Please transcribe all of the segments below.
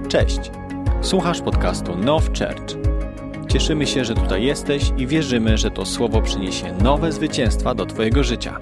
Cześć! Słuchasz podcastu Now Church. Cieszymy się, że tutaj jesteś i wierzymy, że to słowo przyniesie nowe zwycięstwa do Twojego życia.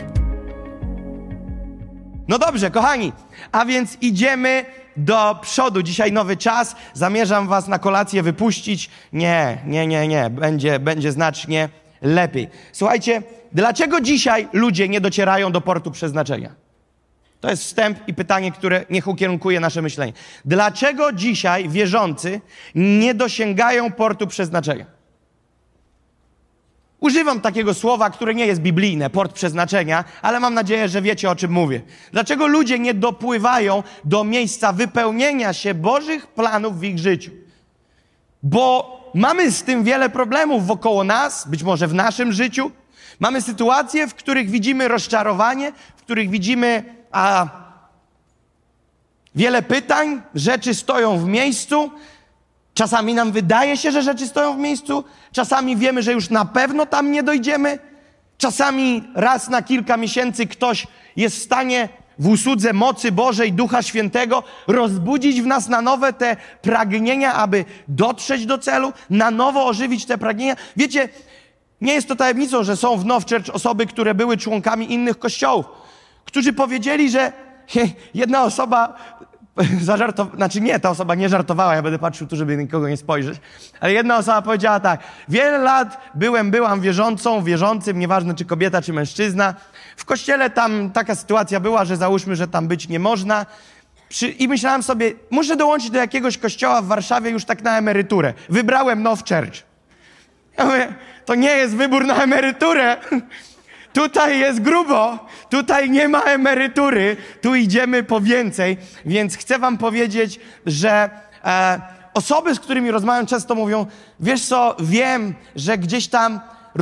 No dobrze, kochani, a więc idziemy do przodu. Dzisiaj nowy czas. Zamierzam was na kolację wypuścić. Nie. Będzie znacznie lepiej. Słuchajcie, dlaczego dzisiaj ludzie nie docierają do portu przeznaczenia? To jest wstęp i pytanie, które niech ukierunkuje nasze myślenie. Dlaczego dzisiaj wierzący nie dosięgają portu przeznaczenia? Używam takiego słowa, które nie jest biblijne, port przeznaczenia, ale mam nadzieję, że wiecie, o czym mówię. Dlaczego ludzie nie dopływają do miejsca wypełnienia się Bożych planów w ich życiu? Bo mamy z tym wiele problemów wokoło nas, być może w naszym życiu. Mamy sytuacje, w których widzimy rozczarowanie, w których widzimy wiele pytań, rzeczy stoją w miejscu. Czasami nam wydaje się, że rzeczy stoją w miejscu. Czasami wiemy, że już na pewno tam nie dojdziemy. Czasami raz na kilka miesięcy ktoś jest w stanie w usłudze mocy Bożej, Ducha Świętego rozbudzić w nas na nowe te pragnienia, aby dotrzeć do celu, na nowo ożywić te pragnienia. Wiecie, nie jest to tajemnicą, że są w Now Church osoby, które były członkami innych kościołów, którzy powiedzieli, że jedna osoba ta osoba nie żartowała, ja będę patrzył tu, żeby nikogo nie spojrzeć, ale jedna osoba powiedziała tak: wiele lat byłam wierzącym, nieważne czy kobieta, czy mężczyzna. W kościele tam taka sytuacja była, że załóżmy, że tam być nie można. I myślałem sobie, muszę dołączyć do jakiegoś kościoła w Warszawie już tak na emeryturę. Wybrałem Now Church. Ja mówię, to nie jest wybór na emeryturę. Tutaj jest grubo, tutaj nie ma emerytury, tu idziemy po więcej, więc chcę wam powiedzieć, że osoby, z którymi rozmawiam, często mówią: wiesz co, wiem, że gdzieś tam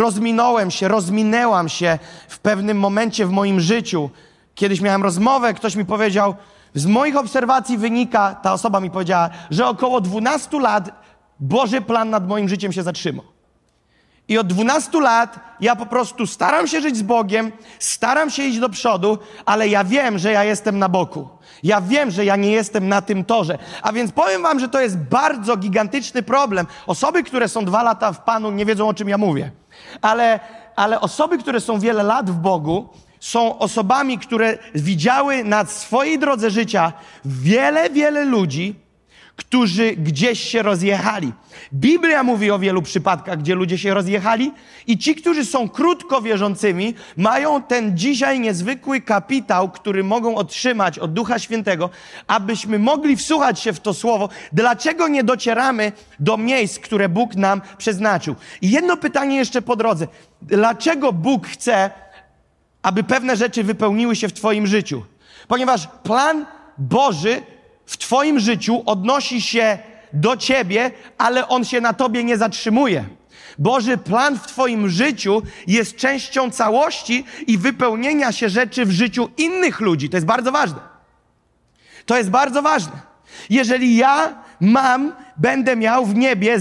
rozminęłam się w pewnym momencie w moim życiu. Kiedyś miałem rozmowę, ktoś mi powiedział, z moich obserwacji wynika, ta osoba mi powiedziała, że około 12 lat Boży plan nad moim życiem się zatrzymał. I od 12 lat ja po prostu staram się żyć z Bogiem, staram się iść do przodu, ale ja wiem, że ja jestem na boku. Ja wiem, że ja nie jestem na tym torze. A więc powiem wam, że to jest bardzo gigantyczny problem. Osoby, które są 2 lata w Panu, nie wiedzą, o czym ja mówię. Ale osoby, które są wiele lat w Bogu, są osobami, które widziały na swojej drodze życia wiele ludzi, którzy gdzieś się rozjechali. Biblia mówi o wielu przypadkach, gdzie ludzie się rozjechali, i ci, którzy są krótko wierzącymi, mają ten dzisiaj niezwykły kapitał, który mogą otrzymać od Ducha Świętego, abyśmy mogli wsłuchać się w to słowo. Dlaczego nie docieramy do miejsc, które Bóg nam przeznaczył? I jedno pytanie jeszcze po drodze. Dlaczego Bóg chce, aby pewne rzeczy wypełniły się w twoim życiu? Ponieważ plan Boży w twoim życiu odnosi się do ciebie, ale on się na tobie nie zatrzymuje. Boży plan w twoim życiu jest częścią całości i wypełnienia się rzeczy w życiu innych ludzi. To jest bardzo ważne. To jest bardzo ważne. Jeżeli ja będę miał w niebie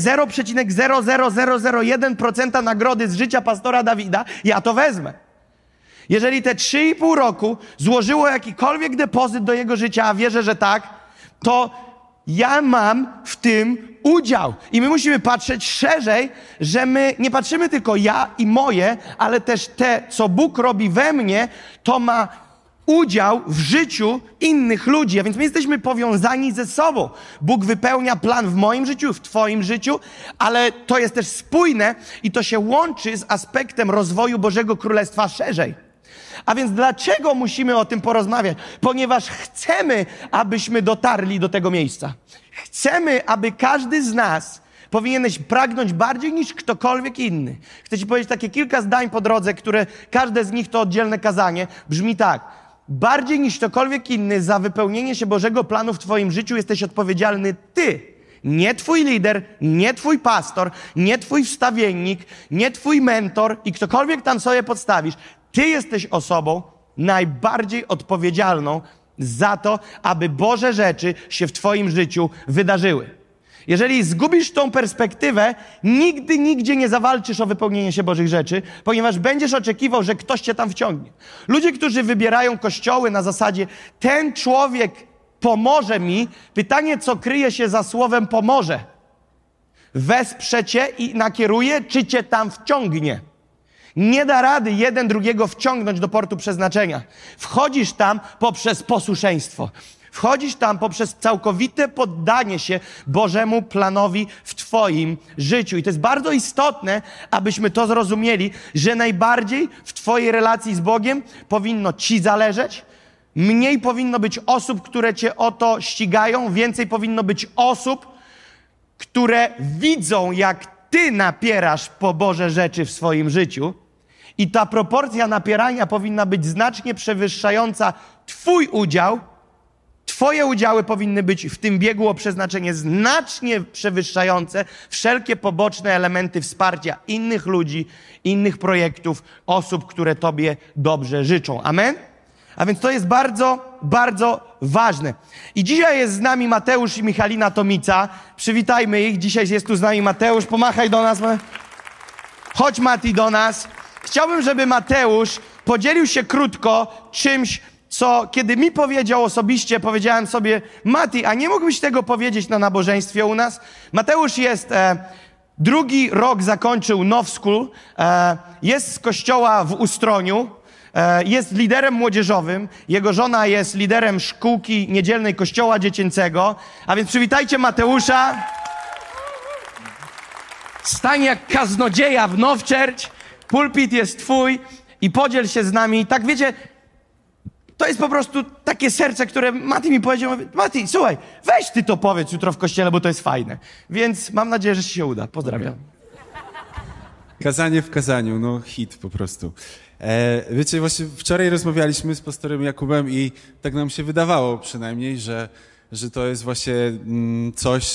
0,00001% nagrody z życia pastora Dawida, ja to wezmę. Jeżeli te 3,5 roku złożyło jakikolwiek depozyt do jego życia, a wierzę, że tak, to ja mam w tym udział. I my musimy patrzeć szerzej, że my nie patrzymy tylko ja i moje, ale też te, co Bóg robi we mnie, to ma udział w życiu innych ludzi. A więc my jesteśmy powiązani ze sobą. Bóg wypełnia plan w moim życiu, w twoim życiu, ale to jest też spójne i to się łączy z aspektem rozwoju Bożego Królestwa szerzej. A więc dlaczego musimy o tym porozmawiać? Ponieważ chcemy, abyśmy dotarli do tego miejsca. Chcemy, aby każdy z nas powinieneś pragnąć bardziej niż ktokolwiek inny. Chcę ci powiedzieć takie kilka zdań po drodze, które każde z nich to oddzielne kazanie. Brzmi tak: bardziej niż ktokolwiek inny za wypełnienie się Bożego planu w twoim życiu jesteś odpowiedzialny ty. Nie twój lider, nie twój pastor, nie twój wstawiennik, nie twój mentor i ktokolwiek tam sobie podstawisz. Ty jesteś osobą najbardziej odpowiedzialną za to, aby Boże rzeczy się w twoim życiu wydarzyły. Jeżeli zgubisz tą perspektywę, nigdy, nigdzie nie zawalczysz o wypełnienie się Bożych rzeczy, ponieważ będziesz oczekiwał, że ktoś cię tam wciągnie. Ludzie, którzy wybierają kościoły na zasadzie ten człowiek pomoże mi. Pytanie, co kryje się za słowem pomoże. Wesprze cię i nakieruje, czy cię tam wciągnie. Nie da rady jeden drugiego wciągnąć do portu przeznaczenia. Wchodzisz tam poprzez posłuszeństwo. Wchodzisz tam poprzez całkowite poddanie się Bożemu planowi w twoim życiu. I to jest bardzo istotne, abyśmy to zrozumieli, że najbardziej w twojej relacji z Bogiem powinno ci zależeć, mniej powinno być osób, które cię o to ścigają, więcej powinno być osób, które widzą, jak ty napierasz po Boże rzeczy w swoim życiu. I ta proporcja napierania powinna być znacznie przewyższająca twój udział. Twoje udziały powinny być w tym biegu o przeznaczenie znacznie przewyższające wszelkie poboczne elementy wsparcia innych ludzi, innych projektów, osób, które tobie dobrze życzą. Amen? A więc to jest bardzo, bardzo ważne. I dzisiaj jest z nami Mateusz i Michalina Tomica. Przywitajmy ich. Dzisiaj jest tu z nami Mateusz. Pomachaj do nas. Chodź, Mati, do nas. Chciałbym, żeby Mateusz podzielił się krótko czymś, co kiedy mi powiedział osobiście, powiedziałem sobie: Mati, a nie mógłbyś tego powiedzieć na nabożeństwie u nas? Mateusz jest... drugi rok zakończył Now School. Jest z kościoła w Ustroniu. Jest liderem młodzieżowym. Jego żona jest liderem szkółki niedzielnej kościoła dziecięcego. A więc przywitajcie Mateusza. Stań jak kaznodzieja w Now Church. Pulpit jest twój i podziel się z nami. Tak wiecie, to jest po prostu takie serce, które Mati mi powiedział. Mati, słuchaj, weź ty to powiedz jutro w kościele, bo to jest fajne. Więc mam nadzieję, że ci się uda. Pozdrawiam. Kazanie w kazaniu, no hit po prostu. Wiecie, właśnie wczoraj rozmawialiśmy z pastorem Jakubem i tak nam się wydawało przynajmniej, że to jest właśnie coś,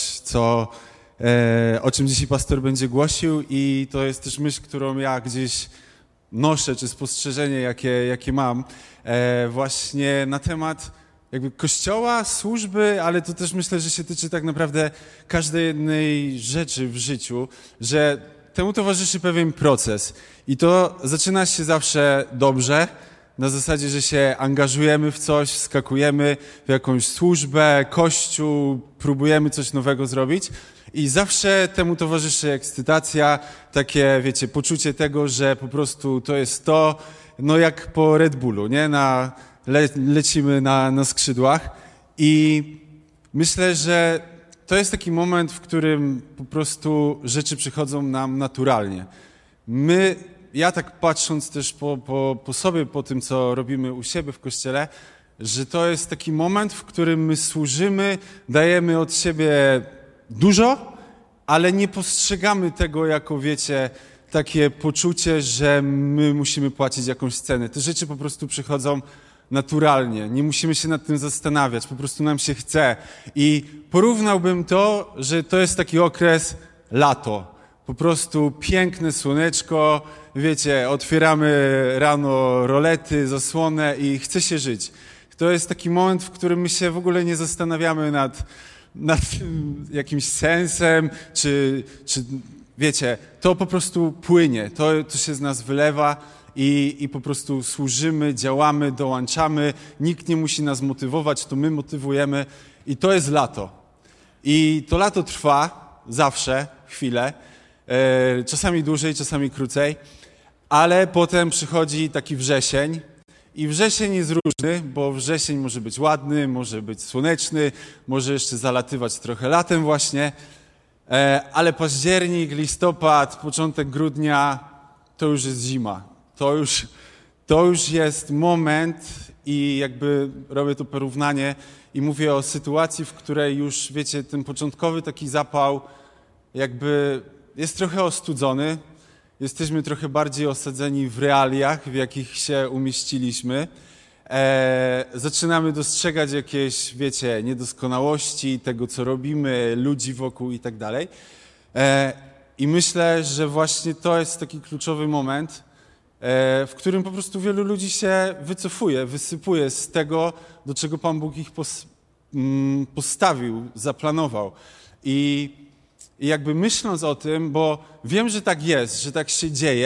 o czym dzisiaj pastor będzie głosił, i to jest też myśl, którą ja gdzieś noszę, czy spostrzeżenie, jakie mam właśnie na temat jakby kościoła, służby, ale to też myślę, że się tyczy tak naprawdę każdej jednej rzeczy w życiu, że temu towarzyszy pewien proces i to zaczyna się zawsze dobrze, na zasadzie, że się angażujemy w coś, wskakujemy w jakąś służbę, kościół, próbujemy coś nowego zrobić i zawsze temu towarzyszy ekscytacja, takie, wiecie, poczucie tego, że po prostu to jest to, no jak po Red Bullu, nie? Lecimy na skrzydłach i myślę, że to jest taki moment, w którym po prostu rzeczy przychodzą nam naturalnie. Ja tak patrząc też po sobie, po tym, co robimy u siebie w kościele, że to jest taki moment, w którym my służymy, dajemy od siebie dużo, ale nie postrzegamy tego jako, wiecie, takie poczucie, że my musimy płacić jakąś cenę. Te rzeczy po prostu przychodzą naturalnie, nie musimy się nad tym zastanawiać, po prostu nam się chce. I porównałbym to, że to jest taki okres lato. Po prostu piękne słoneczko, wiecie, otwieramy rano rolety, zasłonę i chce się żyć. To jest taki moment, w którym my się w ogóle nie zastanawiamy nad jakimś sensem, czy wiecie, to po prostu płynie, to się z nas wylewa i po prostu służymy, działamy, dołączamy, nikt nie musi nas motywować, to my motywujemy i to jest lato. I to lato trwa zawsze chwilę, czasami dłużej, czasami krócej, ale potem przychodzi taki wrzesień i wrzesień jest różny, bo wrzesień może być ładny, może być słoneczny, może jeszcze zalatywać trochę latem właśnie, ale październik, listopad, początek grudnia to już jest zima. To już jest moment i jakby robię to porównanie i mówię o sytuacji, w której już, wiecie, ten początkowy taki zapał jakby jest trochę ostudzony. Jesteśmy trochę bardziej osadzeni w realiach, w jakich się umieściliśmy. Zaczynamy dostrzegać jakieś, wiecie, niedoskonałości tego, co robimy, ludzi wokół i tak dalej. I myślę, że właśnie to jest taki kluczowy moment, w którym po prostu wielu ludzi się wycofuje, wysypuje z tego, do czego Pan Bóg ich postawił, zaplanował. I jakby myśląc o tym, bo wiem, że tak jest, że tak się dzieje,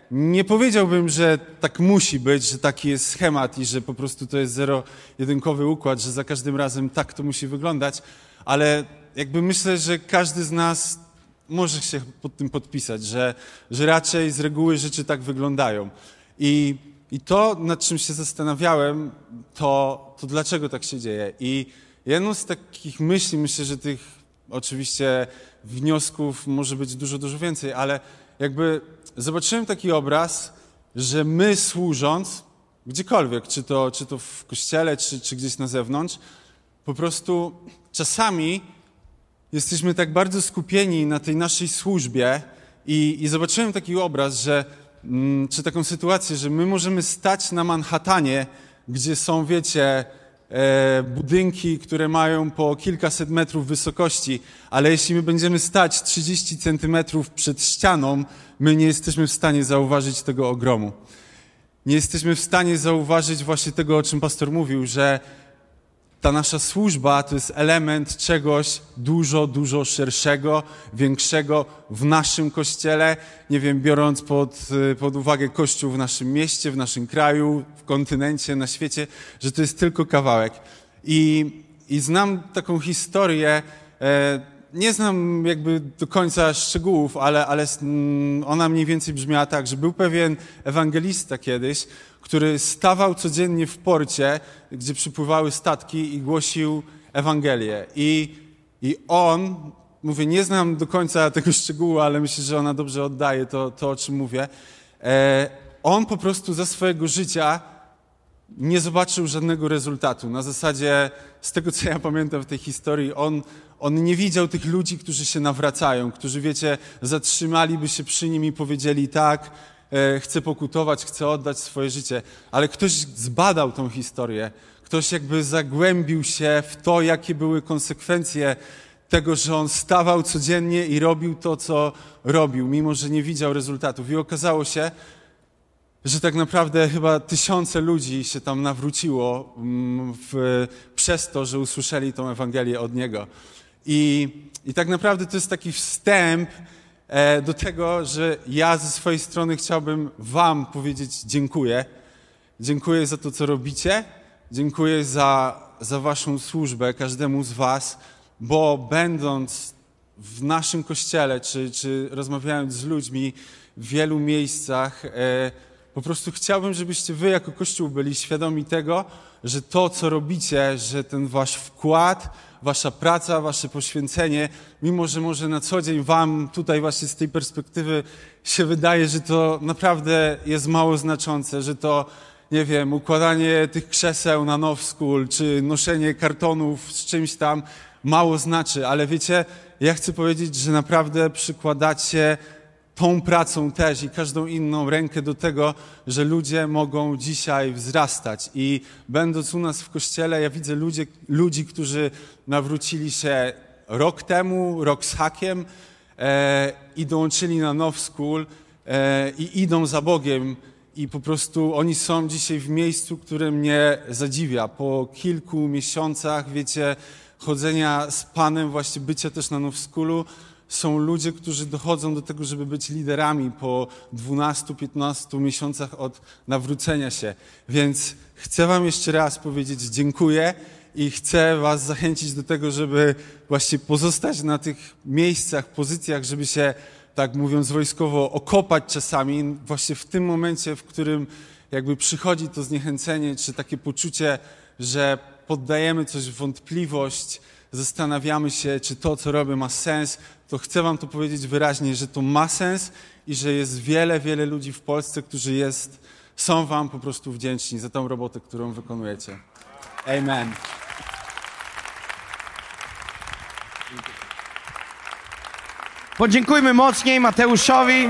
Nie powiedziałbym, że tak musi być, że taki jest schemat i że po prostu to jest zero-jedynkowy układ, że za każdym razem tak to musi wyglądać, ale jakby myślę, że każdy z nas może się pod tym podpisać, że raczej z reguły rzeczy tak wyglądają. I to, nad czym się zastanawiałem, to dlaczego tak się dzieje. I jedną z takich myśli, myślę, że tych oczywiście wniosków może być dużo, dużo więcej, ale jakby zobaczyłem taki obraz, że my służąc gdziekolwiek, czy to w kościele, czy gdzieś na zewnątrz, po prostu czasami jesteśmy tak bardzo skupieni na tej naszej służbie i zobaczyłem taki obraz, czy taką sytuację, że my możemy stać na Manhattanie, gdzie są, wiecie, budynki, które mają po kilkaset metrów wysokości, ale jeśli my będziemy stać 30 centymetrów przed ścianą, my nie jesteśmy w stanie zauważyć tego ogromu. Nie jesteśmy w stanie zauważyć właśnie tego, o czym pastor mówił, że ta nasza służba to jest element czegoś dużo, dużo szerszego, większego w naszym Kościele, nie wiem, biorąc pod uwagę Kościół w naszym mieście, w naszym kraju, w kontynencie, na świecie, że to jest tylko kawałek. I znam taką historię, nie znam jakby do końca szczegółów, ale ona mniej więcej brzmiała tak, że był pewien ewangelista kiedyś, który stawał codziennie w porcie, gdzie przypływały statki i głosił Ewangelię. I on, mówię, nie znam do końca tego szczegółu, ale myślę, że ona dobrze oddaje to o czym mówię. On po prostu za swojego życia nie zobaczył żadnego rezultatu. Na zasadzie, z tego co ja pamiętam w tej historii, on nie widział tych ludzi, którzy się nawracają, którzy, wiecie, zatrzymaliby się przy nim i powiedzieli tak, chcę pokutować, chcę oddać swoje życie. Ale ktoś zbadał tą historię, ktoś jakby zagłębił się w to, jakie były konsekwencje tego, że on stawał codziennie i robił to, co robił, mimo że nie widział rezultatów. I okazało się, że tak naprawdę chyba tysiące ludzi się tam nawróciło przez to, że usłyszeli tą Ewangelię od niego. I tak naprawdę to jest taki wstęp do tego, że ja ze swojej strony chciałbym wam powiedzieć dziękuję. Dziękuję za to, co robicie. Dziękuję za waszą służbę, każdemu z was, bo będąc w naszym kościele, czy rozmawiając z ludźmi w wielu miejscach, po prostu chciałbym, żebyście wy jako Kościół byli świadomi tego, że to, co robicie, że ten wasz wkład, wasza praca, wasze poświęcenie, mimo że może na co dzień wam tutaj właśnie z tej perspektywy się wydaje, że to naprawdę jest mało znaczące, że to, nie wiem, układanie tych krzeseł na Now School, czy noszenie kartonów z czymś tam mało znaczy, ale wiecie, ja chcę powiedzieć, że naprawdę przykładacie tą pracą też i każdą inną rękę do tego, że ludzie mogą dzisiaj wzrastać. I będąc u nas w kościele, ja widzę ludzi, którzy nawrócili się rok temu, rok z hakiem i dołączyli na Now School i idą za Bogiem. I po prostu oni są dzisiaj w miejscu, które mnie zadziwia. Po kilku miesiącach, wiecie, chodzenia z Panem, właśnie bycia też na Now Schoolu, są ludzie, którzy dochodzą do tego, żeby być liderami po 12-15 miesiącach od nawrócenia się. Więc chcę wam jeszcze raz powiedzieć dziękuję i chcę was zachęcić do tego, żeby właśnie pozostać na tych miejscach, pozycjach, żeby się, tak mówiąc wojskowo, okopać czasami właśnie w tym momencie, w którym jakby przychodzi to zniechęcenie, czy takie poczucie, że poddajemy coś w wątpliwość, zastanawiamy się, czy to, co robię, ma sens, to chcę wam to powiedzieć wyraźnie, że to ma sens i że jest wiele, wiele ludzi w Polsce, którzy są wam po prostu wdzięczni za tą robotę, którą wykonujecie. Amen. Podziękujmy mocniej Mateuszowi.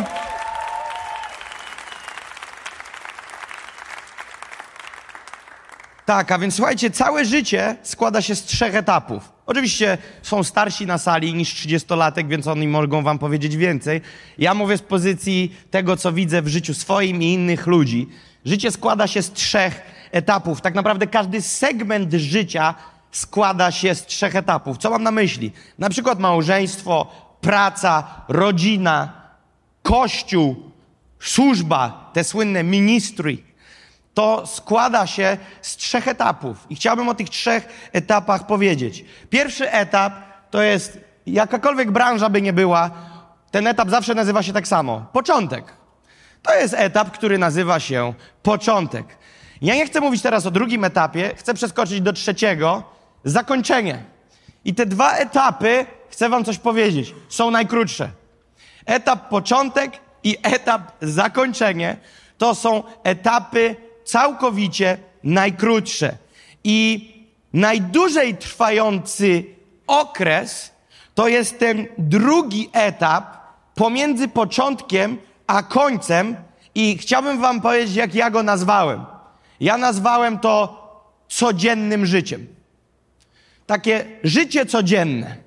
Tak, a więc słuchajcie, całe życie składa się z 3 etapów. Oczywiście są starsi na sali niż 30-latek, więc oni mogą wam powiedzieć więcej. Ja mówię z pozycji tego, co widzę w życiu swoim i innych ludzi. Życie składa się z 3 etapów. Tak naprawdę każdy segment życia składa się z 3 etapów. Co mam na myśli? Na przykład małżeństwo, praca, rodzina, kościół, służba, te słynne ministry, to składa się z 3 etapów. I chciałbym o tych 3 etapach powiedzieć. Pierwszy etap to jest, jakakolwiek branża by nie była, ten etap zawsze nazywa się tak samo. Początek. To jest etap, który nazywa się początek. Ja nie chcę mówić teraz o drugim etapie, chcę przeskoczyć do 3. Zakończenie. I te 2 etapy, chcę wam coś powiedzieć, są najkrótsze. Etap początek i etap zakończenie to są etapy całkowicie najkrótsze. I najdłużej trwający okres to jest ten drugi etap pomiędzy początkiem a końcem i chciałbym wam powiedzieć, jak ja go nazwałem. Ja nazwałem to codziennym życiem. Takie życie codzienne.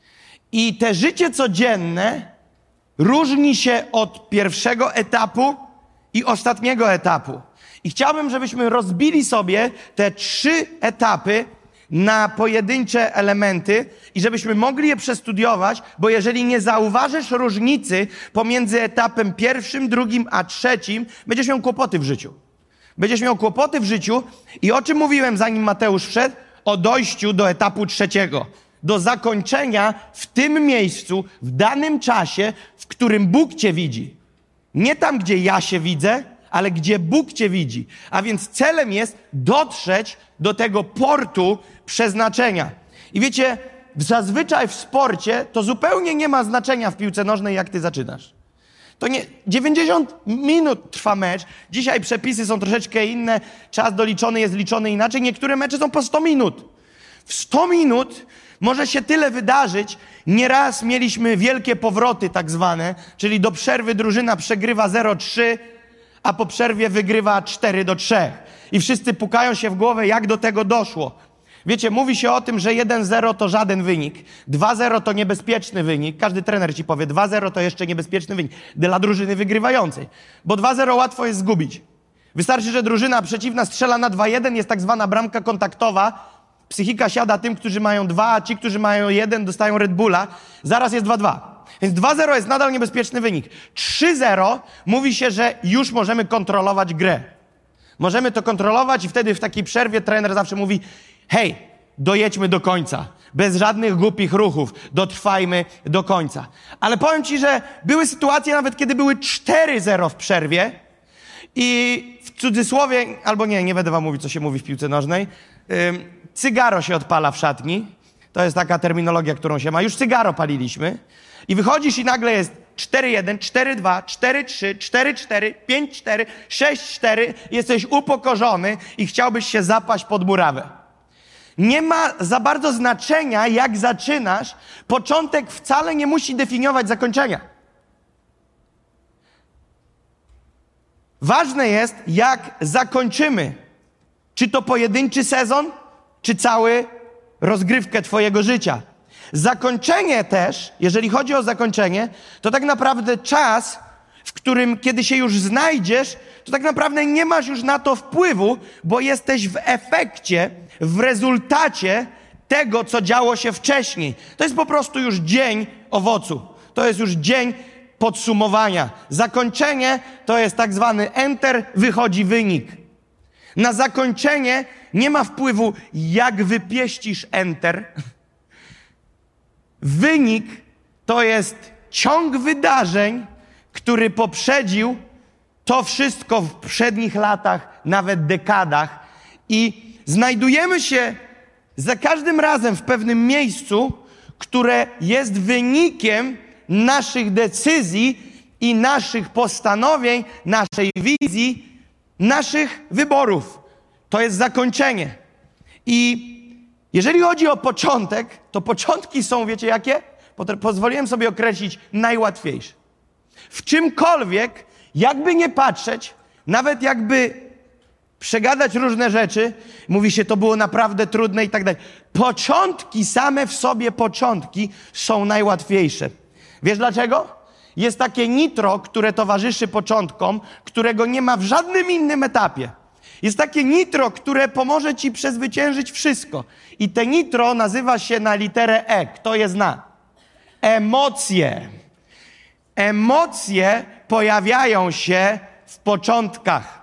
I te życie codzienne różni się od pierwszego etapu i ostatniego etapu. I chciałbym, żebyśmy rozbili sobie te 3 etapy na pojedyncze elementy i żebyśmy mogli je przestudiować, bo jeżeli nie zauważysz różnicy pomiędzy etapem 1, 2, a 3, będziesz miał kłopoty w życiu. Będziesz miał kłopoty w życiu i o czym mówiłem, zanim Mateusz wszedł? O dojściu do etapu 3. Do zakończenia w tym miejscu, w danym czasie, w którym Bóg cię widzi. Nie tam, gdzie ja się widzę, ale gdzie Bóg cię widzi. A więc celem jest dotrzeć do tego portu przeznaczenia. I wiecie, zazwyczaj w sporcie to zupełnie nie ma znaczenia w piłce nożnej, jak ty zaczynasz. To nie 90 minut trwa mecz. Dzisiaj przepisy są troszeczkę inne. Czas doliczony jest liczony inaczej. Niektóre mecze są po 100 minut. W 100 minut może się tyle wydarzyć. Nieraz mieliśmy wielkie powroty tak zwane, czyli do przerwy drużyna przegrywa 0-3, a po przerwie wygrywa 4-3. I wszyscy pukają się w głowę, jak do tego doszło. Wiecie, mówi się o tym, że 1-0 to żaden wynik, 2-0 to niebezpieczny wynik. Każdy trener ci powie, 2-0 to jeszcze niebezpieczny wynik dla drużyny wygrywającej. Bo 2-0 łatwo jest zgubić. Wystarczy, że drużyna przeciwna strzela na 2-1, jest tak zwana bramka kontaktowa. Psychika siada tym, którzy mają 2, a ci, którzy mają 1, dostają Red Bulla. Zaraz jest 2-2. Więc 2-0 jest nadal niebezpieczny wynik. 3-0 mówi się, że już możemy kontrolować grę. Możemy to kontrolować i wtedy w takiej przerwie trener zawsze mówi: hej, dojedźmy do końca. Bez żadnych głupich ruchów. Dotrwajmy do końca. Ale powiem ci, że były sytuacje nawet, kiedy były 4-0 w przerwie i w cudzysłowie, albo nie będę wam mówić, co się mówi w piłce nożnej, cygaro się odpala w szatni. To jest taka terminologia, którą się ma. Już cygaro paliliśmy. I wychodzisz i nagle jest 4-1, 4-2, 4-3, 4-4, 5-4, 6-4. Jesteś upokorzony i chciałbyś się zapaść pod murawę. Nie ma za bardzo znaczenia, jak zaczynasz. Początek wcale nie musi definiować zakończenia. Ważne jest, jak zakończymy. Czy to pojedynczy sezon, czy cały rozgrywkę twojego życia. Zakończenie też, jeżeli chodzi o zakończenie, to tak naprawdę czas, w którym, kiedy się już znajdziesz, to tak naprawdę nie masz już na to wpływu, bo jesteś w efekcie, w rezultacie tego, co działo się wcześniej. To jest po prostu już dzień owocu. To jest już dzień podsumowania. Zakończenie to jest tak zwany enter, wychodzi wynik. Na zakończenie nie ma wpływu, jak wypieścisz enter. Wynik to jest ciąg wydarzeń, który poprzedził to wszystko w poprzednich latach, nawet dekadach. I znajdujemy się za każdym razem w pewnym miejscu, które jest wynikiem naszych decyzji i naszych postanowień, naszej wizji, naszych wyborów. To jest zakończenie. I jeżeli chodzi o początek, to początki są, wiecie jakie? Pozwoliłem sobie określić najłatwiejsze. W czymkolwiek, jakby nie patrzeć, nawet jakby przegadać różne rzeczy, mówi się, to było naprawdę trudne i tak dalej. Początki, same w sobie początki są najłatwiejsze. Wiesz dlaczego? Jest takie nitro, które towarzyszy początkom, którego nie ma w żadnym innym etapie. Jest takie nitro, które pomoże ci przezwyciężyć wszystko. I te nitro nazywa się na literę E. Kto je zna? Emocje. Emocje pojawiają się w początkach.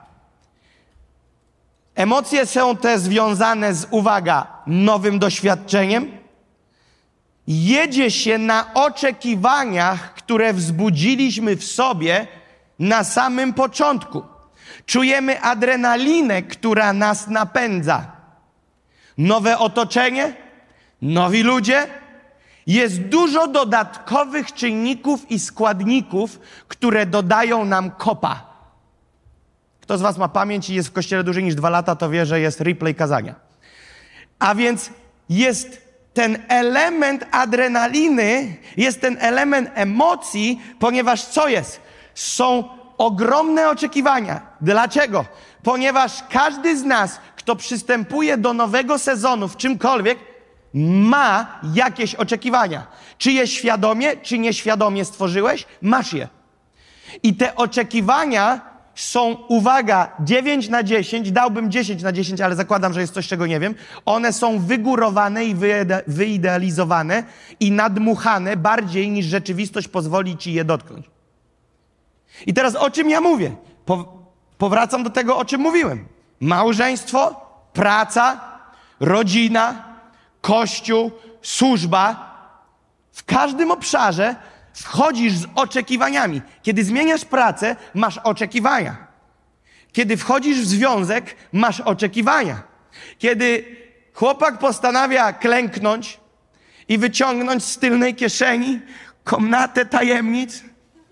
Emocje są te związane z, uwaga, nowym doświadczeniem. Jedzie się na oczekiwaniach, które wzbudziliśmy w sobie na samym początku. Czujemy adrenalinę, która nas napędza. Nowe otoczenie, nowi ludzie. Jest dużo dodatkowych czynników i składników, które dodają nam kopa. Kto z was ma pamięć i jest w kościele dłużej niż 2 lata, to wie, że jest replay kazania. A więc jest ten element adrenaliny, jest ten element emocji, ponieważ co jest? Są ogromne oczekiwania. Dlaczego? Ponieważ każdy z nas, kto przystępuje do nowego sezonu w czymkolwiek, ma jakieś oczekiwania. Czy je świadomie, czy nieświadomie stworzyłeś? Masz je. I te oczekiwania są, uwaga, 9/10, dałbym 10/10, ale zakładam, że jest coś, czego nie wiem. One są wygórowane i wyidealizowane i nadmuchane bardziej niż rzeczywistość pozwoli ci je dotknąć. I teraz o czym ja mówię? Powracam do tego, o czym mówiłem. Małżeństwo, praca, rodzina, Kościół, służba. W każdym obszarze wchodzisz z oczekiwaniami. Kiedy zmieniasz pracę, masz oczekiwania. Kiedy wchodzisz w związek, masz oczekiwania. Kiedy chłopak postanawia klęknąć i wyciągnąć z tylnej kieszeni komnatę tajemnic,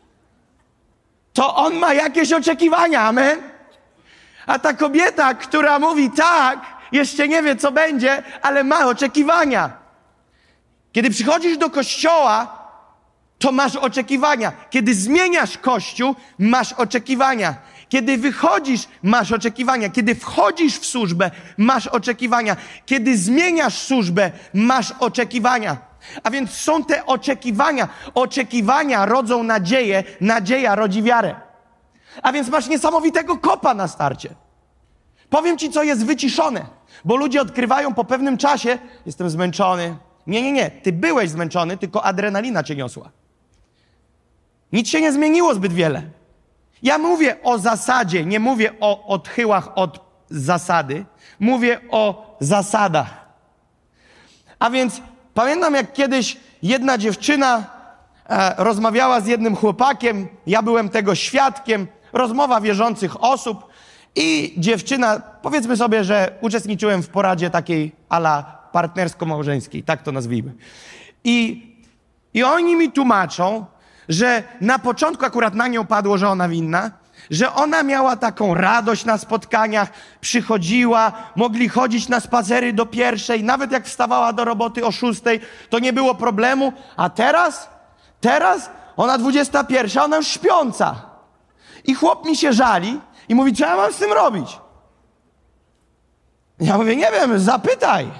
to on ma jakieś oczekiwania, amen? A ta kobieta, która mówi tak, jeszcze nie wie, co będzie, ale ma oczekiwania. Kiedy przychodzisz do kościoła, to masz oczekiwania. Kiedy zmieniasz kościół, masz oczekiwania. Kiedy wychodzisz, masz oczekiwania. Kiedy wchodzisz w służbę, masz oczekiwania. Kiedy zmieniasz służbę, masz oczekiwania. A więc są te oczekiwania. Oczekiwania rodzą nadzieję, nadzieja rodzi wiarę. A więc masz niesamowitego kopa na starcie. Powiem ci, co jest wyciszone, bo ludzie odkrywają po pewnym czasie, jestem zmęczony. Nie, ty byłeś zmęczony, tylko adrenalina cię niosła. Nic się nie zmieniło zbyt wiele. Ja mówię o zasadzie, nie mówię o odchyłach od zasady, mówię o zasadach. A więc pamiętam, jak kiedyś jedna dziewczyna rozmawiała z jednym chłopakiem, ja byłem tego świadkiem, rozmowa wierzących osób i dziewczyna, powiedzmy sobie, że uczestniczyłem w poradzie takiej ala partnersko-małżeńskiej, tak to nazwijmy. I oni mi tłumaczą, że na początku akurat na nią padło, że ona winna, że ona miała taką radość na spotkaniach, przychodziła, mogli chodzić na spacery do 1:00, nawet jak wstawała do roboty o 6:00, to nie było problemu, a teraz ona 21:00, ona już śpiąca. I chłop mi się żali i mówi, co ja mam z tym robić? Ja mówię, nie wiem, zapytaj.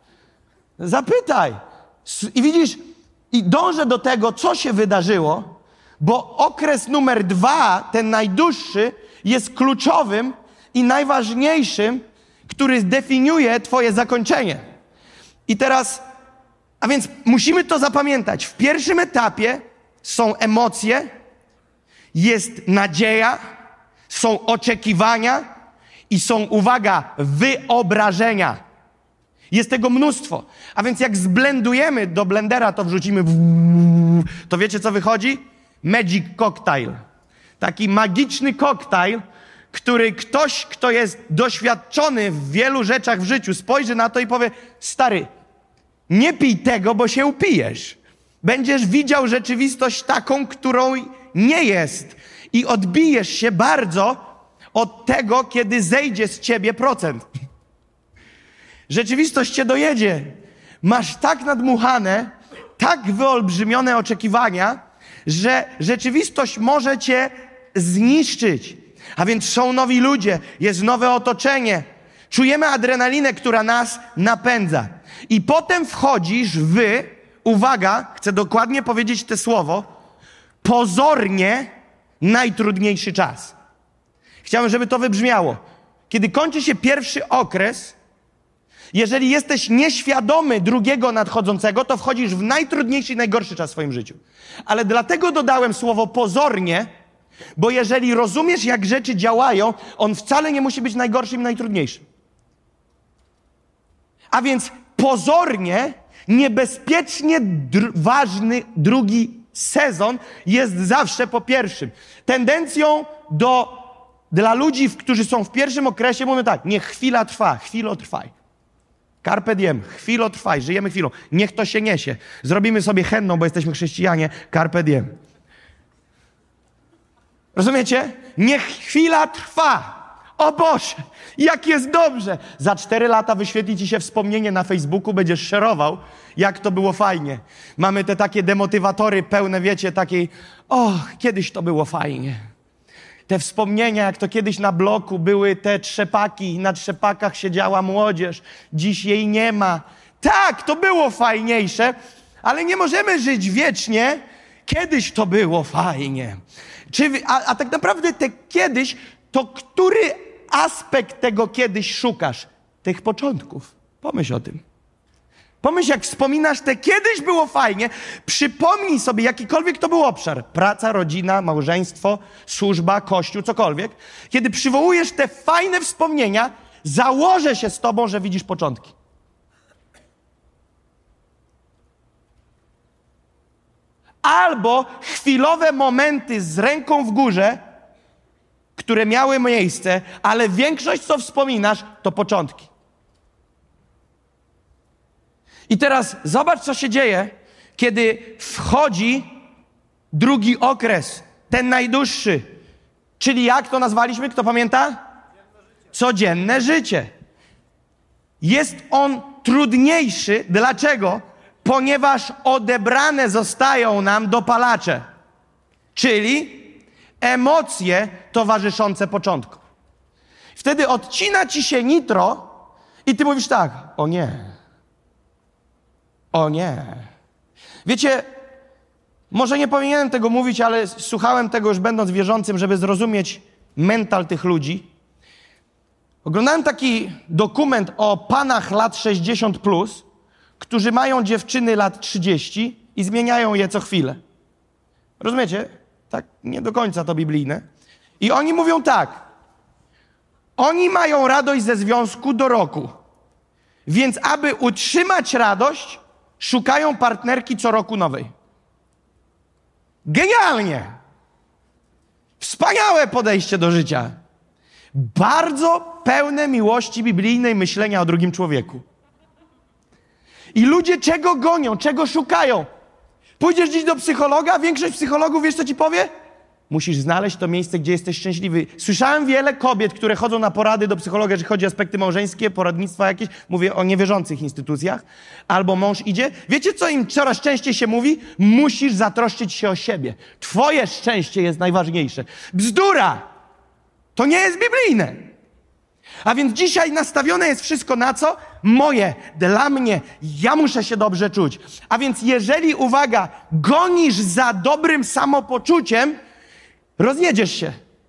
I widzisz, i dążę do tego, co się wydarzyło, bo okres numer 2, ten najdłuższy, jest kluczowym i najważniejszym, który definiuje twoje zakończenie. I teraz, a więc musimy to zapamiętać. W pierwszym etapie są emocje, jest nadzieja, są oczekiwania i są, uwaga, wyobrażenia. Jest tego mnóstwo. A więc jak zblendujemy do blendera, to wrzucimy, to wiecie, co wychodzi? Magic cocktail. Taki magiczny koktajl, który ktoś, kto jest doświadczony w wielu rzeczach w życiu, spojrzy na to i powie, stary, nie pij tego, bo się upijesz. Będziesz widział rzeczywistość taką, którą nie jest. I odbijesz się bardzo od tego, kiedy zejdzie z ciebie procent. Rzeczywistość cię dojedzie. Masz tak nadmuchane, tak wyolbrzymione oczekiwania, że rzeczywistość może cię zniszczyć. A więc są nowi ludzie, jest nowe otoczenie. Czujemy adrenalinę, która nas napędza. I potem wchodzisz w, uwaga, chcę dokładnie powiedzieć to słowo, pozornie najtrudniejszy czas. Chciałem, żeby to wybrzmiało. Kiedy kończy się pierwszy okres, Jeżeli jesteś nieświadomy drugiego nadchodzącego, to wchodzisz w najtrudniejszy i najgorszy czas w swoim życiu. Ale dlatego dodałem słowo pozornie, bo jeżeli rozumiesz, jak rzeczy działają, on wcale nie musi być najgorszym i najtrudniejszym. A więc pozornie, niebezpiecznie ważny drugi sezon jest zawsze po pierwszym. Tendencją dla ludzi, którzy są w pierwszym okresie, mówią tak, niech chwila trwa, chwilotrwaj. Carpe diem, chwilotrwaj, żyjemy chwilą. Niech to się niesie. Zrobimy sobie henną, bo jesteśmy chrześcijanie, carpe diem. Rozumiecie? Niech chwila trwa. O Boże, jak jest dobrze. Za 4 lata wyświetli ci się wspomnienie na Facebooku, będziesz szerował, jak to było fajnie. Mamy te takie demotywatory pełne, wiecie, takiej, kiedyś to było fajnie. Te wspomnienia, jak to kiedyś na bloku były te trzepaki, na trzepakach siedziała młodzież, dziś jej nie ma. Tak, to było fajniejsze, ale nie możemy żyć wiecznie. Kiedyś to było fajnie. A tak naprawdę te kiedyś, to który aspekt tego kiedyś szukasz? Tych początków. Pomyśl o tym. Pomyśl, jak wspominasz te kiedyś było fajnie, przypomnij sobie, jakikolwiek to był obszar. Praca, rodzina, małżeństwo, służba, kościół, cokolwiek. Kiedy przywołujesz te fajne wspomnienia, założę się z tobą, że widzisz początki. Albo chwilowe momenty z ręką w górze, które miały miejsce, ale większość, co wspominasz, to początki. I teraz zobacz, co się dzieje, kiedy wchodzi drugi okres, ten najdłuższy. Czyli jak to nazwaliśmy? Kto pamięta? Codzienne życie. Jest on trudniejszy. Dlaczego? Ponieważ odebrane zostają nam dopalacze. Czyli emocje towarzyszące początku. Wtedy odcina ci się nitro i ty mówisz tak, o nie. O nie. Wiecie, może nie powinienem tego mówić, ale słuchałem tego już będąc wierzącym, żeby zrozumieć mental tych ludzi. Oglądałem taki dokument o panach lat 60+, którzy mają dziewczyny lat 30 i zmieniają je co chwilę. Rozumiecie? Tak nie do końca to biblijne. I oni mówią tak. Oni mają radość ze związku do roku. Więc aby utrzymać radość, szukają partnerki co roku nowej. Genialnie! Wspaniałe podejście do życia. Bardzo pełne miłości biblijnej myślenia o drugim człowieku. I ludzie czego gonią, czego szukają? Pójdziesz dziś do psychologa, większość psychologów, wiesz co ci powie? Musisz znaleźć to miejsce, gdzie jesteś szczęśliwy. Słyszałem wiele kobiet, które chodzą na porady do psychologa, jeżeli chodzi o aspekty małżeńskie, poradnictwa jakieś. Mówię o niewierzących instytucjach. Albo mąż idzie. Wiecie, co im coraz częściej się mówi? Musisz zatroszczyć się o siebie. Twoje szczęście jest najważniejsze. Bzdura! To nie jest biblijne. A więc dzisiaj nastawione jest wszystko na co? Moje, dla mnie, ja muszę się dobrze czuć. A więc jeżeli, uwaga, gonisz za dobrym samopoczuciem, rozjedziesz się.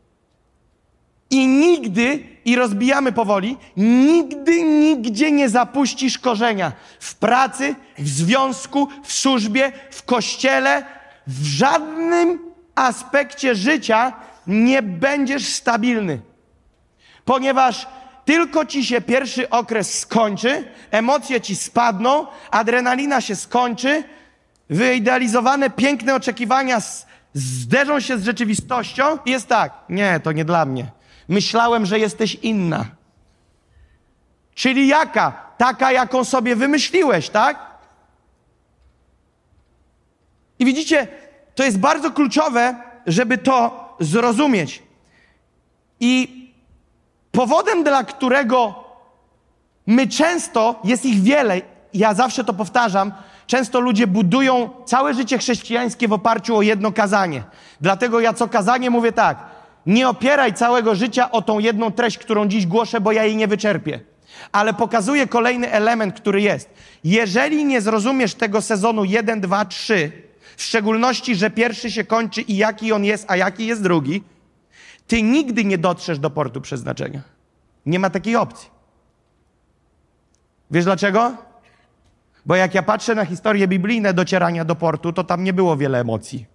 I nigdy, i rozbijamy powoli, nigdy, nigdzie nie zapuścisz korzenia. W pracy, w związku, w służbie, w kościele, w żadnym aspekcie życia nie będziesz stabilny. Ponieważ tylko ci się pierwszy okres skończy, emocje ci spadną, adrenalina się skończy, wyidealizowane, piękne oczekiwania zderzą się z rzeczywistością i jest tak, nie, to nie dla mnie. Myślałem, że jesteś inna. Czyli jaka? Taka, jaką sobie wymyśliłeś, tak? I widzicie, to jest bardzo kluczowe, żeby to zrozumieć. I powodem, dla którego my często, jest ich wiele, ja zawsze to powtarzam, często ludzie budują całe życie chrześcijańskie w oparciu o jedno kazanie. Dlatego ja co kazanie mówię tak, nie opieraj całego życia o tą jedną treść, którą dziś głoszę, bo ja jej nie wyczerpię. Ale pokazuję kolejny element, który jest. Jeżeli nie zrozumiesz tego sezonu 1, 2, 3, w szczególności, że pierwszy się kończy i jaki on jest, a jaki jest drugi, ty nigdy nie dotrzesz do portu przeznaczenia. Nie ma takiej opcji. Wiesz dlaczego? Bo jak ja patrzę na historie biblijne docierania do portu, to tam nie było wiele emocji.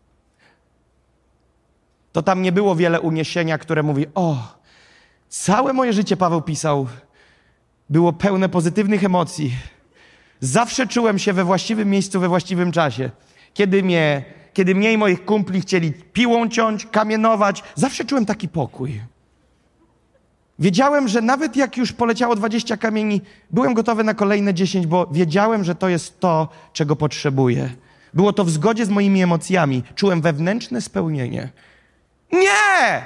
To tam nie było wiele uniesienia, które mówi, całe moje życie, Paweł pisał, było pełne pozytywnych emocji. Zawsze czułem się we właściwym miejscu, we właściwym czasie. Kiedy mnie i moich kumpli chcieli piłą ciąć, kamienować, zawsze czułem taki pokój. Wiedziałem, że nawet jak już poleciało 20 kamieni, byłem gotowy na kolejne 10, bo wiedziałem, że to jest to, czego potrzebuję. Było to w zgodzie z moimi emocjami. Czułem wewnętrzne spełnienie. Nie!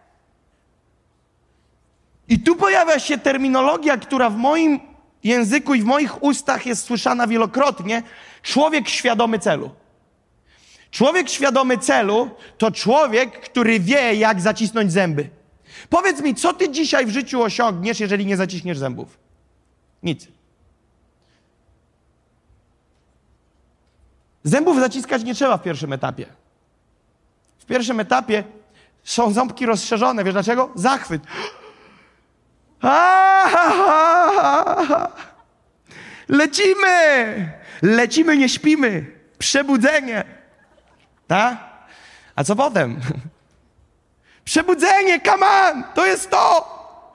I tu pojawia się terminologia, która w moim języku i w moich ustach jest słyszana wielokrotnie. Człowiek świadomy celu. Człowiek świadomy celu to człowiek, który wie, jak zacisnąć zęby. Powiedz mi, co ty dzisiaj w życiu osiągniesz, jeżeli nie zaciśniesz zębów? Nic. Zębów zaciskać nie trzeba w pierwszym etapie. W pierwszym etapie są ząbki rozszerzone. Wiesz dlaczego? Zachwyt. Lecimy! Lecimy, nie śpimy. Przebudzenie. Tak? A co potem? Przebudzenie, come on! To jest to!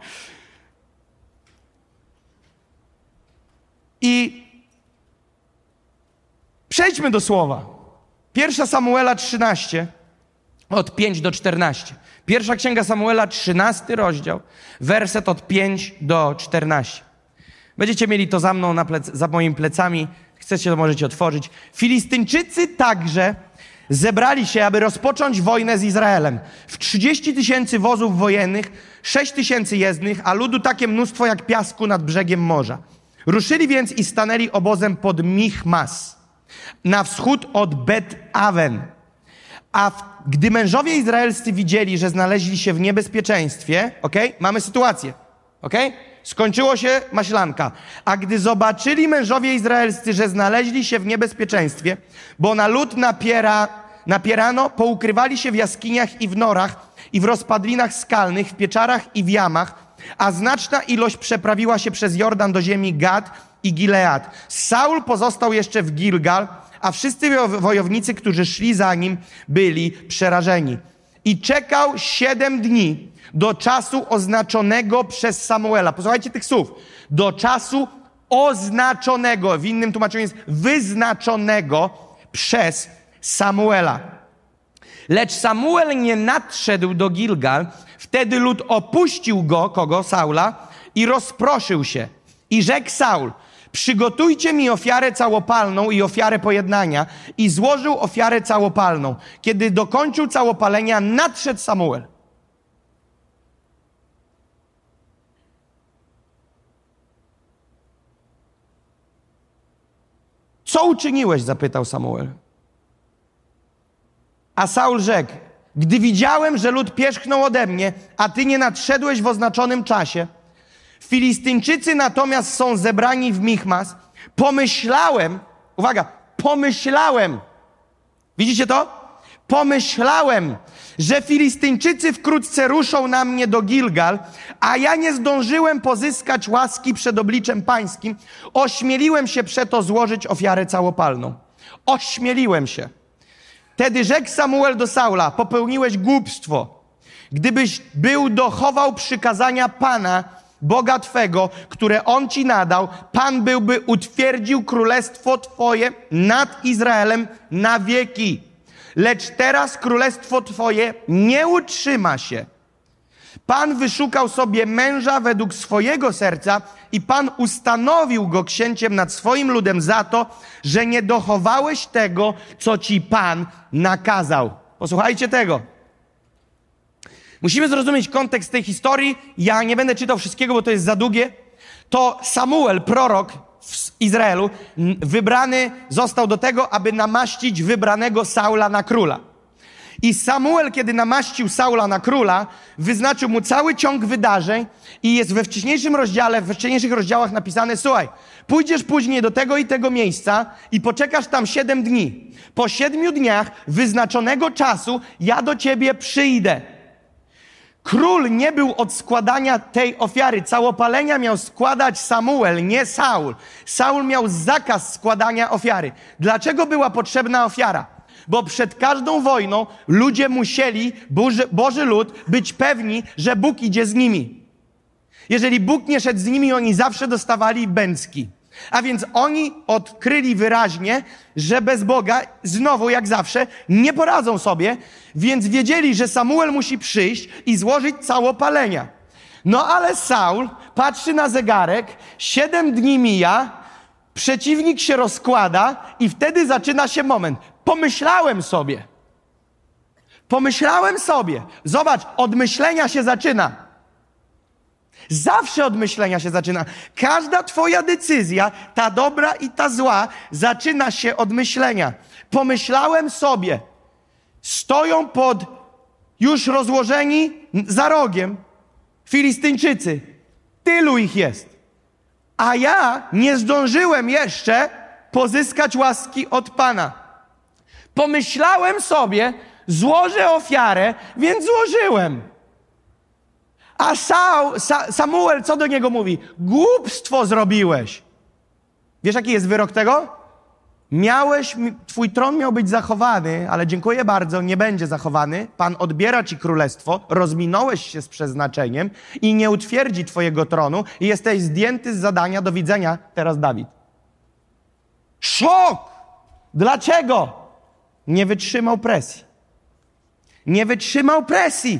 I przejdźmy do słowa. 1 Samuela 13, od 5 do 14. Pierwsza księga Samuela, 13 rozdział, werset od 5 do 14. Będziecie mieli to za mną, za moimi plecami. Chcecie, to możecie otworzyć. Filistyńczycy także zebrali się, aby rozpocząć wojnę z Izraelem. W 30 000 wozów wojennych, 6 000 jezdnych, a ludu takie mnóstwo jak piasku nad brzegiem morza. Ruszyli więc i stanęli obozem pod Michmas, na wschód od Bet-Awen. Gdy mężowie izraelscy widzieli, że znaleźli się w niebezpieczeństwie, mamy sytuację, skończyło się maślanka. A gdy zobaczyli mężowie izraelscy, że znaleźli się w niebezpieczeństwie, bo na lud napierano, poukrywali się w jaskiniach i w norach i w rozpadlinach skalnych, w pieczarach i w jamach, a znaczna ilość przeprawiła się przez Jordan do ziemi Gad i Gilead. Saul pozostał jeszcze w Gilgal, a wszyscy wojownicy, którzy szli za nim, byli przerażeni. I czekał 7 dni do czasu oznaczonego przez Samuela. Posłuchajcie tych słów. Do czasu oznaczonego, w innym tłumaczeniu jest wyznaczonego przez Samuela. Lecz Samuel nie nadszedł do Gilgal. Wtedy lud opuścił go, kogo? Saula, i rozproszył się. I rzekł Saul: przygotujcie mi ofiarę całopalną i ofiarę pojednania. I złożył ofiarę całopalną. Kiedy dokończył całopalenia, nadszedł Samuel. Co uczyniłeś? Zapytał Samuel. A Saul rzekł: gdy widziałem, że lud pierzchnął ode mnie, a ty nie nadszedłeś w oznaczonym czasie, Filistyńczycy natomiast są zebrani w Michmas, pomyślałem, widzicie to? Pomyślałem, że Filistyńczycy wkrótce ruszą na mnie do Gilgal, a ja nie zdążyłem pozyskać łaski przed obliczem pańskim. Ośmieliłem się przeto złożyć ofiarę całopalną. Ośmieliłem się. Wtedy rzekł Samuel do Saula: popełniłeś głupstwo. Gdybyś dochował przykazania Pana, Boga Twego, które On ci nadał, Pan utwierdził królestwo Twoje nad Izraelem na wieki. Lecz teraz królestwo Twoje nie utrzyma się. Pan wyszukał sobie męża według swojego serca i Pan ustanowił go księciem nad swoim ludem za to, że nie dochowałeś tego, co ci Pan nakazał. Posłuchajcie tego. Musimy zrozumieć kontekst tej historii. Ja nie będę czytał wszystkiego, bo to jest za długie. To Samuel, prorok w Izraelu, wybrany został do tego, aby namaścić wybranego Saula na króla. I Samuel, kiedy namaścił Saula na króla, wyznaczył mu cały ciąg wydarzeń i jest we wcześniejszych rozdziałach napisane: słuchaj, pójdziesz później do tego i tego miejsca i poczekasz tam 7 dni. Po 7 dniach wyznaczonego czasu ja do ciebie przyjdę. Król nie był od składania tej ofiary. Całopalenia miał składać Samuel, nie Saul. Saul miał zakaz składania ofiary. Dlaczego była potrzebna ofiara? Bo przed każdą wojną ludzie musieli, Boży lud, być pewni, że Bóg idzie z nimi. Jeżeli Bóg nie szedł z nimi, oni zawsze dostawali bęcki. A więc oni odkryli wyraźnie, że bez Boga, znowu jak zawsze, nie poradzą sobie, więc wiedzieli, że Samuel musi przyjść i złożyć całopalenia. No ale Saul patrzy na zegarek, 7 dni mija, przeciwnik się rozkłada i wtedy zaczyna się moment. Pomyślałem sobie. Zobacz, od myślenia się zaczyna. Zawsze od myślenia się zaczyna. Każda twoja decyzja, ta dobra i ta zła, zaczyna się od myślenia. Pomyślałem sobie, stoją już rozłożeni za rogiem Filistyńczycy. Tylu ich jest. A ja nie zdążyłem jeszcze pozyskać łaski od Pana. Pomyślałem sobie, złożę ofiarę, więc złożyłem. A Samuel co do niego mówi? Głupstwo zrobiłeś. Wiesz, jaki jest wyrok tego? Twój tron miał być zachowany, ale dziękuję bardzo, nie będzie zachowany. Pan odbiera ci królestwo, rozminąłeś się z przeznaczeniem i nie utwierdzi twojego tronu i jesteś zdjęty z zadania. Do widzenia, teraz Dawid. Szok! Dlaczego? Nie wytrzymał presji.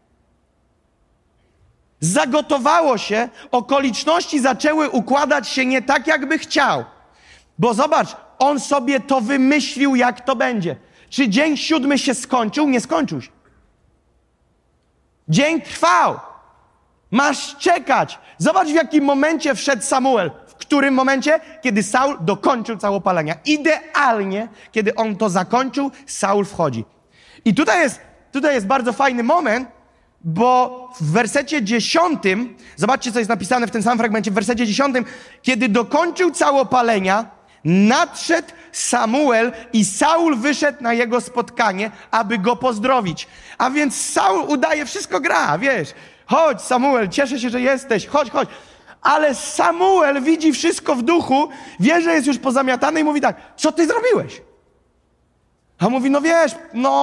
Zagotowało się, okoliczności zaczęły układać się nie tak, jakby chciał. Bo zobacz, on sobie to wymyślił, jak to będzie. Czy dzień 7 się skończył? Nie skończył się. Dzień trwał. Masz czekać. Zobacz, w jakim momencie wszedł Samuel. W którym momencie? Kiedy Saul dokończył całopalenia. Idealnie, kiedy on to zakończył, Saul wchodzi. I tutaj jest bardzo fajny moment, bo w wersecie 10, zobaczcie, co jest napisane w tym samym fragmencie, w wersecie 10, kiedy dokończył całopalenia, nadszedł Samuel i Saul wyszedł na jego spotkanie, aby go pozdrowić. A więc Saul udaje, wszystko gra, wiesz. Chodź, Samuel, cieszę się, że jesteś, chodź. Ale Samuel widzi wszystko w duchu, wie, że jest już pozamiatany i mówi tak, co ty zrobiłeś? A mówi, no wiesz,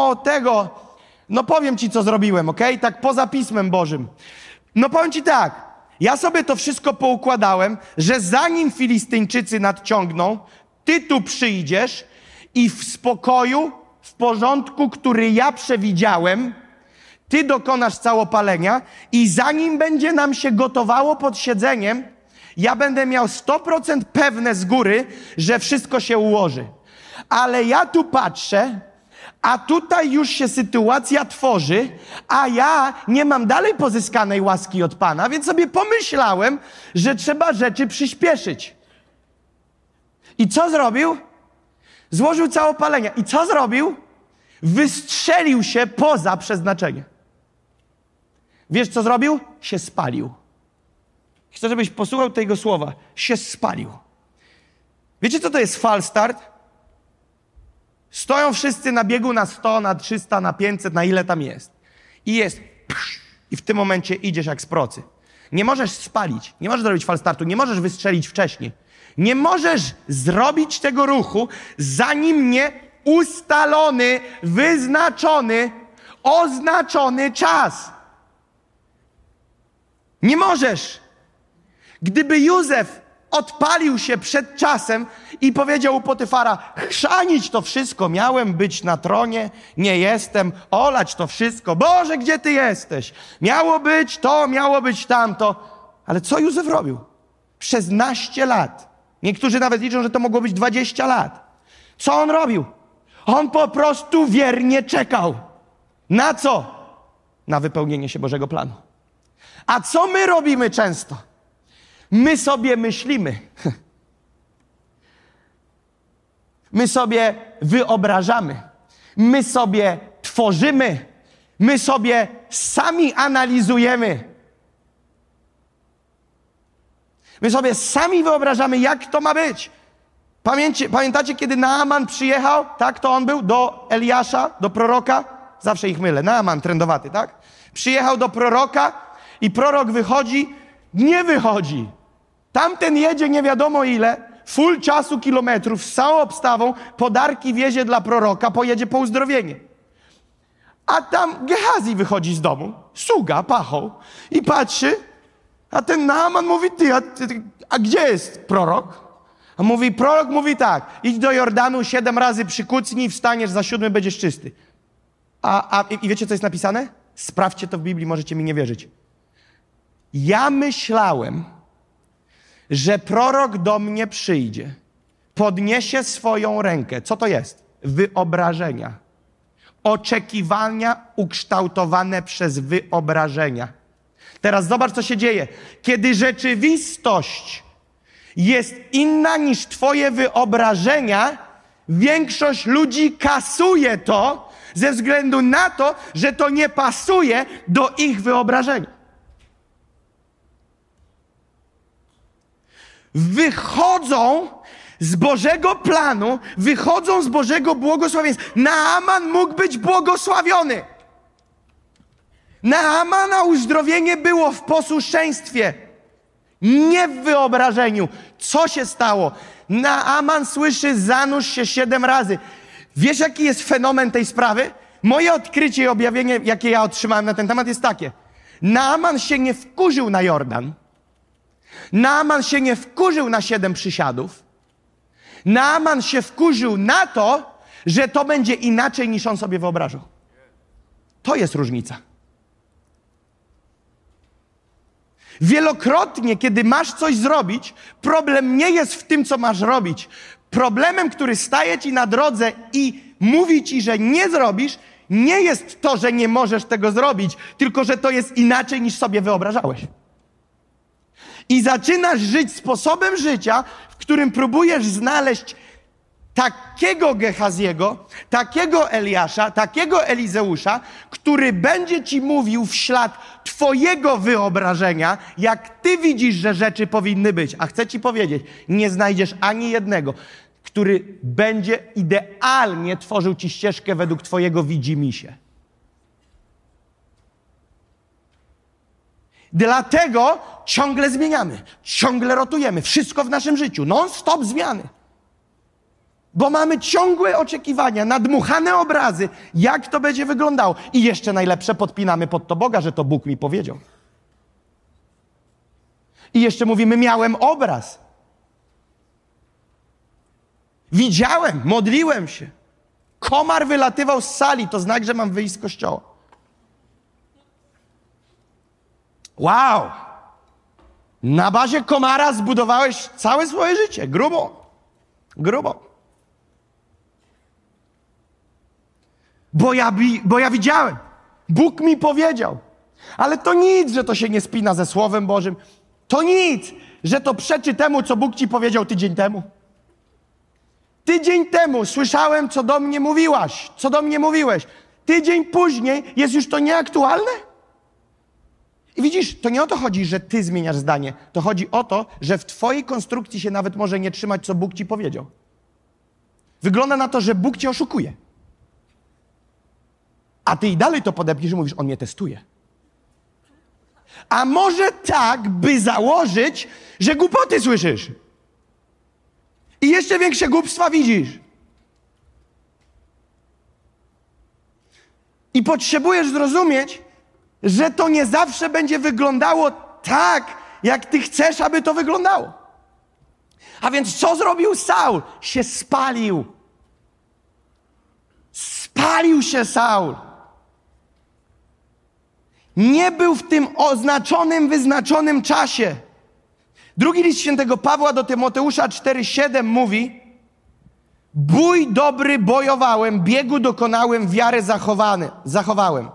powiem ci, co zrobiłem, okej? Tak poza Pismem Bożym. No powiem ci tak, ja sobie to wszystko poukładałem, że zanim Filistyńczycy nadciągną, ty tu przyjdziesz i w spokoju, w porządku, który ja przewidziałem, ty dokonasz całopalenia i zanim będzie nam się gotowało pod siedzeniem, ja będę miał 100% pewne z góry, że wszystko się ułoży. Ale ja tu patrzę, a tutaj już się sytuacja tworzy, a ja nie mam dalej pozyskanej łaski od Pana, więc sobie pomyślałem, że trzeba rzeczy przyspieszyć. I co zrobił? Złożył całopalenia. I co zrobił? Wystrzelił się poza przeznaczenie. Wiesz, co zrobił? Się spalił. Chcę, żebyś posłuchał tego słowa. Się spalił. Wiecie, co to jest fal start? Stoją wszyscy na biegu na 100, na 300, na 500, na ile tam jest. I jest. I w tym momencie idziesz jak z procy. Nie możesz spalić. Nie możesz zrobić fal startu. Nie możesz wystrzelić wcześniej. Nie możesz zrobić tego ruchu, zanim nie ustalony, wyznaczony, oznaczony czas. Nie możesz. Gdyby Józef odpalił się przed czasem i powiedział u Potyfara, chrzanić to wszystko, miałem być na tronie, nie jestem, olać to wszystko, Boże, gdzie Ty jesteś? Miało być to, miało być tamto. Ale co Józef robił? Przez 12 lat. Niektórzy nawet liczą, że to mogło być 20 lat. Co on robił? On po prostu wiernie czekał. Na co? Na wypełnienie się Bożego planu. A co my robimy często? My sobie myślimy. My sobie wyobrażamy. My sobie tworzymy. My sobie sami analizujemy. My sobie sami wyobrażamy, jak to ma być. Pamiętacie, kiedy Naaman przyjechał? Tak, to on był do Eliasza, do proroka? Zawsze ich mylę. Naaman, trędowaty, tak? Przyjechał do proroka i prorok wychodzi, nie wychodzi. Tamten jedzie nie wiadomo ile, full czasu kilometrów, z całą obstawą, podarki wiezie dla proroka, pojedzie po uzdrowienie. A tam Gehazi wychodzi z domu, sługa, pachoł, i patrzy, a ten Naaman mówi, a gdzie jest prorok? A mówi, prorok mówi tak, idź do Jordanu 7 razy przykucnij, wstaniesz, za 7 będziesz czysty. I wiecie, co jest napisane? Sprawdźcie to w Biblii, możecie mi nie wierzyć. Ja myślałem, że prorok do mnie przyjdzie, podniesie swoją rękę. Co to jest? Wyobrażenia. Oczekiwania ukształtowane przez wyobrażenia. Teraz zobacz, co się dzieje. Kiedy rzeczywistość jest inna niż twoje wyobrażenia, większość ludzi kasuje to ze względu na to, że to nie pasuje do ich wyobrażenia. Wychodzą z Bożego planu, wychodzą z Bożego błogosławieństwa. Naaman mógł być błogosławiony. Naamana uzdrowienie było w posłuszeństwie, nie w wyobrażeniu. Co się stało? Naaman słyszy, zanurz się 7 razy. Wiesz, jaki jest fenomen tej sprawy? Moje odkrycie i objawienie, jakie ja otrzymałem na ten temat, jest takie. Naaman się nie wkurzył na Jordan. Naaman się nie wkurzył na 7 przysiadów. Naaman się wkurzył na to, że to będzie inaczej, niż on sobie wyobrażał. To jest różnica. Wielokrotnie, kiedy masz coś zrobić, problem nie jest w tym, co masz robić. Problemem, który staje ci na drodze i mówi ci, że nie zrobisz, nie jest to, że nie możesz tego zrobić, tylko że to jest inaczej, niż sobie wyobrażałeś. I zaczynasz żyć sposobem życia, w którym próbujesz znaleźć takiego Gehaziego, takiego Eliasza, takiego Elizeusza, który będzie ci mówił w ślad twojego wyobrażenia, jak ty widzisz, że rzeczy powinny być. A chcę ci powiedzieć, nie znajdziesz ani jednego, który będzie idealnie tworzył ci ścieżkę według twojego widzimisię. Dlatego ciągle zmieniamy, ciągle rotujemy. Wszystko w naszym życiu, non-stop zmiany. Bo mamy ciągłe oczekiwania, nadmuchane obrazy, jak to będzie wyglądało. I jeszcze najlepsze, podpinamy pod to Boga, że to Bóg mi powiedział. I jeszcze mówimy, miałem obraz. Widziałem, modliłem się. Komar wylatywał z sali, to znak, że mam wyjść z kościoła. Wow! Na bazie komara zbudowałeś całe swoje życie. Grubo. Grubo. Bo ja widziałem. Bóg mi powiedział. Ale to nic, że to się nie spina ze Słowem Bożym. To nic, że to przeczy temu, co Bóg ci powiedział tydzień temu. Tydzień temu słyszałem, co do mnie mówiłaś, co do mnie mówiłeś. Tydzień później jest już to nieaktualne? I widzisz, to nie o to chodzi, że ty zmieniasz zdanie. To chodzi o to, że w twojej konstrukcji się nawet może nie trzymać, co Bóg ci powiedział. Wygląda na to, że Bóg cię oszukuje. A ty i dalej to podepniesz i mówisz, on mnie testuje. A może tak, by założyć, że głupoty słyszysz. I jeszcze większe głupstwa widzisz. I potrzebujesz zrozumieć, że to nie zawsze będzie wyglądało tak, jak ty chcesz, aby to wyglądało. A więc co zrobił Saul? Się spalił. Spalił się Saul. Nie był w tym oznaczonym, wyznaczonym czasie. Drugi list świętego Pawła do Tymoteusza 4,7 mówi: bój dobry bojowałem, biegu dokonałem, wiarę zachowałem.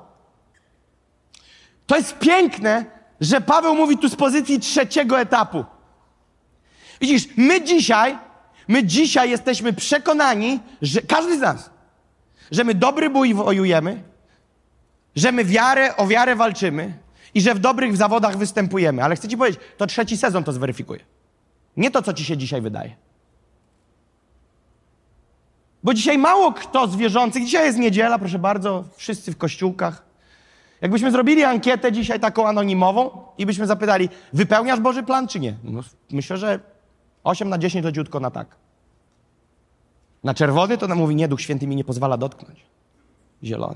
To jest piękne, że Paweł mówi tu z pozycji 3. etapu. Widzisz, my dzisiaj jesteśmy przekonani, że każdy z nas, że my dobry bój wojujemy, że my o wiarę walczymy i że w dobrych zawodach występujemy. Ale chcę ci powiedzieć, to 3. sezon to zweryfikuje. Nie to, co ci się dzisiaj wydaje. Bo dzisiaj mało kto z wierzących, dzisiaj jest niedziela, proszę bardzo, wszyscy w kościółkach. Jakbyśmy zrobili ankietę dzisiaj taką anonimową i byśmy zapytali, wypełniasz Boży plan, czy nie? No, myślę, że 8 na 10 leciutko na tak. Na czerwony to nam mówi, nie, Duch Święty mi nie pozwala dotknąć. Zielony.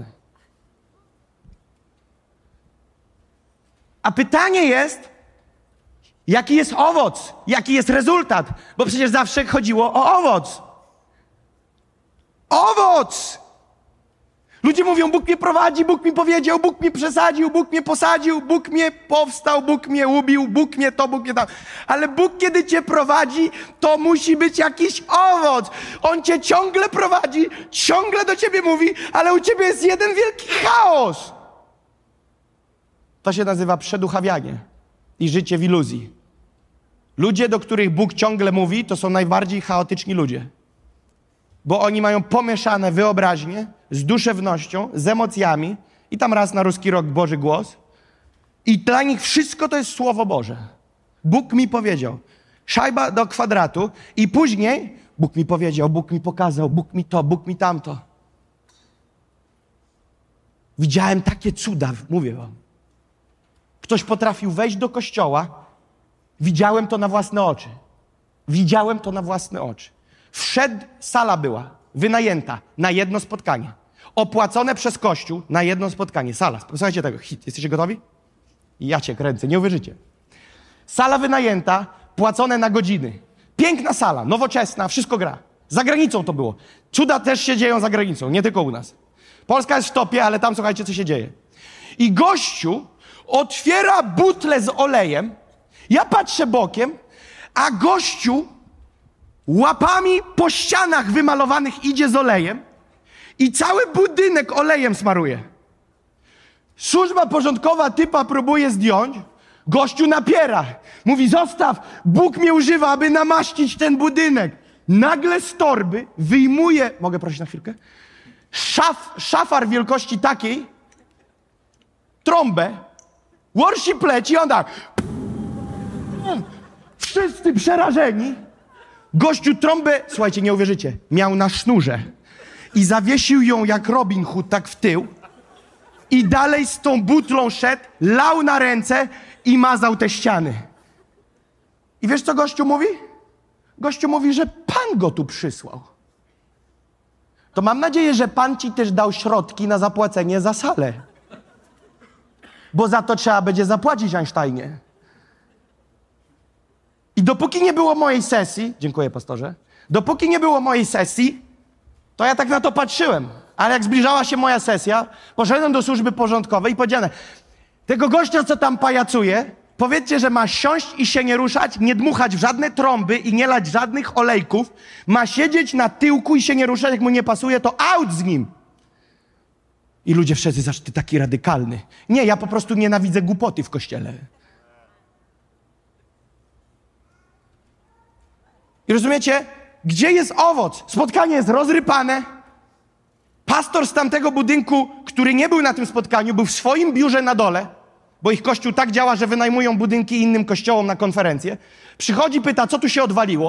A pytanie jest, jaki jest owoc? Jaki jest rezultat? Bo przecież zawsze chodziło o owoc. Owoc! Ludzie mówią, Bóg mnie prowadzi, Bóg mi powiedział, Bóg mnie przesadził, Bóg mnie posadził, Bóg mnie powstał, Bóg mnie ubił, Bóg mnie to, Bóg mnie tam. Ale Bóg, kiedy cię prowadzi, to musi być jakiś owoc. On cię ciągle prowadzi, ciągle do ciebie mówi, ale u ciebie jest jeden wielki chaos. To się nazywa przeduchawianie i życie w iluzji. Ludzie, do których Bóg ciągle mówi, to są najbardziej chaotyczni ludzie. Bo oni mają pomieszane wyobraźnię z duszewnością, z emocjami i tam raz na ruski rok Boży głos. I dla nich wszystko to jest Słowo Boże. Bóg mi powiedział. Szajba do kwadratu i później Bóg mi powiedział, Bóg mi pokazał, Bóg mi to, Bóg mi tamto. Widziałem takie cuda, mówię wam. Ktoś potrafił wejść do kościoła, widziałem to na własne oczy. Widziałem to na własne oczy. Wszedł, sala była wynajęta na jedno spotkanie. Opłacone przez Kościół na jedno spotkanie. Sala, słuchajcie tego, hit. Jesteście gotowi? Ja cię kręcę, nie uwierzycie. Sala wynajęta, płacone na godziny. Piękna sala, nowoczesna, wszystko gra. Za granicą to było. Cuda też się dzieją za granicą, nie tylko u nas. Polska jest w topie, ale tam słuchajcie, co się dzieje. I gościu otwiera butlę z olejem, ja patrzę bokiem, a gościu łapami po ścianach wymalowanych idzie z olejem i cały budynek olejem smaruje. Służba porządkowa typa próbuje zdjąć, gościu napiera. Mówi, zostaw, Bóg mnie używa, aby namaścić ten budynek. Nagle z torby wyjmuje, mogę prosić na chwilkę? Szafar wielkości takiej, trąbę, worship leci, on tak. Wszyscy przerażeni. Gościu trąbę, słuchajcie, nie uwierzycie, miał na sznurze i zawiesił ją jak Robin Hood, tak w tył i dalej z tą butlą szedł, lał na ręce i mazał te ściany. I wiesz, co gościu mówi? Gościu mówi, że Pan go tu przysłał. To mam nadzieję, że Pan ci też dał środki na zapłacenie za salę. Bo za to trzeba będzie zapłacić, Einsteinie. I dopóki nie było mojej sesji, dziękuję pastorze, dopóki nie było mojej sesji, to ja tak na to patrzyłem. Ale jak zbliżała się moja sesja, poszedłem do służby porządkowej i powiedziałem, tego gościa, co tam pajacuje, powiedzcie, że ma siąść i się nie ruszać, nie dmuchać w żadne trąby i nie lać żadnych olejków, ma siedzieć na tyłku i się nie ruszać, jak mu nie pasuje, to out z nim. I ludzie wszyscy, ty taki radykalny. Nie, ja po prostu nienawidzę głupoty w kościele. I rozumiecie? Gdzie jest owoc? Spotkanie jest rozrypane. Pastor z tamtego budynku, który nie był na tym spotkaniu, był w swoim biurze na dole, bo ich kościół tak działa, że wynajmują budynki innym kościołom na konferencję. Przychodzi, pyta, co tu się odwaliło.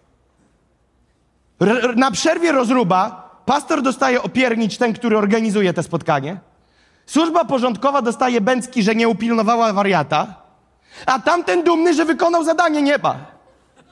Na przerwie rozruba, pastor dostaje opiernicz, ten, który organizuje te spotkanie. Służba porządkowa dostaje bęcki, że nie upilnowała wariata, a tamten dumny, że wykonał zadanie nieba.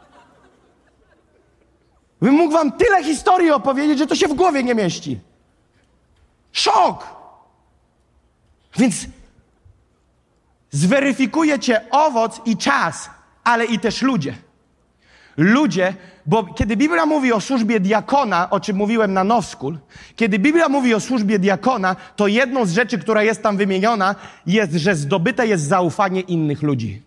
Bym mógł wam tyle historii opowiedzieć, że to się w głowie nie mieści. Szok! Więc zweryfikujecie owoc i czas, ale i też ludzie. Ludzie, bo kiedy Biblia mówi o służbie diakona, o czym mówiłem na Now School, kiedy Biblia mówi o służbie diakona, to jedną z rzeczy, która jest tam wymieniona, jest, że zdobyte jest zaufanie innych ludzi.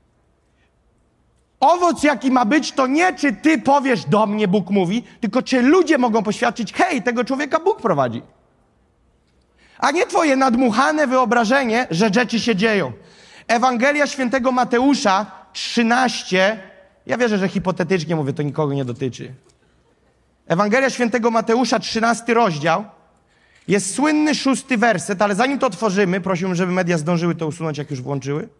Owoc, jaki ma być, to nie czy ty powiesz do mnie, Bóg mówi, tylko czy ludzie mogą poświadczyć, hej, tego człowieka Bóg prowadzi. A nie twoje nadmuchane wyobrażenie, że rzeczy się dzieją. Ewangelia Świętego Mateusza 13, ja wierzę, że hipotetycznie mówię, to nikogo nie dotyczy. Ewangelia Świętego Mateusza 13 rozdział, jest słynny 6 werset, ale zanim to otworzymy, prosiłbym, żeby media zdążyły to usunąć, jak już włączyły.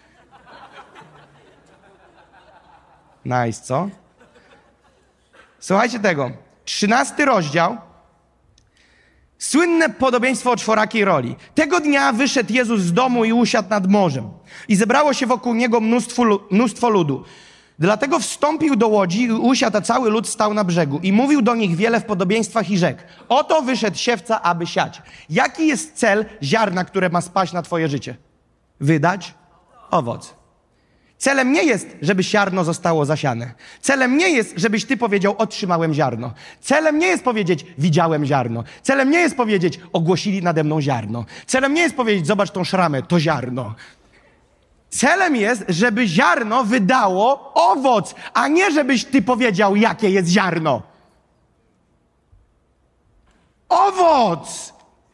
Nice, co? Słuchajcie tego. 13 rozdział. Słynne podobieństwo o czworakiej roli. Tego dnia wyszedł Jezus z domu i usiadł nad morzem. I zebrało się wokół Niego mnóstwo ludu. Dlatego wstąpił do łodzi i usiadł, a cały lud stał na brzegu. I mówił do nich wiele w podobieństwach i rzekł: oto wyszedł siewca, aby siać. Jaki jest cel ziarna, które ma spaść na twoje życie? Wydać owoc. Celem nie jest, żeby ziarno zostało zasiane. Celem nie jest, żebyś ty powiedział: otrzymałem ziarno. Celem nie jest powiedzieć: widziałem ziarno. Celem nie jest powiedzieć: ogłosili nade mną ziarno. Celem nie jest powiedzieć: zobacz tą szramę, to ziarno. Celem jest, żeby ziarno wydało owoc, a nie żebyś ty powiedział, jakie jest ziarno. Owoc!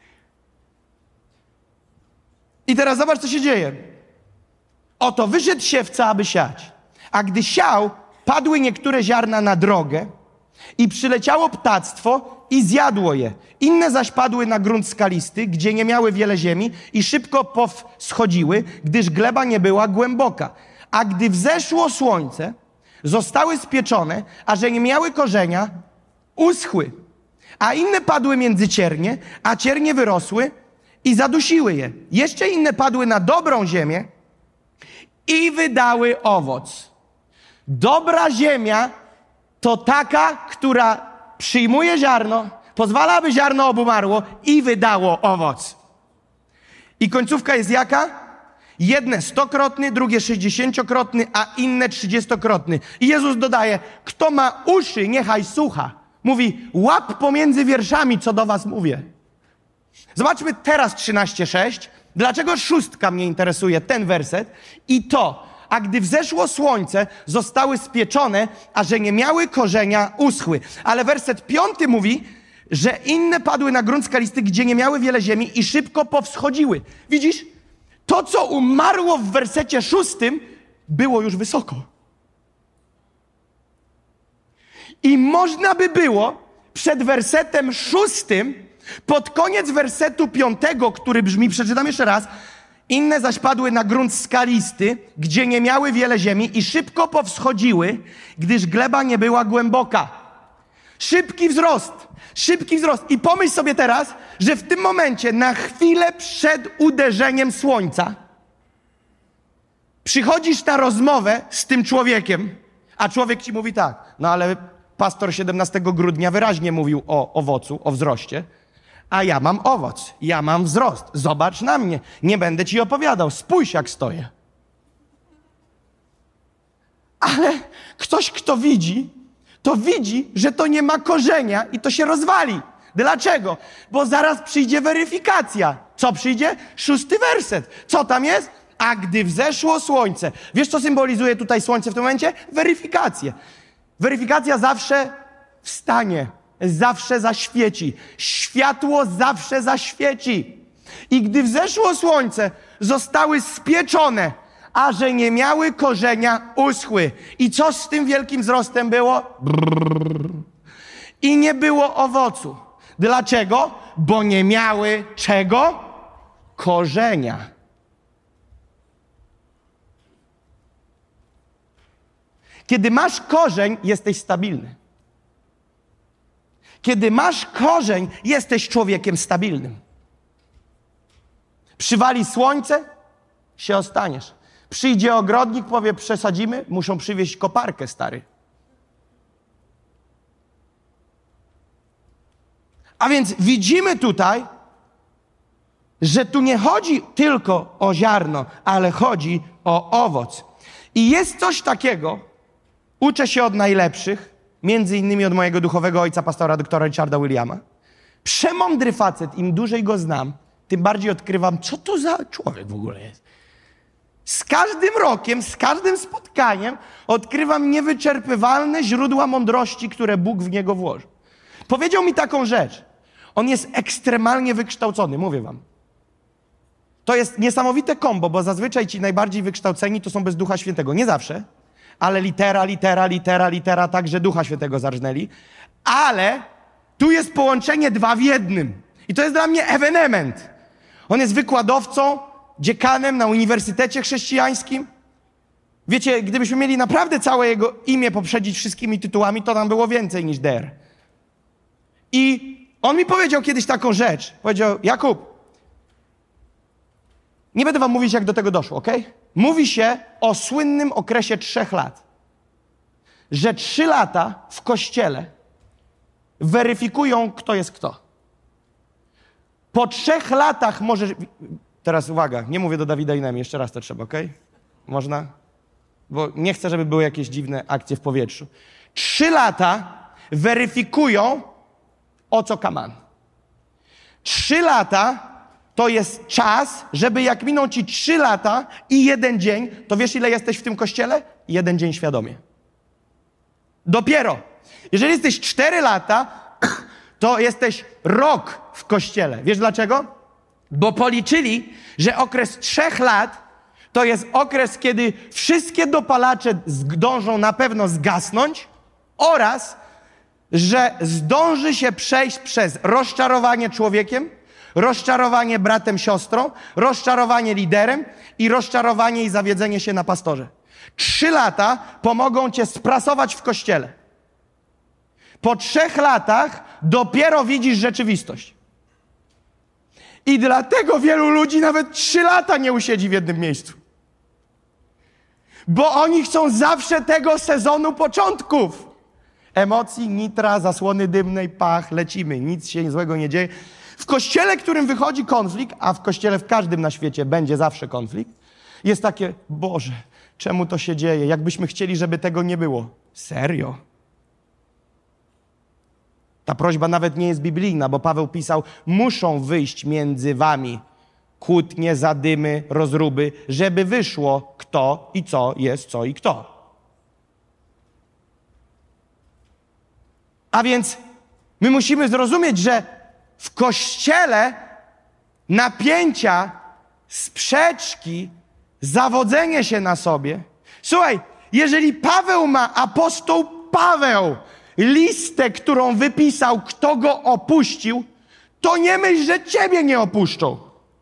I teraz zobacz, co się dzieje. Oto wyszedł siewca, aby siać. A gdy siał, padły niektóre ziarna na drogę i przyleciało ptactwo i zjadło je. Inne zaś padły na grunt skalisty, gdzie nie miały wiele ziemi i szybko powschodziły, gdyż gleba nie była głęboka. A gdy wzeszło słońce, zostały spieczone, a że nie miały korzenia, uschły. A inne padły między ciernie, a ciernie wyrosły i zadusiły je. Jeszcze inne padły na dobrą ziemię i wydały owoc. Dobra ziemia to taka, która przyjmuje ziarno, pozwala, aby ziarno obumarło i wydało owoc. I końcówka jest jaka? Jedne 100-krotny, drugie 60-krotny, a inne 30-krotny. I Jezus dodaje: kto ma uszy, niechaj słucha. Mówi: łap pomiędzy wierszami, co do was mówię. Zobaczmy teraz 13:6. Dlaczego 6 mnie interesuje, ten werset? I to: a gdy wzeszło słońce, zostały spieczone, a że nie miały korzenia, uschły. Ale werset 5 mówi, że inne padły na grunt skalisty, gdzie nie miały wiele ziemi i szybko powschodziły. Widzisz? To, co umarło w wersecie 6, było już wysoko. I można by było przed wersetem 6, pod koniec wersetu 5, który brzmi, przeczytam jeszcze raz: inne zaś padły na grunt skalisty, gdzie nie miały wiele ziemi i szybko powschodziły, gdyż gleba nie była głęboka. Szybki wzrost. I pomyśl sobie teraz, że w tym momencie, na chwilę przed uderzeniem słońca, przychodzisz na rozmowę z tym człowiekiem, a człowiek ci mówi tak: no ale pastor 17 grudnia wyraźnie mówił o owocu, o wzroście, a ja mam owoc, ja mam wzrost. Zobacz na mnie, nie będę ci opowiadał, spójrz jak stoję. Ale ktoś, kto widzi, to widzi, że to nie ma korzenia i to się rozwali. Dlaczego? Bo zaraz przyjdzie weryfikacja. Co przyjdzie? 6 werset. Co tam jest? A gdy wzeszło słońce. Wiesz, co symbolizuje tutaj słońce w tym momencie? Weryfikację. Weryfikacja zawsze wstanie, zawsze zaświeci. Światło zawsze zaświeci. I gdy wzeszło słońce, zostały spieczone, a że nie miały korzenia, uschły. I co z tym wielkim wzrostem było? I nie było owocu. Dlaczego? Bo nie miały czego? Korzenia. Kiedy masz korzeń, jesteś stabilny. Kiedy masz korzeń, jesteś człowiekiem stabilnym. Przywali słońce, się ostaniesz. Przyjdzie ogrodnik, powie: przesadzimy, muszą przywieźć koparkę, stary. A więc widzimy tutaj, że tu nie chodzi tylko o ziarno, ale chodzi o owoc. I jest coś takiego, uczę się od najlepszych, między innymi od mojego duchowego ojca, pastora doktora Richarda Williama. Przemądry facet, im dłużej go znam, tym bardziej odkrywam, co to za człowiek w ogóle jest. Z każdym rokiem, z każdym spotkaniem odkrywam niewyczerpywalne źródła mądrości, które Bóg w niego włożył. Powiedział mi taką rzecz. On jest ekstremalnie wykształcony, mówię wam. To jest niesamowite kombo, bo zazwyczaj ci najbardziej wykształceni to są bez Ducha Świętego. Nie zawsze, ale litera, tak, że Ducha Świętego zarżnęli. Ale tu jest połączenie 2 w 1. I to jest dla mnie ewenement. On jest wykładowcą, dziekanem na Uniwersytecie Chrześcijańskim. Wiecie, gdybyśmy mieli naprawdę całe jego imię poprzedzić wszystkimi tytułami, to nam było więcej niż DR. I On mi powiedział kiedyś taką rzecz. Powiedział, Jakub, nie będę wam mówić, jak do tego doszło, okej? Mówi się o słynnym okresie 3 lat. Że 3 lata w kościele weryfikują, kto jest kto. Po 3 latach możesz... Teraz uwaga, nie mówię do Dawida i Nemi, jeszcze raz to trzeba, okej? Można? Bo nie chcę, żeby były jakieś dziwne akcje w powietrzu. 3 lata weryfikują, o co kaman. 3 lata to jest czas, żeby jak miną ci 3 lata i 1 dzień, to wiesz, ile jesteś w tym kościele? 1 dzień świadomie. Dopiero. Jeżeli jesteś 4 lata, to jesteś rok w kościele. Wiesz dlaczego? Bo policzyli, że okres 3 lat to jest okres, kiedy wszystkie dopalacze zdążą na pewno zgasnąć oraz, że zdąży się przejść przez rozczarowanie człowiekiem, rozczarowanie bratem, siostrą, rozczarowanie liderem i rozczarowanie i zawiedzenie się na pastorze. 3 lata pomogą cię sprasować w kościele. Po 3 latach dopiero widzisz rzeczywistość. I dlatego wielu ludzi nawet 3 lata nie usiedzi w jednym miejscu. Bo oni chcą zawsze tego sezonu początków. Emocji, nitra, zasłony dymnej, pach, lecimy. Nic się złego nie dzieje. W kościele, którym wychodzi konflikt, a w kościele w każdym na świecie będzie zawsze konflikt, jest takie, Boże, czemu to się dzieje? Jakbyśmy chcieli, żeby tego nie było. Serio? Ta prośba nawet nie jest biblijna, bo Paweł pisał, muszą wyjść między wami kłótnie, zadymy, rozruby, żeby wyszło kto i co jest co i kto. A więc my musimy zrozumieć, że w kościele napięcia, sprzeczki, zawodzenie się na sobie. Słuchaj, jeżeli Paweł ma, apostoł Paweł, listę, którą wypisał, kto go opuścił, to nie myśl, że ciebie nie opuszczą.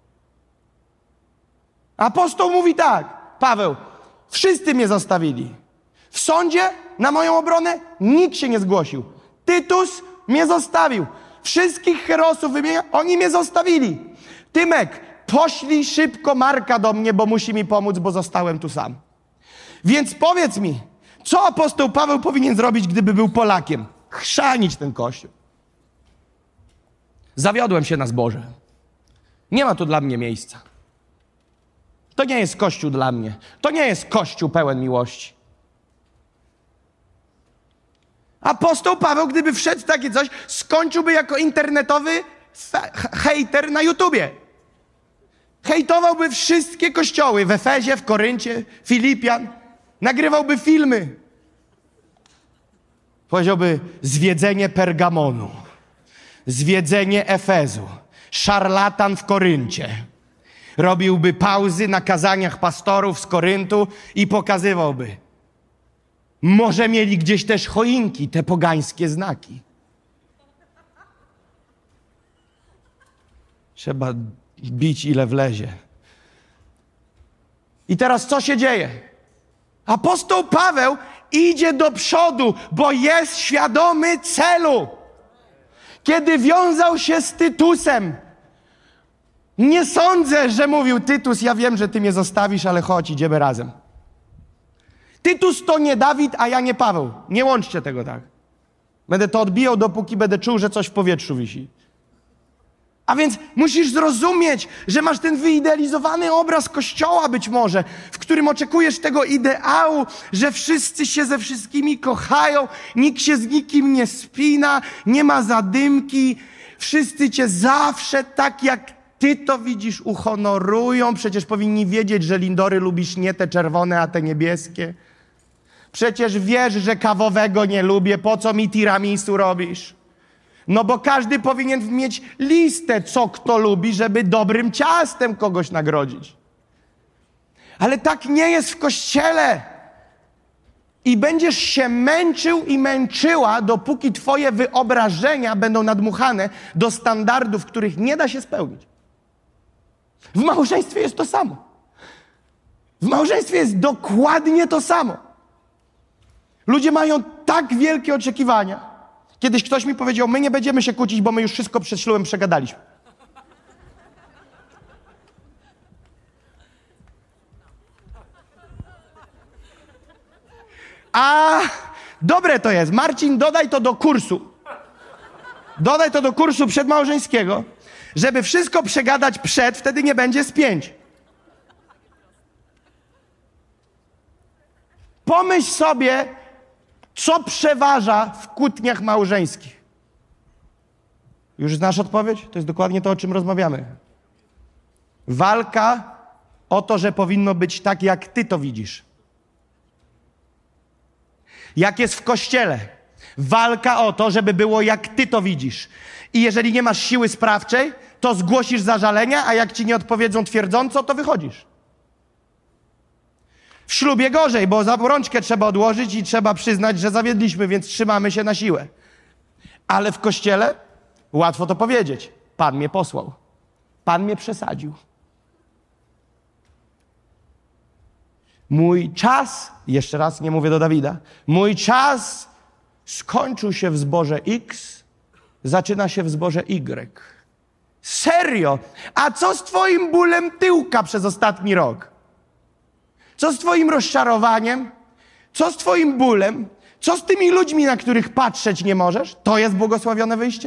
Apostoł mówi tak, Paweł, wszyscy mnie zostawili. W sądzie na moją obronę nikt się nie zgłosił. Tytus mnie zostawił. Wszystkich herosów wymienia, oni mnie zostawili. Tymek, poślij szybko Marka do mnie, bo musi mi pomóc, bo zostałem tu sam. Więc powiedz mi, co apostoł Paweł powinien zrobić, gdyby był Polakiem? Chrzanić ten kościół. Zawiodłem się na zborze. Nie ma tu dla mnie miejsca. To nie jest kościół dla mnie. To nie jest kościół pełen miłości. Apostoł Paweł, gdyby wszedł w takie coś, skończyłby jako internetowy hejter na YouTubie. Hejtowałby wszystkie kościoły w Efezie, w Koryncie, Filipian. Nagrywałby filmy. Powiedziałby zwiedzenie Pergamonu, zwiedzenie Efezu, szarlatan w Koryncie. Robiłby pauzy na kazaniach pastorów z Koryntu i pokazywałby. Może mieli gdzieś też choinki, te pogańskie znaki. Trzeba bić ile wlezie. I teraz co się dzieje? Apostoł Paweł idzie do przodu, bo jest świadomy celu. Kiedy wiązał się z Tytusem, nie sądzę, że mówił Tytus, ja wiem, że ty mnie zostawisz, ale chodź, idziemy razem. Tytus to nie Dawid, a ja nie Paweł. Nie łączcie tego tak. Będę to odbijał, dopóki będę czuł, że coś w powietrzu wisi. A więc musisz zrozumieć, że masz ten wyidealizowany obraz Kościoła być może, w którym oczekujesz tego ideału, że wszyscy się ze wszystkimi kochają, nikt się z nikim nie spina, nie ma zadymki, wszyscy cię zawsze tak jak ty to widzisz uhonorują. Przecież powinni wiedzieć, że lindory lubisz nie te czerwone, a te niebieskie. Przecież wiesz, że kawowego nie lubię, po co mi tiramisu robisz? No bo każdy powinien mieć listę, co kto lubi, żeby dobrym ciastem kogoś nagrodzić. Ale tak nie jest w Kościele. I będziesz się męczył i męczyła, dopóki twoje wyobrażenia będą nadmuchane do standardów, których nie da się spełnić. W małżeństwie jest to samo. W małżeństwie jest dokładnie to samo. Ludzie mają tak wielkie oczekiwania, Kiedyś ktoś mi powiedział, my nie będziemy się kłócić, bo my już wszystko przed ślubem przegadaliśmy. A dobre to jest. Marcin, dodaj to do kursu. Dodaj to do kursu przedmałżeńskiego, żeby wszystko przegadać przed, wtedy nie będzie spięć. Pomyśl sobie, co przeważa w kłótniach małżeńskich. Już znasz odpowiedź? To jest dokładnie to, o czym rozmawiamy. Walka o to, że powinno być tak, jak ty to widzisz. Jak jest w kościele. Walka o to, żeby było jak ty to widzisz. I jeżeli nie masz siły sprawczej, to zgłosisz zażalenia, a jak ci nie odpowiedzą twierdząco, to wychodzisz. W ślubie gorzej, bo za rączkę trzeba odłożyć i trzeba przyznać, że zawiedliśmy, więc trzymamy się na siłę. Ale w kościele łatwo to powiedzieć. Pan mnie posłał. Pan mnie przesadził. Mój czas, jeszcze raz nie mówię do Dawida, mój czas skończył się w zborze X, zaczyna się w zborze Y. Serio? A co z twoim bólem tyłka przez ostatni rok? Co z twoim rozczarowaniem? Co z twoim bólem? Co z tymi ludźmi, na których patrzeć nie możesz? To jest błogosławione wyjście?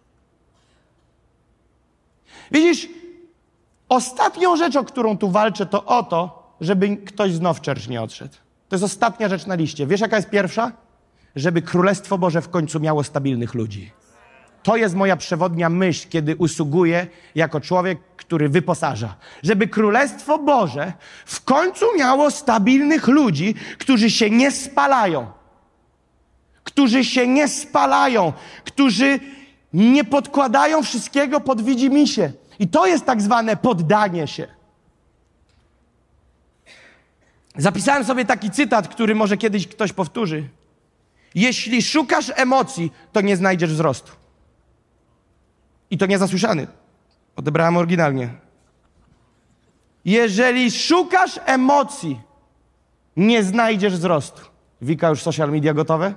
Widzisz, ostatnią rzecz, o którą tu walczę, to o to, żeby ktoś z Now Church nie odszedł. To jest ostatnia rzecz na liście. Wiesz, jaka jest pierwsza? Żeby Królestwo Boże w końcu miało stabilnych ludzi. To jest moja przewodnia myśl, kiedy usługuję jako człowiek, który wyposaża. Żeby Królestwo Boże w końcu miało stabilnych ludzi, którzy się nie spalają. Którzy się nie spalają. Którzy nie podkładają wszystkiego pod widzimisię. I to jest tak zwane poddanie się. Zapisałem sobie taki cytat, który może kiedyś ktoś powtórzy. Jeśli szukasz emocji, to nie znajdziesz wzrostu. I to niezasłyszany. Odebrałem oryginalnie. Jeżeli szukasz emocji, nie znajdziesz wzrostu. Wika, już social media gotowe?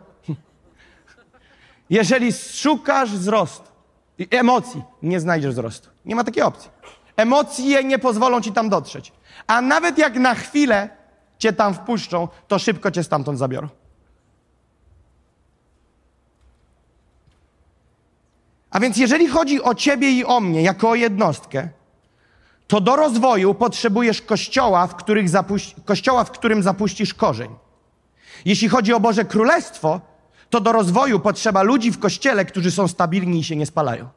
Jeżeli szukasz emocji, nie znajdziesz wzrostu. Nie ma takiej opcji. Emocje nie pozwolą ci tam dotrzeć. A nawet jak na chwilę cię tam wpuszczą, to szybko cię stamtąd zabiorą. A więc jeżeli chodzi o ciebie i o mnie, jako o jednostkę, to do rozwoju potrzebujesz kościoła, w którym zapuścisz korzeń. Jeśli chodzi o Boże Królestwo, to do rozwoju potrzeba ludzi w kościele, którzy są stabilni i się nie spalają.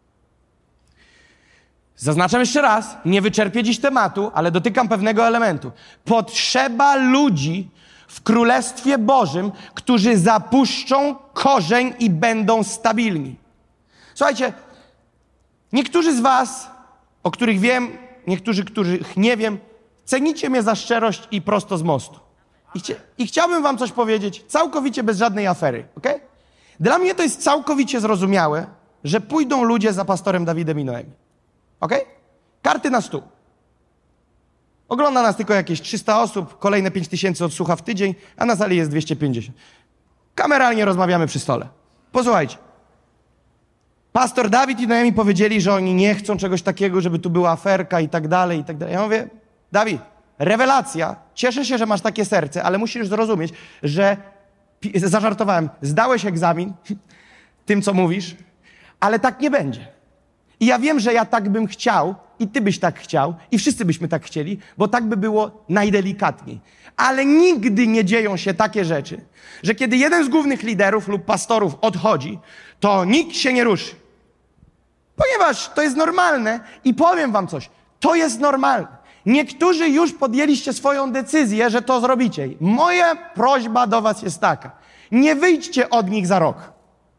Zaznaczam jeszcze raz, nie wyczerpię dziś tematu, ale dotykam pewnego elementu. Potrzeba ludzi w Królestwie Bożym, którzy zapuszczą korzeń i będą stabilni. Słuchajcie, niektórzy z was, o których wiem, niektórzy, których nie wiem, cenicie mnie za szczerość i prosto z mostu. I chciałbym wam coś powiedzieć, całkowicie bez żadnej afery, okej? Dla mnie to jest całkowicie zrozumiałe, że pójdą ludzie za pastorem Dawidem i Noemi. Okej? Karty na stół. Ogląda nas tylko jakieś 300 osób, kolejne 5000 odsłucha w tydzień, a na sali jest 250. Kameralnie rozmawiamy przy stole. Posłuchajcie. Pastor Dawid i Noemi powiedzieli, że oni nie chcą czegoś takiego, żeby tu była aferka i tak dalej, i tak dalej. Ja mówię, Dawid, rewelacja, cieszę się, że masz takie serce, ale musisz zrozumieć, że, zażartowałem, zdałeś egzamin tym, co mówisz, ale tak nie będzie. I ja wiem, że ja tak bym chciał i ty byś tak chciał i wszyscy byśmy tak chcieli, bo tak by było najdelikatniej. Ale nigdy nie dzieją się takie rzeczy, że kiedy jeden z głównych liderów lub pastorów odchodzi, to nikt się nie ruszy. Ponieważ to jest normalne i powiem wam coś, to jest normalne. Niektórzy już podjęliście swoją decyzję, że to zrobicie. Moja prośba do was jest taka, nie wyjdźcie od nich za rok.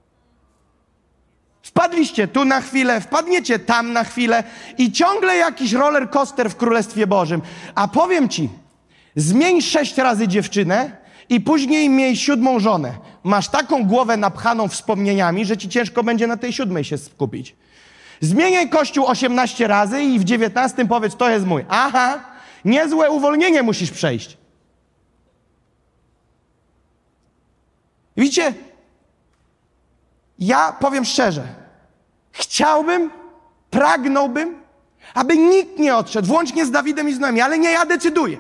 Wpadliście tu na chwilę, wpadniecie tam na chwilę i ciągle jakiś roller coaster w Królestwie Bożym. A powiem ci, zmień 6 razy dziewczynę i później miej 7 żonę. Masz taką głowę napchaną wspomnieniami, że ci ciężko będzie na tej 7 się skupić. Zmieniaj kościół 18 razy i w 19 powiedz, to jest mój. Aha, niezłe uwolnienie musisz przejść. Widzicie? Ja powiem szczerze, chciałbym, pragnąłbym, aby nikt nie odszedł, włącznie z Dawidem i z Noemi, ale nie ja decyduję.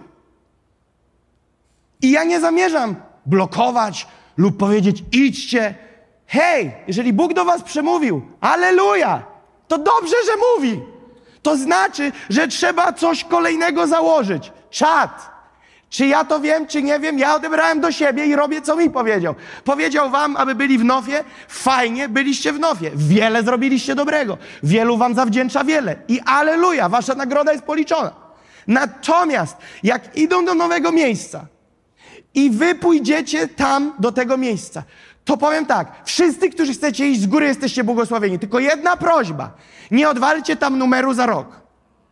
I ja nie zamierzam blokować lub powiedzieć, idźcie. Hej, jeżeli Bóg do was przemówił, alleluja, to dobrze, że mówi. To znaczy, że trzeba coś kolejnego założyć. Czad. Czy ja to wiem, czy nie wiem, ja odebrałem do siebie i robię, co mi powiedział. Powiedział wam, aby byli w Nofie. Fajnie, byliście w Nofie. Wiele zrobiliście dobrego. Wielu wam zawdzięcza wiele. I alleluja, wasza nagroda jest policzona. Natomiast, jak idą do nowego miejsca i wy pójdziecie tam, do tego miejsca, to powiem tak, wszyscy, którzy chcecie iść z góry, jesteście błogosławieni. Tylko jedna prośba, nie odwalcie tam numeru za rok.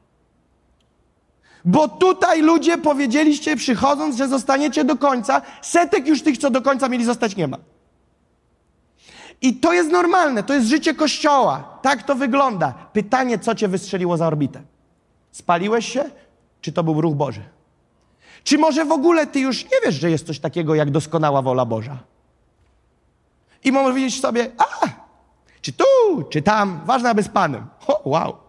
Bo tutaj ludzie powiedzieliście przychodząc, że zostaniecie do końca, setek już tych, co do końca mieli zostać, nie ma. I to jest normalne, to jest życie Kościoła. Tak to wygląda. Pytanie, co cię wystrzeliło za orbitę? Spaliłeś się? Czy to był ruch Boży? Czy może w ogóle ty już nie wiesz, że jest coś takiego jak doskonała wola Boża? I możesz powiedzieć sobie, czy tu, czy tam, ważne, aby z Panem. O, wow.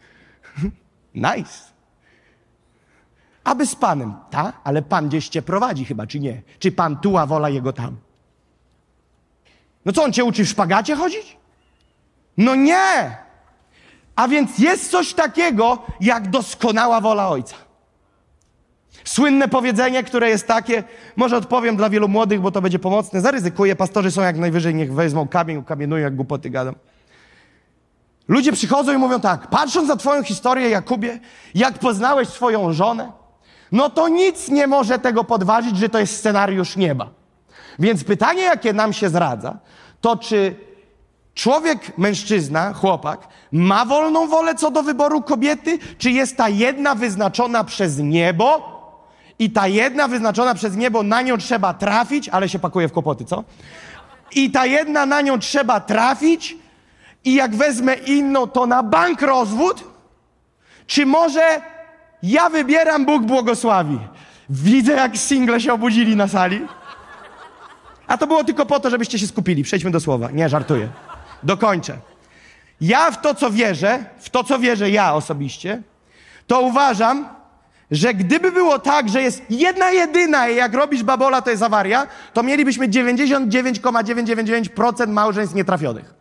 Nice. Aby z Panem, tak? Ale Pan gdzieś cię prowadzi chyba, czy nie? Czy Pan tu, a wola Jego tam? No co, On cię uczy w szpagacie chodzić? No nie! A więc jest coś takiego, jak doskonała wola Ojca. Słynne powiedzenie, które jest takie, może odpowiem dla wielu młodych, bo to będzie pomocne, zaryzykuję, pastorzy są jak najwyżej, niech wezmą kamień, ukamienują, jak głupoty gadam. Ludzie przychodzą i mówią tak, patrząc na twoją historię, Jakubie, jak poznałeś swoją żonę, no to nic nie może tego podważyć, że to jest scenariusz nieba. Więc pytanie, jakie nam się zdradza, to czy człowiek, mężczyzna, chłopak, ma wolną wolę co do wyboru kobiety, czy jest ta jedna wyznaczona przez niebo i ta jedna wyznaczona przez niebo, na nią trzeba trafić, ale się pakuje w kłopoty, co? I ta jedna na nią trzeba trafić i jak wezmę inną, to na bank rozwód? Czy może ja wybieram, Bóg błogosławi? Widzę, jak single się obudzili na sali. A to było tylko po to, żebyście się skupili. Przejdźmy do słowa. Nie, żartuję. Dokończę. Ja w to, co wierzę ja osobiście, to uważam, że gdyby było tak, że jest jedna jedyna i jak robisz babola, to jest awaria, to mielibyśmy 99,999% małżeństw nietrafionych.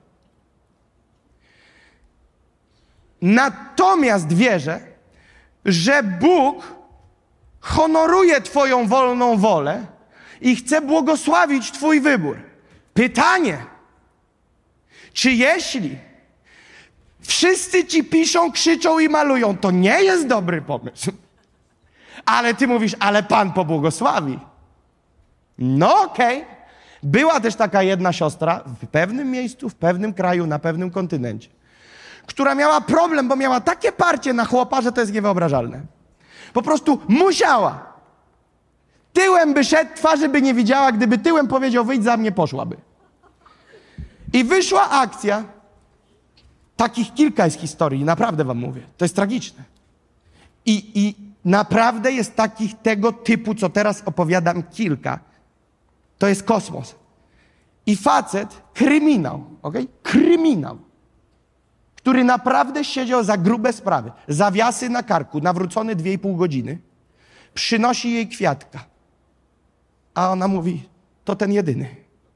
Natomiast wierzę, że Bóg honoruje twoją wolną wolę i chce błogosławić twój wybór. Pytanie, czy jeśli wszyscy ci piszą, krzyczą i malują, to nie jest dobry pomysł. Ale ty mówisz, ale Pan pobłogosławi. No okej. Była też taka jedna siostra w pewnym miejscu, w pewnym kraju, na pewnym kontynencie, która miała problem, bo miała takie parcie na chłopa, że to jest niewyobrażalne. Po prostu musiała. Tyłem by szedł, twarzy by nie widziała, gdyby tyłem powiedział, wyjdź za mnie, poszłaby. I wyszła akcja. Takich kilka jest historii, naprawdę wam mówię. To jest tragiczne. I naprawdę jest takich tego typu, co teraz opowiadam, kilka. To jest kosmos. I facet, kryminał, okej? Kryminał, który naprawdę siedział za grube sprawy, zawiasy na karku, nawrócony 2,5 godziny, przynosi jej kwiatka. A ona mówi, to ten jedyny.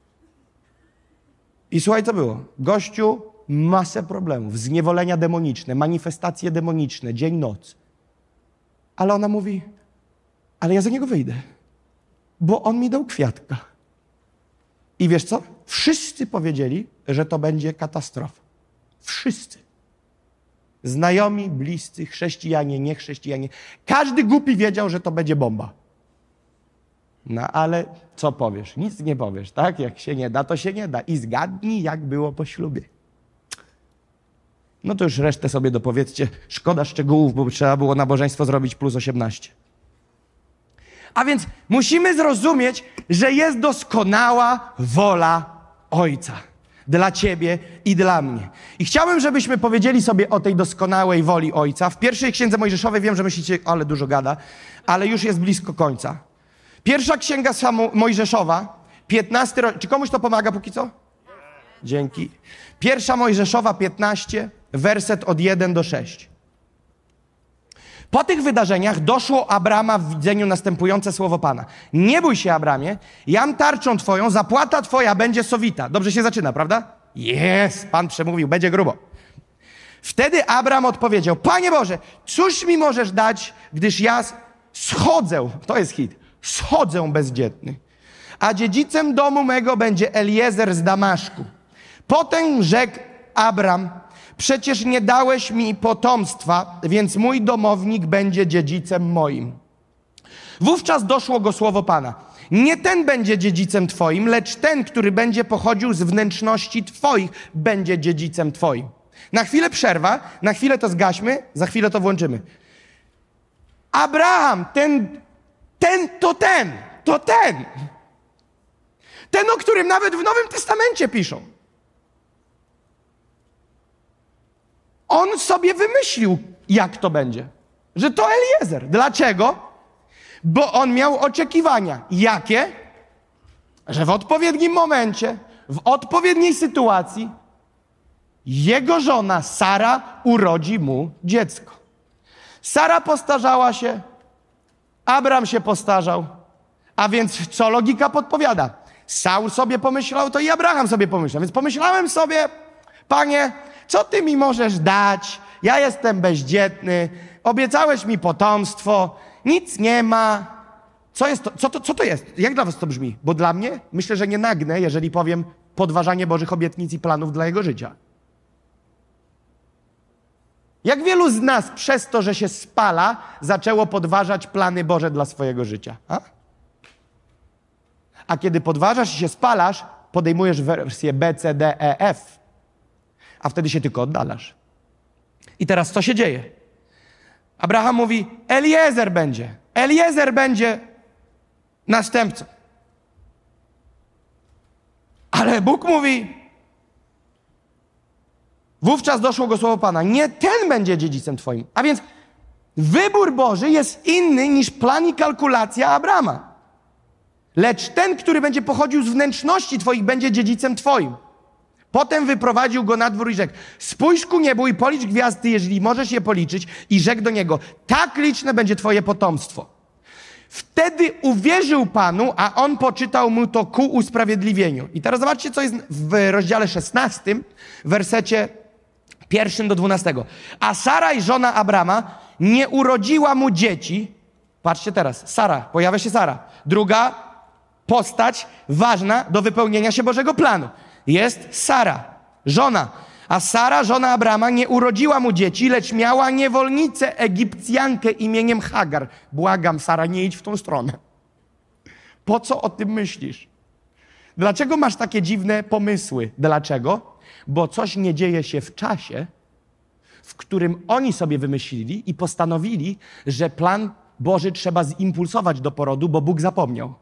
I słuchaj, co było? Gościu, masę problemów, zniewolenia demoniczne, manifestacje demoniczne, dzień, noc. Ale ona mówi, ale ja za niego wyjdę, bo on mi dał kwiatka. I wiesz co? Wszyscy powiedzieli, że to będzie katastrofa. Wszyscy. Znajomi, bliscy, chrześcijanie, niechrześcijanie. Każdy głupi wiedział, że to będzie bomba. No ale co powiesz? Nic nie powiesz, tak? Jak się nie da, to się nie da. I zgadnij, jak było po ślubie. No to już resztę sobie dopowiedzcie. Szkoda szczegółów, bo trzeba było nabożeństwo zrobić plus 18. A więc musimy zrozumieć, że jest doskonała wola Ojca. Dla ciebie i dla mnie. I chciałbym, żebyśmy powiedzieli sobie o tej doskonałej woli Ojca. W pierwszej Księdze Mojżeszowej, wiem, że myślicie, ale dużo gada, ale już jest blisko końca. Pierwsza Księga Mojżeszowa, 15 rozdział. Czy komuś to pomaga póki co? Dzięki. 1 Mojżeszowa 15, werset od 1 do 6. Po tych wydarzeniach doszło Abrama w widzeniu następujące słowo Pana. Nie bój się, Abramie, jam tarczą twoją, zapłata twoja będzie sowita. Dobrze się zaczyna, prawda? Jest, Pan przemówił, będzie grubo. Wtedy Abram odpowiedział, Panie Boże, cóż mi możesz dać, gdyż ja schodzę, to jest hit, schodzę bezdzietny, a dziedzicem domu mego będzie Eliezer z Damaszku. Potem rzekł Abram, przecież nie dałeś mi potomstwa, więc mój domownik będzie dziedzicem moim. Wówczas doszło go słowo Pana. Nie ten będzie dziedzicem twoim, lecz ten, który będzie pochodził z wnętrzności twoich, będzie dziedzicem twoim. Na chwilę przerwa, na chwilę to zgaśmy, za chwilę to włączymy. Abraham, ten, o którym nawet w Nowym Testamencie piszą. On sobie wymyślił, jak to będzie. Że to Eliezer. Dlaczego? Bo on miał oczekiwania. Jakie? Że w odpowiednim momencie, w odpowiedniej sytuacji jego żona Sara urodzi mu dziecko. Sara postarzała się, Abram się postarzał, a więc co logika podpowiada? Saul sobie pomyślał, to i Abraham sobie pomyślał. Więc pomyślałem sobie, Panie, co Ty mi możesz dać? Ja jestem bezdzietny, obiecałeś mi potomstwo, nic nie ma. Co to jest? Jak dla was to brzmi? Bo dla mnie myślę, że nie nagnę, jeżeli powiem podważanie Bożych obietnic i planów dla jego życia. Jak wielu z nas przez to, że się spala, zaczęło podważać plany Boże dla swojego życia? A kiedy podważasz i się spalasz, podejmujesz wersję B, C, D, E, F. A wtedy się tylko oddalasz. I teraz co się dzieje? Abraham mówi, Eliezer będzie następcą. Ale Bóg mówi, wówczas doszło go słowo Pana, nie ten będzie dziedzicem twoim. A więc wybór Boży jest inny niż plan i kalkulacja Abrama. Lecz ten, który będzie pochodził z wnętrzności twoich, będzie dziedzicem twoim. Potem wyprowadził go na dwór i rzekł, spójrz ku niebu i policz gwiazdy, jeżeli możesz je policzyć. I rzekł do niego, tak liczne będzie twoje potomstwo. Wtedy uwierzył Panu, a on poczytał mu to ku usprawiedliwieniu. I teraz zobaczcie, co jest w rozdziale 16, w wersecie 1 do 12. A Sara, żona Abrama, nie urodziła mu dzieci. Patrzcie teraz, Sara, pojawia się Sara. Druga postać ważna do wypełnienia się Bożego planu. Jest Sara, żona. A Sara, żona Abrama, nie urodziła mu dzieci, lecz miała niewolnicę Egipcjankę imieniem Hagar. Błagam, Sara, nie idź w tą stronę. Po co o tym myślisz? Dlaczego masz takie dziwne pomysły? Dlaczego? Bo coś nie dzieje się w czasie, w którym oni sobie wymyślili i postanowili, że plan Boży trzeba zimpulsować do porodu, bo Bóg zapomniał.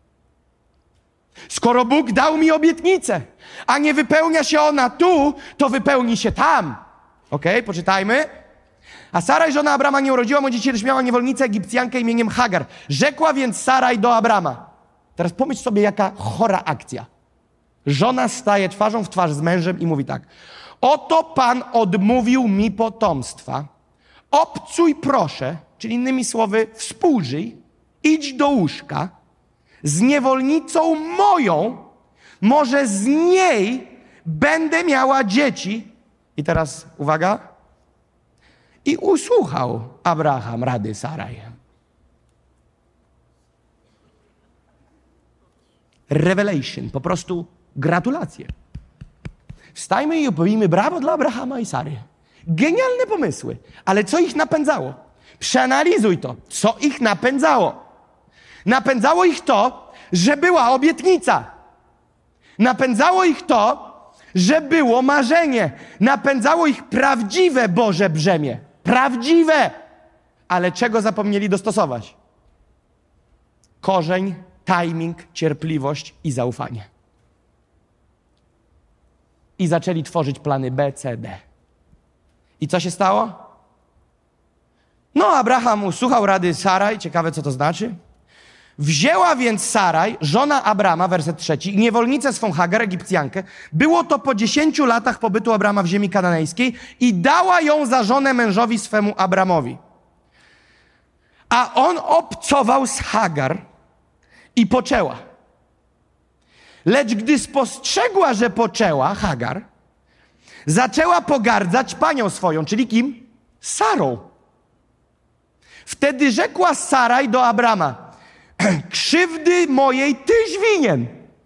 Skoro Bóg dał mi obietnicę, a nie wypełnia się ona tu, to wypełni się tam. Okej, poczytajmy. A Sara, żona Abrama, nie urodziła mu dzieci, lecz miała niewolnicę Egipcjankę imieniem Hagar. Rzekła więc Sara do Abrama. Teraz pomyśl sobie, jaka chora akcja. Żona staje twarzą w twarz z mężem i mówi tak. Oto Pan odmówił mi potomstwa. Obcuj proszę, czyli innymi słowy, współżyj, idź do łóżka z niewolnicą moją, może z niej będę miała dzieci. I teraz uwaga. I usłuchał Abraham rady Saraj. Revelation, po prostu gratulacje. Wstajmy i opowiemy brawo dla Abrahama i Sary. Genialne pomysły, ale co ich napędzało? Przeanalizuj to, co ich napędzało. Napędzało ich to, że była obietnica. Napędzało ich to, że było marzenie. Napędzało ich prawdziwe Boże brzemię. Prawdziwe! Ale czego zapomnieli dostosować? Korzeń, timing, cierpliwość i zaufanie. I zaczęli tworzyć plany B, C, D. I co się stało? No, Abraham usłuchał rady Saraj. Ciekawe, co to znaczy. Wzięła więc Saraj, żona Abrama, werset 3, i niewolnicę swą Hagar, Egipcjankę. Było to po 10 latach pobytu Abrama w ziemi kananejskiej i dała ją za żonę mężowi swemu Abramowi. A on obcował z Hagar i poczęła. Lecz gdy spostrzegła, że poczęła Hagar, zaczęła pogardzać panią swoją, czyli kim? Sarą. Wtedy rzekła Saraj do Abrama: krzywdy mojej tyś winien.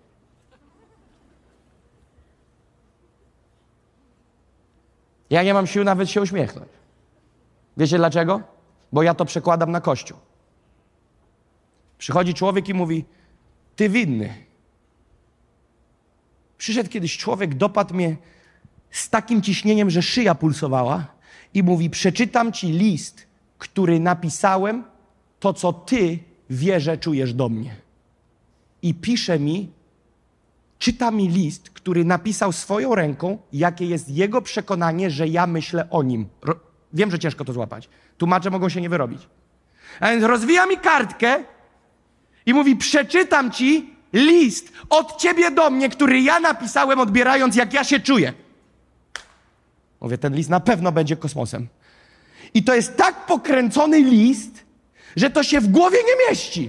Ja nie mam sił nawet się uśmiechnąć. Wiecie dlaczego? Bo ja to przekładam na Kościół. Przychodzi człowiek i mówi: ty winny. Przyszedł kiedyś człowiek, dopadł mnie z takim ciśnieniem, że szyja pulsowała i mówi: przeczytam ci list, który napisałem, to co ty, wierze, czujesz do mnie. I pisze mi, czyta mi list, który napisał swoją ręką, jakie jest jego przekonanie, że ja myślę o nim. Wiem, że ciężko to złapać. Tłumacze mogą się nie wyrobić. A więc rozwija mi kartkę i mówi: przeczytam ci list od ciebie do mnie, który ja napisałem, odbierając, jak ja się czuję. Mówię, ten list na pewno będzie kosmosem. I to jest tak pokręcony list, że to się w głowie nie mieści.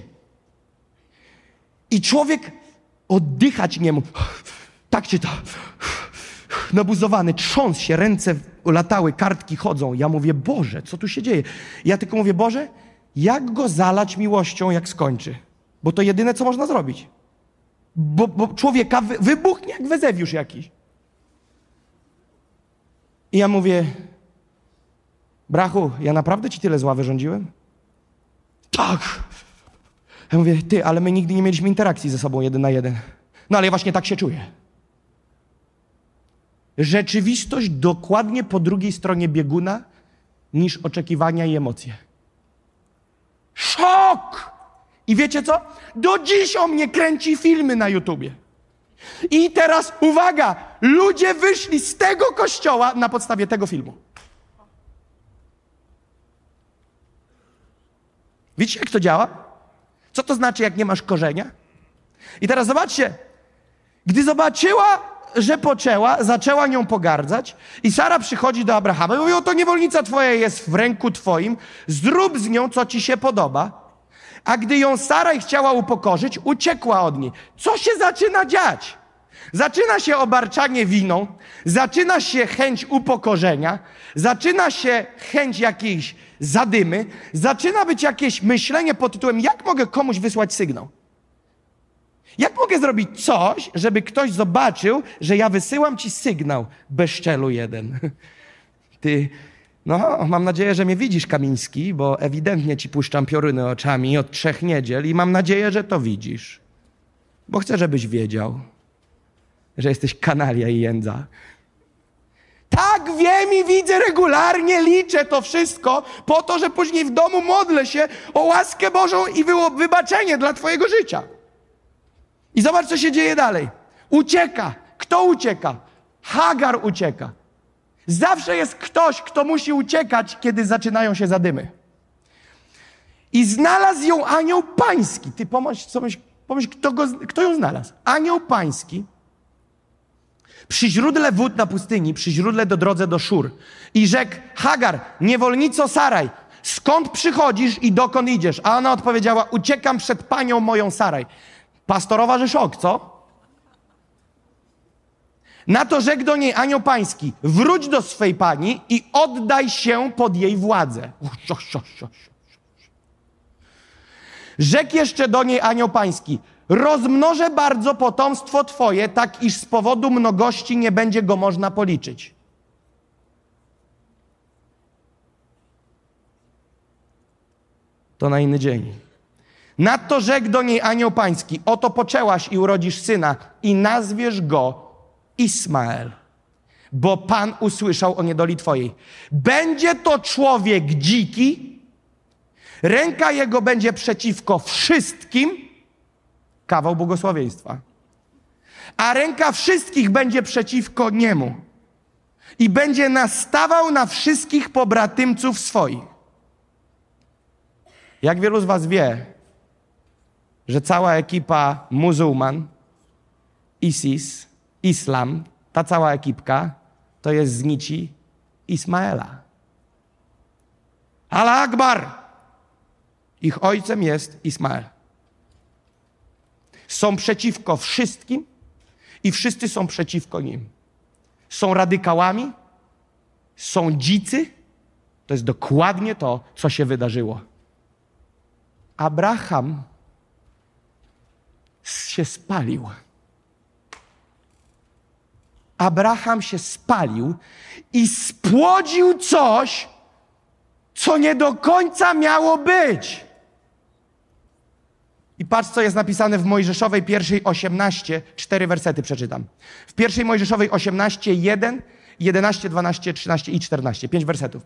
I człowiek oddychać nie mógł. Tak czyta. Nabuzowany, trząsł się, ręce latały, kartki chodzą. Ja mówię: Boże, co tu się dzieje? Ja tylko mówię: Boże, jak go zalać miłością, jak skończy? Bo to jedyne, co można zrobić. Bo człowieka wybuchnie jak Wezewiusz jakiś. I ja mówię: brachu, ja naprawdę ci tyle zła wyrządziłem? Tak. Ja mówię: ty, ale my nigdy nie mieliśmy interakcji ze sobą 1 na 1. No ale ja właśnie tak się czuję. Rzeczywistość dokładnie po drugiej stronie bieguna niż oczekiwania i emocje. Szok! I wiecie co? Do dziś o mnie kręci filmy na YouTubie. I teraz uwaga! Ludzie wyszli z tego kościoła na podstawie tego filmu. Widzicie, jak to działa? Co to znaczy, jak nie masz korzenia? I teraz zobaczcie. Gdy zobaczyła, że poczęła, zaczęła nią pogardzać i Sara przychodzi do Abrahama i mówi: oto niewolnica twoja jest w ręku twoim, zrób z nią, co ci się podoba. A gdy ją Saraj chciała upokorzyć, uciekła od niej. Co się zaczyna dziać? Zaczyna się obarczanie winą, zaczyna się chęć upokorzenia, zaczyna się chęć jakiejś zadymy, zaczyna być jakieś myślenie pod tytułem: jak mogę komuś wysłać sygnał? Jak mogę zrobić coś, żeby ktoś zobaczył, że ja wysyłam ci sygnał, bezczelu jeden? Ty, no, mam nadzieję, że mnie widzisz, Kamiński, bo ewidentnie ci puszczam pioruny oczami od 3 niedziel i mam nadzieję, że to widzisz. Bo chcę, żebyś wiedział, że jesteś kanalia i jędza. Tak, wiem i widzę regularnie, liczę to wszystko po to, że później w domu modlę się o łaskę Bożą i wybaczenie dla twojego życia. I zobacz, co się dzieje dalej. Ucieka. Kto ucieka? Hagar ucieka. Zawsze jest ktoś, kto musi uciekać, kiedy zaczynają się zadymy. I znalazł ją anioł pański. Ty pomyśl, kto ją znalazł? Anioł pański przy źródle wód na pustyni, przy źródle do drodze do Szur. I rzekł: Hagar, niewolnico Saraj, skąd przychodzisz i dokąd idziesz? A ona odpowiedziała: uciekam przed panią moją Saraj. Pastorowa, że szok, co? Na to rzekł do niej anioł pański: wróć do swej pani i oddaj się pod jej władzę. Rzekł jeszcze do niej anioł pański: rozmnożę bardzo potomstwo twoje, tak iż z powodu mnogości nie będzie go można policzyć. To na inny dzień. Nadto rzekł do niej anioł pański: oto poczęłaś i urodzisz syna i nazwiesz go Ismael, bo Pan usłyszał o niedoli twojej. Będzie to człowiek dziki, ręka jego będzie przeciwko wszystkim, kawał błogosławieństwa, a ręka wszystkich będzie przeciwko niemu i będzie nastawał na wszystkich pobratymców swoich. Jak wielu z was wie, że cała ekipa muzułman, ISIS, Islam, ta cała ekipka to jest z nici Ismaela. Allah Akbar! Ich ojcem jest Ismael. Są przeciwko wszystkim i wszyscy są przeciwko nim. Są radykałami, są dzicy. To jest dokładnie to, co się wydarzyło. Abraham się spalił. Abraham się spalił i spłodził coś, co nie do końca miało być. I patrz, co jest napisane w Mojżeszowej 1:18, 4 wersety przeczytam. W 1 Mojżeszowej 18, 1, 11, 12, 13 i 14. 5 wersetów.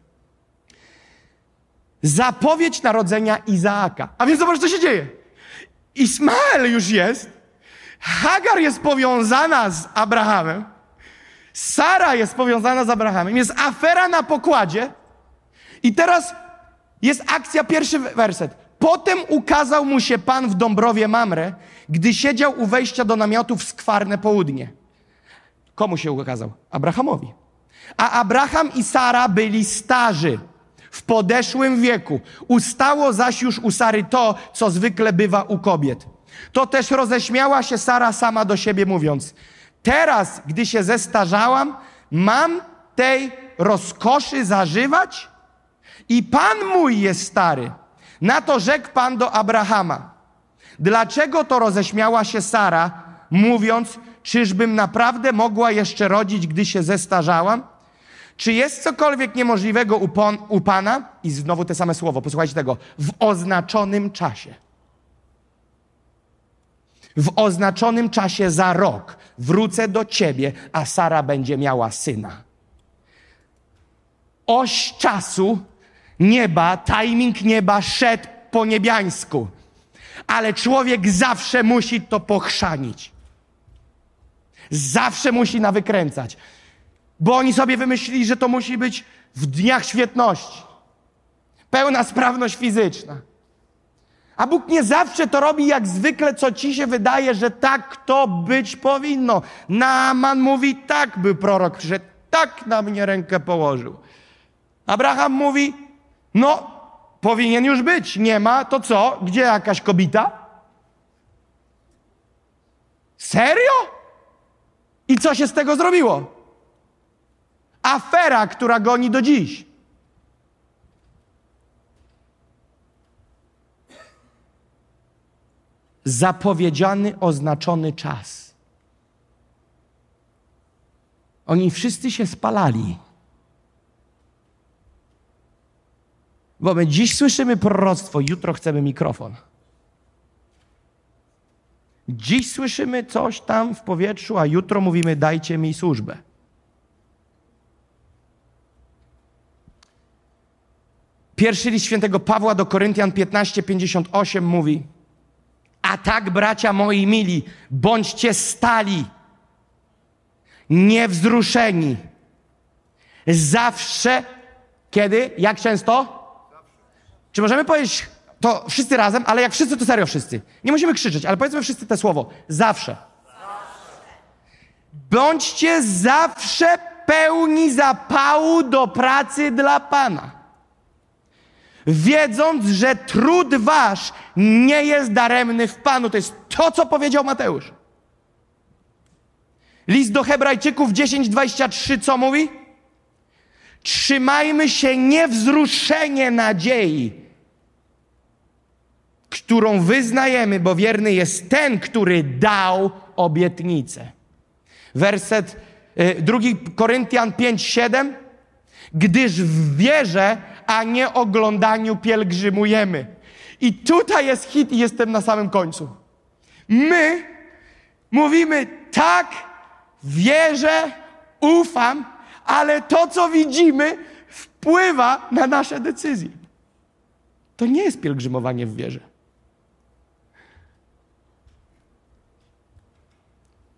Zapowiedź narodzenia Izaaka. A więc zobacz, co się dzieje. Ismael już jest. Hagar jest powiązana z Abrahamem. Sara jest powiązana z Abrahamem. Jest afera na pokładzie. I teraz jest akcja, pierwszy werset. Potem ukazał mu się Pan w Dąbrowie Mamre, gdy siedział u wejścia do namiotu w skwarne południe. Komu się ukazał? Abrahamowi. A Abraham i Sara byli starzy, w podeszłym wieku. Ustało zaś już u Sary to, co zwykle bywa u kobiet. To też roześmiała się Sara sama do siebie, mówiąc: teraz, gdy się zestarzałam, mam tej rozkoszy zażywać? I Pan mój jest stary. Na to rzekł Pan do Abrahama: dlaczego to roześmiała się Sara, mówiąc: czyżbym naprawdę mogła jeszcze rodzić, gdy się zestarzałam? Czy jest cokolwiek niemożliwego u Pana? I znowu te same słowo, posłuchajcie tego. W oznaczonym czasie. W oznaczonym czasie za rok wrócę do ciebie, a Sara będzie miała syna. Oś czasu nieba, timing nieba szedł po niebiańsku. Ale człowiek zawsze musi to pochrzanić. Zawsze musi nawykręcać. Bo oni sobie wymyślili, że to musi być w dniach świetności. Pełna sprawność fizyczna. A Bóg nie zawsze to robi jak zwykle, co ci się wydaje, że tak to być powinno. Naaman mówi: tak, by prorok, że tak na mnie rękę położył. Abraham mówi: no, powinien już być. Nie ma, to co? Gdzie jakaś kobieta? Serio? I co się z tego zrobiło? Afera, która goni do dziś. Zapowiedziany, oznaczony czas. Oni wszyscy się spalali. Bo my dziś słyszymy proroctwo, jutro chcemy mikrofon. Dziś słyszymy coś tam w powietrzu, a jutro mówimy: dajcie mi służbę. Pierwszy list świętego Pawła do Koryntian 15:58 mówi: a tak, bracia moi mili, bądźcie stali, niewzruszeni. Zawsze, kiedy? Jak często? Zawsze. Czy możemy powiedzieć to wszyscy razem, ale jak wszyscy, to serio wszyscy. Nie musimy krzyczeć, ale powiedzmy wszyscy to słowo. Zawsze. Bądźcie zawsze pełni zapału do pracy dla Pana, wiedząc, że trud wasz nie jest daremny w Panu. To jest to, co powiedział Mateusz. List do Hebrajczyków 10:23 co mówi? Trzymajmy się niewzruszenie nadziei, którą wyznajemy, bo wierny jest ten, który dał obietnicę. Werset 2 Koryntian 5:7. Gdyż w wierze, a nie oglądaniu pielgrzymujemy. I tutaj jest hit i jestem na samym końcu. My mówimy: tak, wierzę, ufam, ale to, co widzimy, wpływa na nasze decyzje. To nie jest pielgrzymowanie w wierze.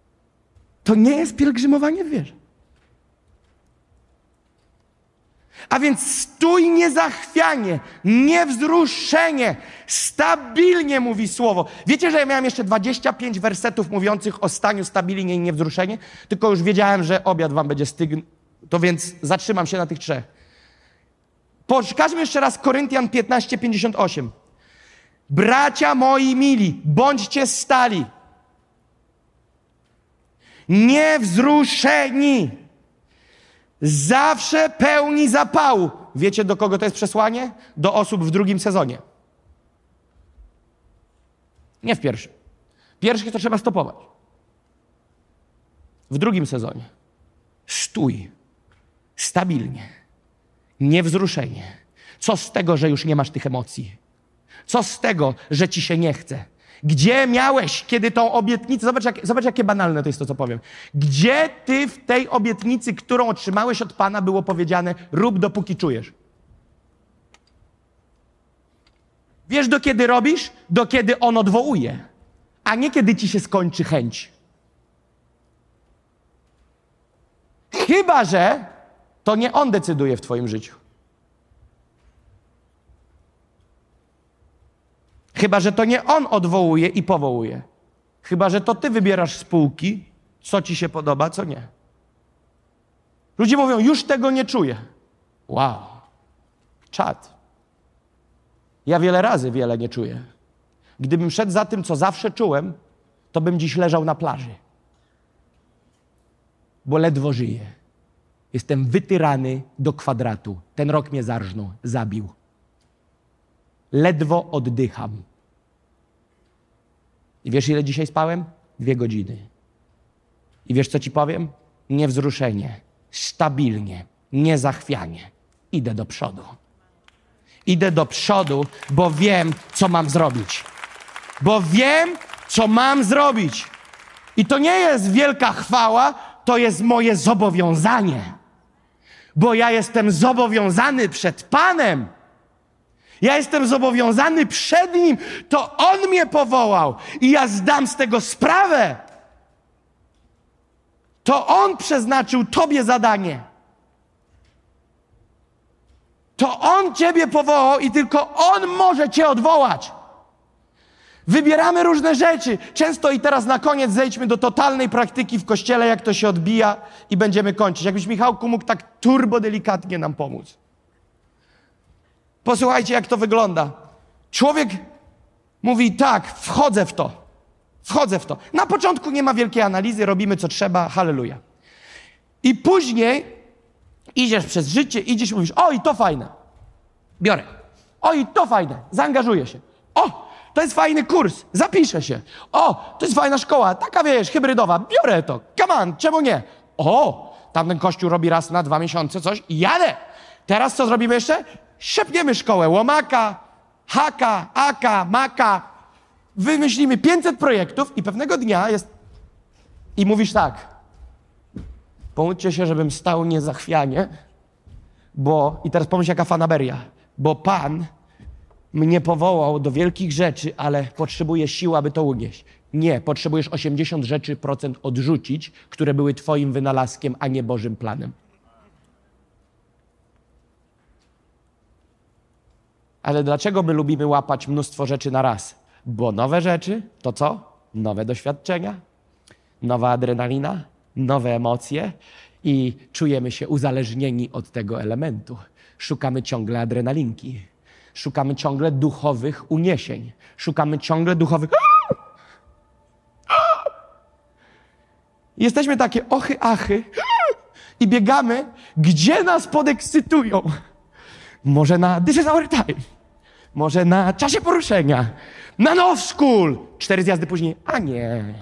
To nie jest pielgrzymowanie w wierze. A więc stój niezachwianie, niewzruszenie, stabilnie mówi słowo. Wiecie, że ja miałem jeszcze 25 wersetów mówiących o staniu stabilnie i niewzruszenie? Tylko już wiedziałem, że obiad wam będzie stygny. To więc zatrzymam się na tych 3. Pokażmy jeszcze raz Koryntian 15:58. Bracia moi mili, bądźcie stali. Niewzruszeni. Zawsze pełni zapału. Wiecie, do kogo to jest przesłanie? Do osób w 2. sezonie. Nie w pierwszym. Pierwszych to trzeba stopować. W 2. sezonie. Stój. Stabilnie. Niewzruszenie. Co z tego, że już nie masz tych emocji? Co z tego, że ci się nie chce? Gdzie miałeś, kiedy tą obietnicę... Zobacz, jakie banalne to jest to, co powiem. Gdzie ty w tej obietnicy, którą otrzymałeś od Pana, było powiedziane: rób, dopóki czujesz? Wiesz, do kiedy robisz? Do kiedy On odwołuje. A nie kiedy ci się skończy chęć. Chyba że to nie On decyduje w twoim życiu. Chyba że to nie On odwołuje i powołuje. Chyba że to ty wybierasz spółki, co ci się podoba, co nie. Ludzie mówią: już tego nie czuję. Wow. Czad. Ja wiele nie czuję. Gdybym szedł za tym, co zawsze czułem, to bym dziś leżał na plaży. Bo ledwo żyję. Jestem wytyrany do kwadratu. Ten rok mnie zarżnął, zabił. Ledwo oddycham. I wiesz, ile dzisiaj spałem? 2 godziny. I wiesz, co ci powiem? Niewzruszenie, stabilnie, niezachwianie. Idę do przodu. Idę do przodu, bo wiem, co mam zrobić. Bo wiem, co mam zrobić. I to nie jest wielka chwała, to jest moje zobowiązanie. Bo ja jestem zobowiązany przed Panem. Ja jestem zobowiązany przed Nim. To On mnie powołał i ja zdam z tego sprawę. To On przeznaczył tobie zadanie. To On ciebie powołał i tylko On może cię odwołać. Wybieramy różne rzeczy. Często i teraz na koniec zejdźmy do totalnej praktyki w Kościele, jak to się odbija i będziemy kończyć. Jakbyś, Michałku, mógł tak turbo delikatnie nam pomóc. Posłuchajcie, jak to wygląda. Człowiek mówi: tak, wchodzę w to. Wchodzę w to. Na początku nie ma wielkiej analizy, robimy co trzeba, halleluja. I później idziesz przez życie, idziesz i mówisz: oj, to fajne. Biorę. Oj, to fajne. Zaangażuję się. O, to jest fajny kurs. Zapiszę się. O, to jest fajna szkoła. Taka, wiesz, hybrydowa. Biorę to. Come on, czemu nie? O, tamten kościół robi raz na 2 miesiące coś i jadę. Teraz co zrobimy jeszcze? Szepniemy szkołę. Łomaka, haka, aka, maka. Wymyślimy 500 projektów i pewnego dnia jest... I mówisz tak: pomóżcie się, żebym stał niezachwianie, bo... I teraz pomyśl, jaka fanaberia. Bo Pan mnie powołał do wielkich rzeczy, ale potrzebuję sił, aby to unieść. Nie, potrzebujesz 80% odrzucić, które były twoim wynalazkiem, a nie Bożym planem. Ale dlaczego my lubimy łapać mnóstwo rzeczy na raz? Bo nowe rzeczy to co? Nowe doświadczenia, nowa adrenalina, nowe emocje i czujemy się uzależnieni od tego elementu. Szukamy ciągle adrenalinki. Szukamy ciągle duchowych uniesień. Szukamy ciągle duchowych... Jesteśmy takie ochy, achy i biegamy, gdzie nas podekscytują. Może na This is our time. Może na czasie poruszenia. Na Now School. 4 zjazdy później. A nie.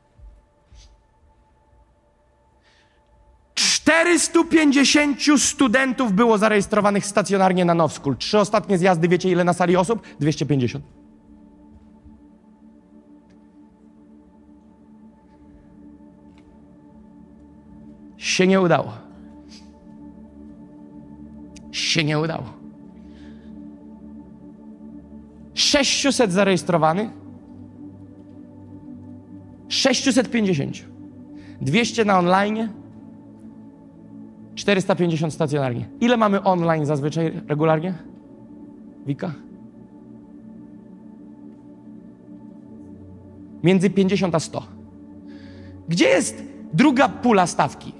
450 studentów było zarejestrowanych stacjonarnie na Now School. 3 ostatnie zjazdy, wiecie ile na sali osób? 250. Się nie udało. Się nie udało. 600 zarejestrowanych, 650. 200 na online, 450 stacjonarnie. Ile mamy online zazwyczaj regularnie? Wika? Między 50 a 100. Gdzie jest druga pula stawki?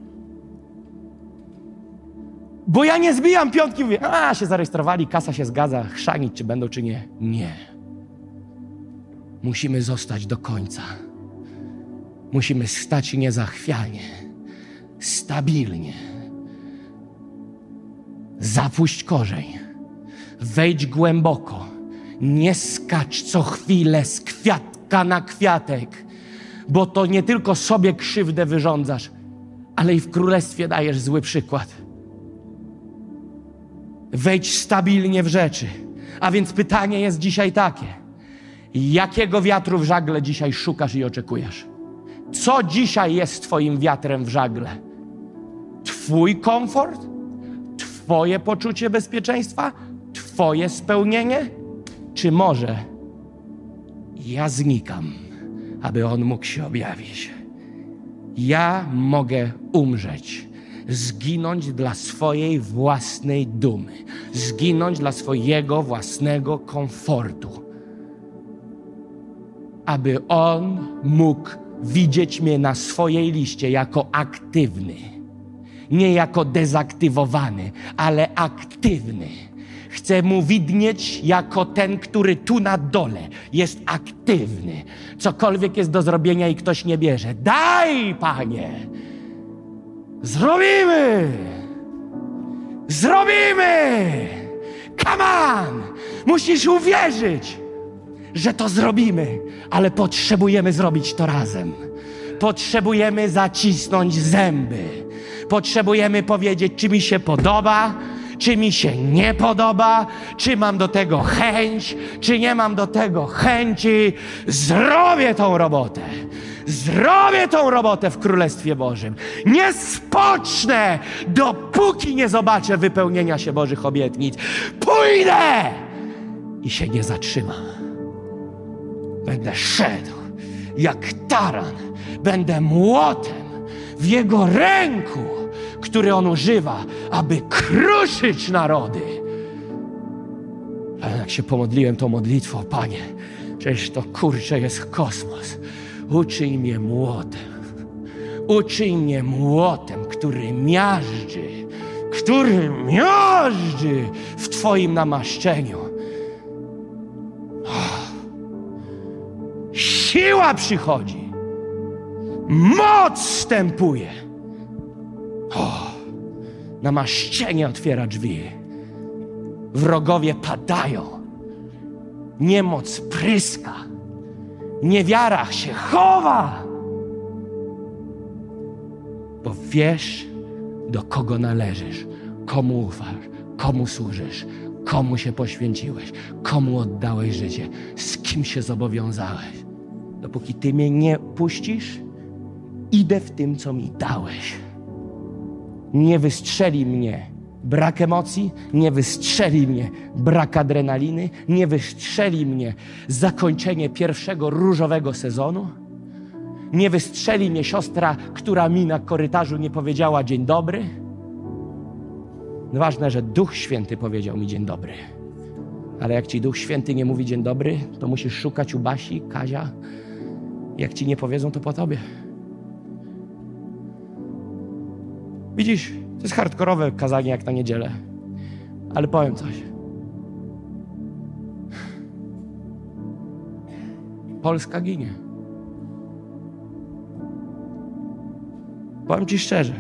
Bo ja nie zbijam piątki, mówię, się zarejestrowali, kasa się zgadza, chrzanić, czy będą, czy nie. Nie. Musimy zostać do końca. Musimy stać niezachwianie, stabilnie. Zapuść korzeń. Wejdź głęboko. Nie skacz co chwilę z kwiatka na kwiatek, bo to nie tylko sobie krzywdę wyrządzasz, ale i w królestwie dajesz zły przykład. Wejdź stabilnie w rzeczy. A więc pytanie jest dzisiaj takie. Jakiego wiatru w żagle dzisiaj szukasz i oczekujesz? Co dzisiaj jest twoim wiatrem w żagle? Twój komfort? Twoje poczucie bezpieczeństwa? Twoje spełnienie? Czy może ja znikam, aby On mógł się objawić? Ja mogę umrzeć, zginąć dla swojej własnej dumy, zginąć dla swojego własnego komfortu, aby On mógł widzieć mnie na swojej liście jako aktywny. Nie jako dezaktywowany, ale aktywny. Chcę Mu widnieć jako ten, który tu na dole jest aktywny. Cokolwiek jest do zrobienia i ktoś nie bierze. Daj, Panie! Zrobimy! Zrobimy! Come on! Musisz uwierzyć, że to zrobimy, ale potrzebujemy zrobić to razem. Potrzebujemy zacisnąć zęby. Potrzebujemy powiedzieć, czy mi się podoba, czy mi się nie podoba, czy mam do tego chęć, czy nie mam do tego chęci. Zrobię tą robotę. Zrobię tą robotę w Królestwie Bożym. Nie spocznę, dopóki nie zobaczę wypełnienia się Bożych obietnic. Pójdę i się nie zatrzymam. Będę szedł jak taran. Będę młotem w Jego ręku, który On używa, aby kruszyć narody. Ale jak się pomodliłem tą modlitwą, Panie, przecież to kurczę jest kosmos. Uczyń mnie młotem. Uczyń mnie młotem, który miażdży w Twoim namaszczeniu. Siła przychodzi. Moc wstępuje. Namaszczenie otwiera drzwi. Wrogowie padają. Niemoc pryska. Niewiara się chowa. Bo wiesz, do kogo należysz, komu ufasz, komu służysz, komu się poświęciłeś, komu oddałeś życie, z kim się zobowiązałeś. Dopóki Ty mnie nie puścisz, idę w tym, co mi dałeś. Nie wystrzeli mnie brak emocji, nie wystrzeli mnie brak adrenaliny, nie wystrzeli mnie zakończenie pierwszego różowego sezonu, nie wystrzeli mnie siostra, która mi na korytarzu nie powiedziała dzień dobry. Ważne, że Duch Święty powiedział mi dzień dobry. Ale jak Ci Duch Święty nie mówi dzień dobry, to musisz szukać u Basi, Kazia. Jak Ci nie powiedzą, to po Tobie. Widzisz, to jest hardkorowe kazanie jak na niedzielę. Ale powiem coś. Polska ginie. Powiem Ci szczerze.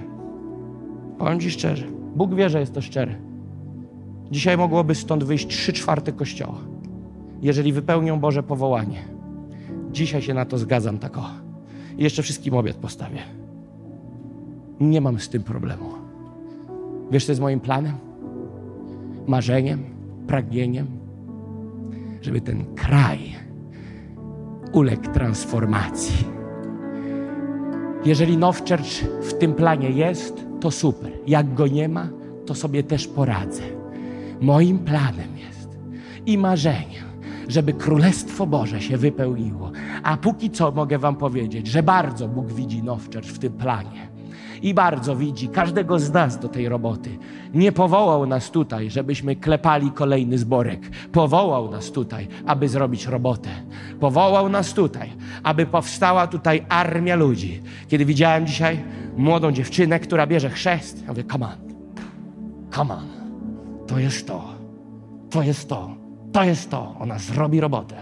Bóg wie, że jest to szczere. Dzisiaj mogłoby stąd wyjść 3/4 Kościoła, jeżeli wypełnią Boże powołanie. Dzisiaj się na to zgadzam tak o. I jeszcze wszystkim obiad postawię. Nie mam z tym problemu. Wiesz, co jest moim planem? Marzeniem, pragnieniem, żeby ten kraj uległ transformacji. Jeżeli Now Church w tym planie jest, to super. Jak go nie ma, to sobie też poradzę. Moim planem jest i marzeniem, żeby Królestwo Boże się wypełniło. A póki co mogę wam powiedzieć, że bardzo Bóg widzi Now Church w tym planie. i bardzo widzi każdego z nas do tej roboty. Nie powołał nas tutaj, żebyśmy klepali kolejny zborek. Powołał nas tutaj, aby zrobić robotę. Powołał nas tutaj, aby powstała tutaj armia ludzi. Kiedy widziałem dzisiaj młodą dziewczynę, która bierze chrzest, ja mówię, come on, to jest to, to jest to, to jest to. Ona zrobi robotę.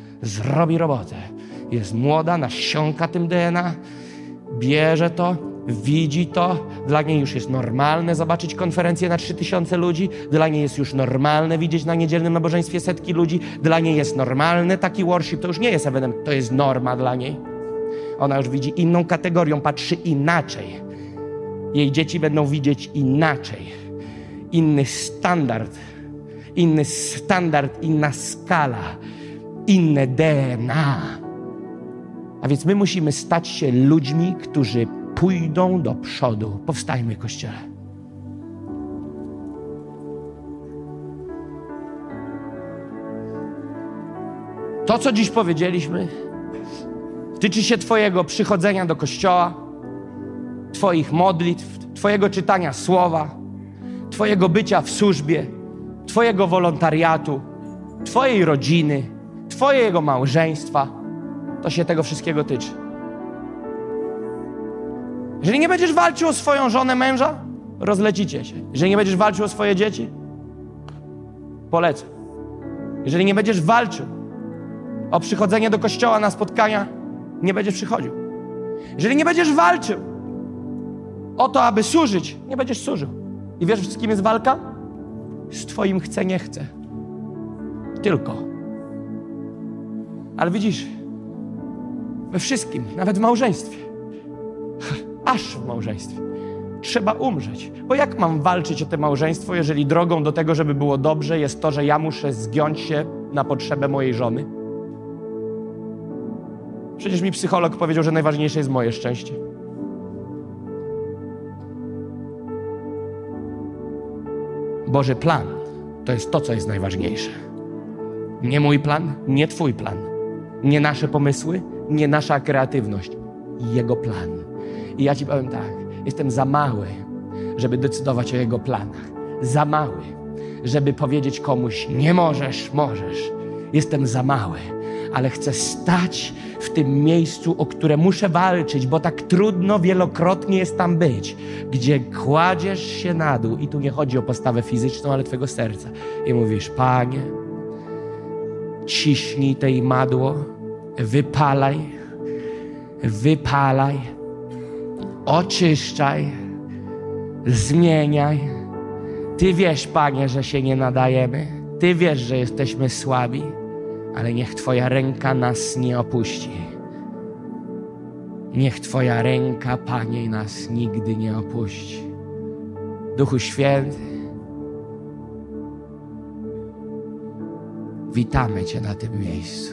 Jest młoda, nasiąka tym DNA, bierze to, widzi to. Dla niej już jest normalne zobaczyć konferencję na 3000 ludzi. Dla niej jest już normalne widzieć na niedzielnym nabożeństwie setki ludzi. Dla niej jest normalny taki worship. To już nie jest ewenement, to jest norma dla niej. Ona już widzi inną kategorią, patrzy inaczej. Jej dzieci będą widzieć inaczej. Inny standard, inna skala, inne DNA. A więc my musimy stać się ludźmi, którzy pójdą do przodu. Powstajmy, Kościele. To, co dziś powiedzieliśmy, tyczy się Twojego przychodzenia do Kościoła, Twoich modlitw, Twojego czytania Słowa, Twojego bycia w służbie, Twojego wolontariatu, Twojej rodziny, Twojego małżeństwa. To się tego wszystkiego tyczy. Jeżeli nie będziesz walczył o swoją żonę, męża, rozlecicie się. Jeżeli nie będziesz walczył o swoje dzieci, polecę. Jeżeli nie będziesz walczył o przychodzenie do kościoła na spotkania, nie będziesz przychodził. Jeżeli nie będziesz walczył o to, aby służyć, nie będziesz służył. I wiesz, z kim jest walka? Z twoim chcę, nie chcę. Tylko. Ale widzisz, we wszystkim, nawet w małżeństwie, aż w małżeństwie, trzeba umrzeć. Bo jak mam walczyć o to małżeństwo, jeżeli drogą do tego, żeby było dobrze, jest to, że ja muszę zgiąć się na potrzebę mojej żony? Przecież mi psycholog powiedział, że najważniejsze jest moje szczęście. Boży plan to jest to, co jest najważniejsze. Nie mój plan, nie twój plan. Nie nasze pomysły, nie nasza kreatywność. Jego plan. I ja ci powiem tak, jestem za mały, żeby decydować o Jego planach. Za mały, żeby powiedzieć komuś, nie możesz, możesz. Jestem za mały, ale chcę stać w tym miejscu, o które muszę walczyć, bo tak trudno wielokrotnie jest tam być, gdzie kładziesz się na dół i tu nie chodzi o postawę fizyczną, ale twojego serca. I mówisz, Panie, ciśnij te imadło, wypalaj, oczyszczaj, zmieniaj. Ty wiesz, Panie, że się nie nadajemy. Ty wiesz, że jesteśmy słabi, ale niech Twoja ręka nas nie opuści. Niech Twoja ręka, Panie, nas nigdy nie opuści. Duchu Święty, witamy Cię na tym miejscu.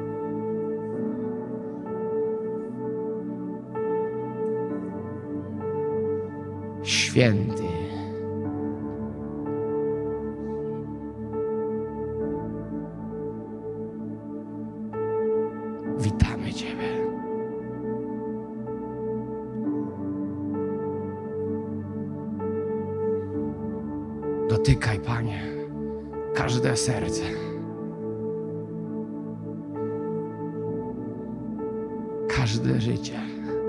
Święty, witamy Ciebie. Dotykaj, Panie, każde serce. Każde życie.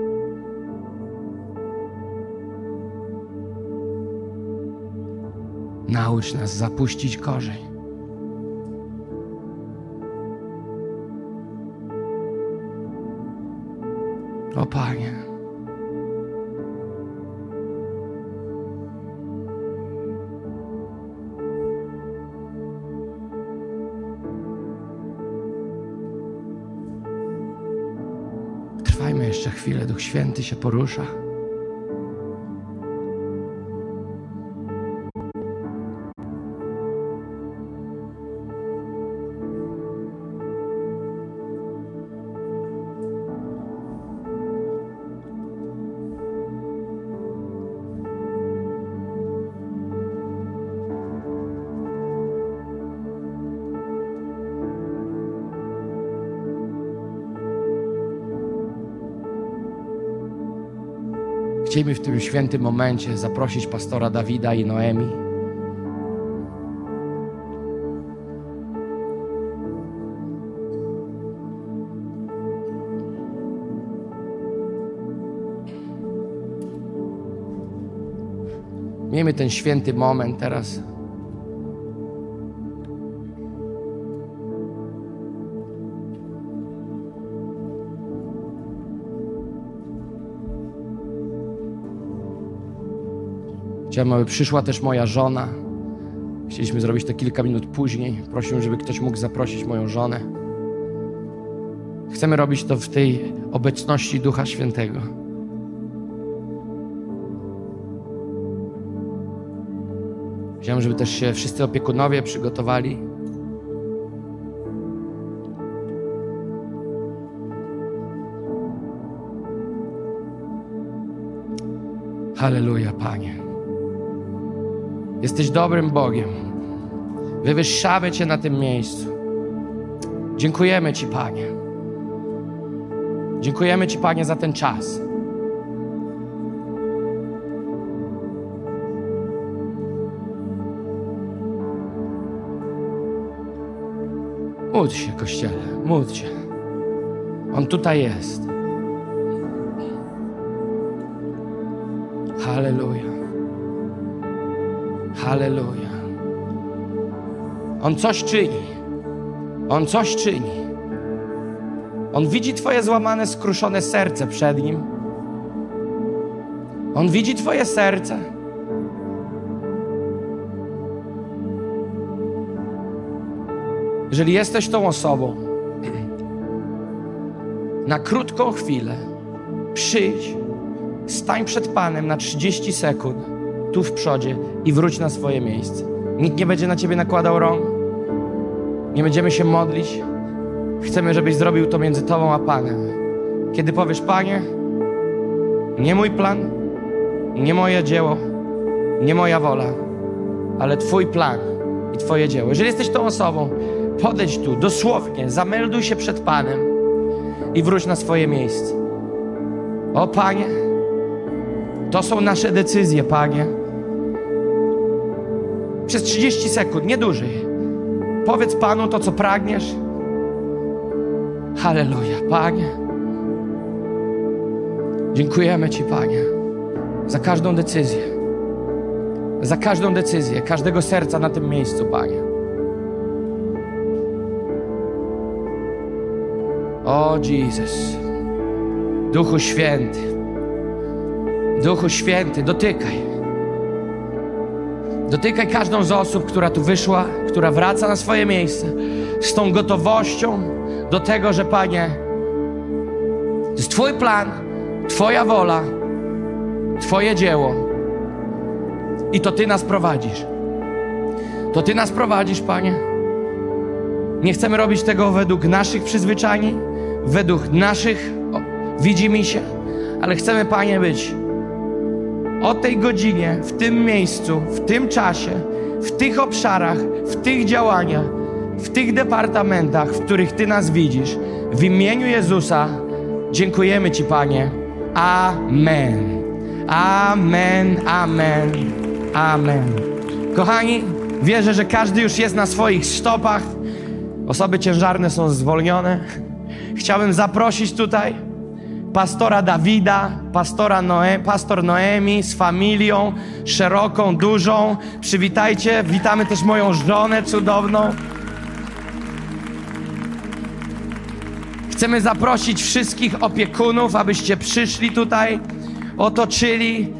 Naucz nas zapuścić korzeń. O Panie. Trwajmy jeszcze chwilę, Duch Święty się porusza. Chcielibyśmy w tym świętym momencie zaprosić pastora Dawida i Noemi. Miejmy ten święty moment teraz. Chciałem, aby przyszła też moja żona. Chcieliśmy zrobić to kilka minut później. Prosiłem, żeby ktoś mógł zaprosić moją żonę. Chcemy robić to w tej obecności Ducha Świętego. Chciałem, żeby też się wszyscy opiekunowie przygotowali. Halleluja, Panie. Jesteś dobrym Bogiem. Wywyższamy Cię na tym miejscu. Dziękujemy Ci, Panie. Dziękujemy Ci, Panie, za ten czas. Módl się, Kościele, módl się. On tutaj jest. Halleluja. Halleluja. On coś czyni. On coś czyni. On widzi Twoje złamane, skruszone serce przed Nim. On widzi Twoje serce. Jeżeli jesteś tą osobą, na krótką chwilę przyjdź, stań przed Panem na 30 sekund, tu w przodzie i wróć na swoje miejsce. Nikt nie będzie na Ciebie nakładał rąk. Nie będziemy się modlić. Chcemy, żebyś zrobił to między Tobą a Panem. Kiedy powiesz: Panie, nie mój plan, nie moje dzieło, nie moja wola, ale Twój plan i Twoje dzieło. Jeżeli jesteś tą osobą, podejdź tu, dosłownie, zamelduj się przed Panem i wróć na swoje miejsce. O Panie, to są nasze decyzje, Panie. Przez 30 sekund, nie dłużej. Powiedz Panu to, co pragniesz. Halleluja, Panie. Dziękujemy Ci, Panie, za każdą decyzję. Za każdą decyzję, każdego serca na tym miejscu, Panie. O Jezus. Duchu Święty. Duchu Święty, dotykaj. Dotykaj każdą z osób, która tu wyszła, która wraca na swoje miejsce z tą gotowością do tego, że Panie, to jest Twój plan, Twoja wola, Twoje dzieło i to Ty nas prowadzisz. To Ty nas prowadzisz, Panie. Nie chcemy robić tego według naszych przyzwyczajeń, według naszych widzimisię, ale chcemy, Panie, być o tej godzinie, w tym miejscu, w tym czasie, w tych obszarach, w tych działaniach, w tych departamentach, w których Ty nas widzisz. W imieniu Jezusa dziękujemy Ci, Panie. Amen. Amen, amen, amen. Kochani, wierzę, że każdy już jest na swoich stopach. Osoby ciężarne są zwolnione. Chciałbym zaprosić tutaj pastora Dawida, pastor Noemi z familią szeroką, dużą. Przywitajcie, witamy też moją żonę cudowną. Chcemy zaprosić wszystkich opiekunów, abyście przyszli tutaj, otoczyli.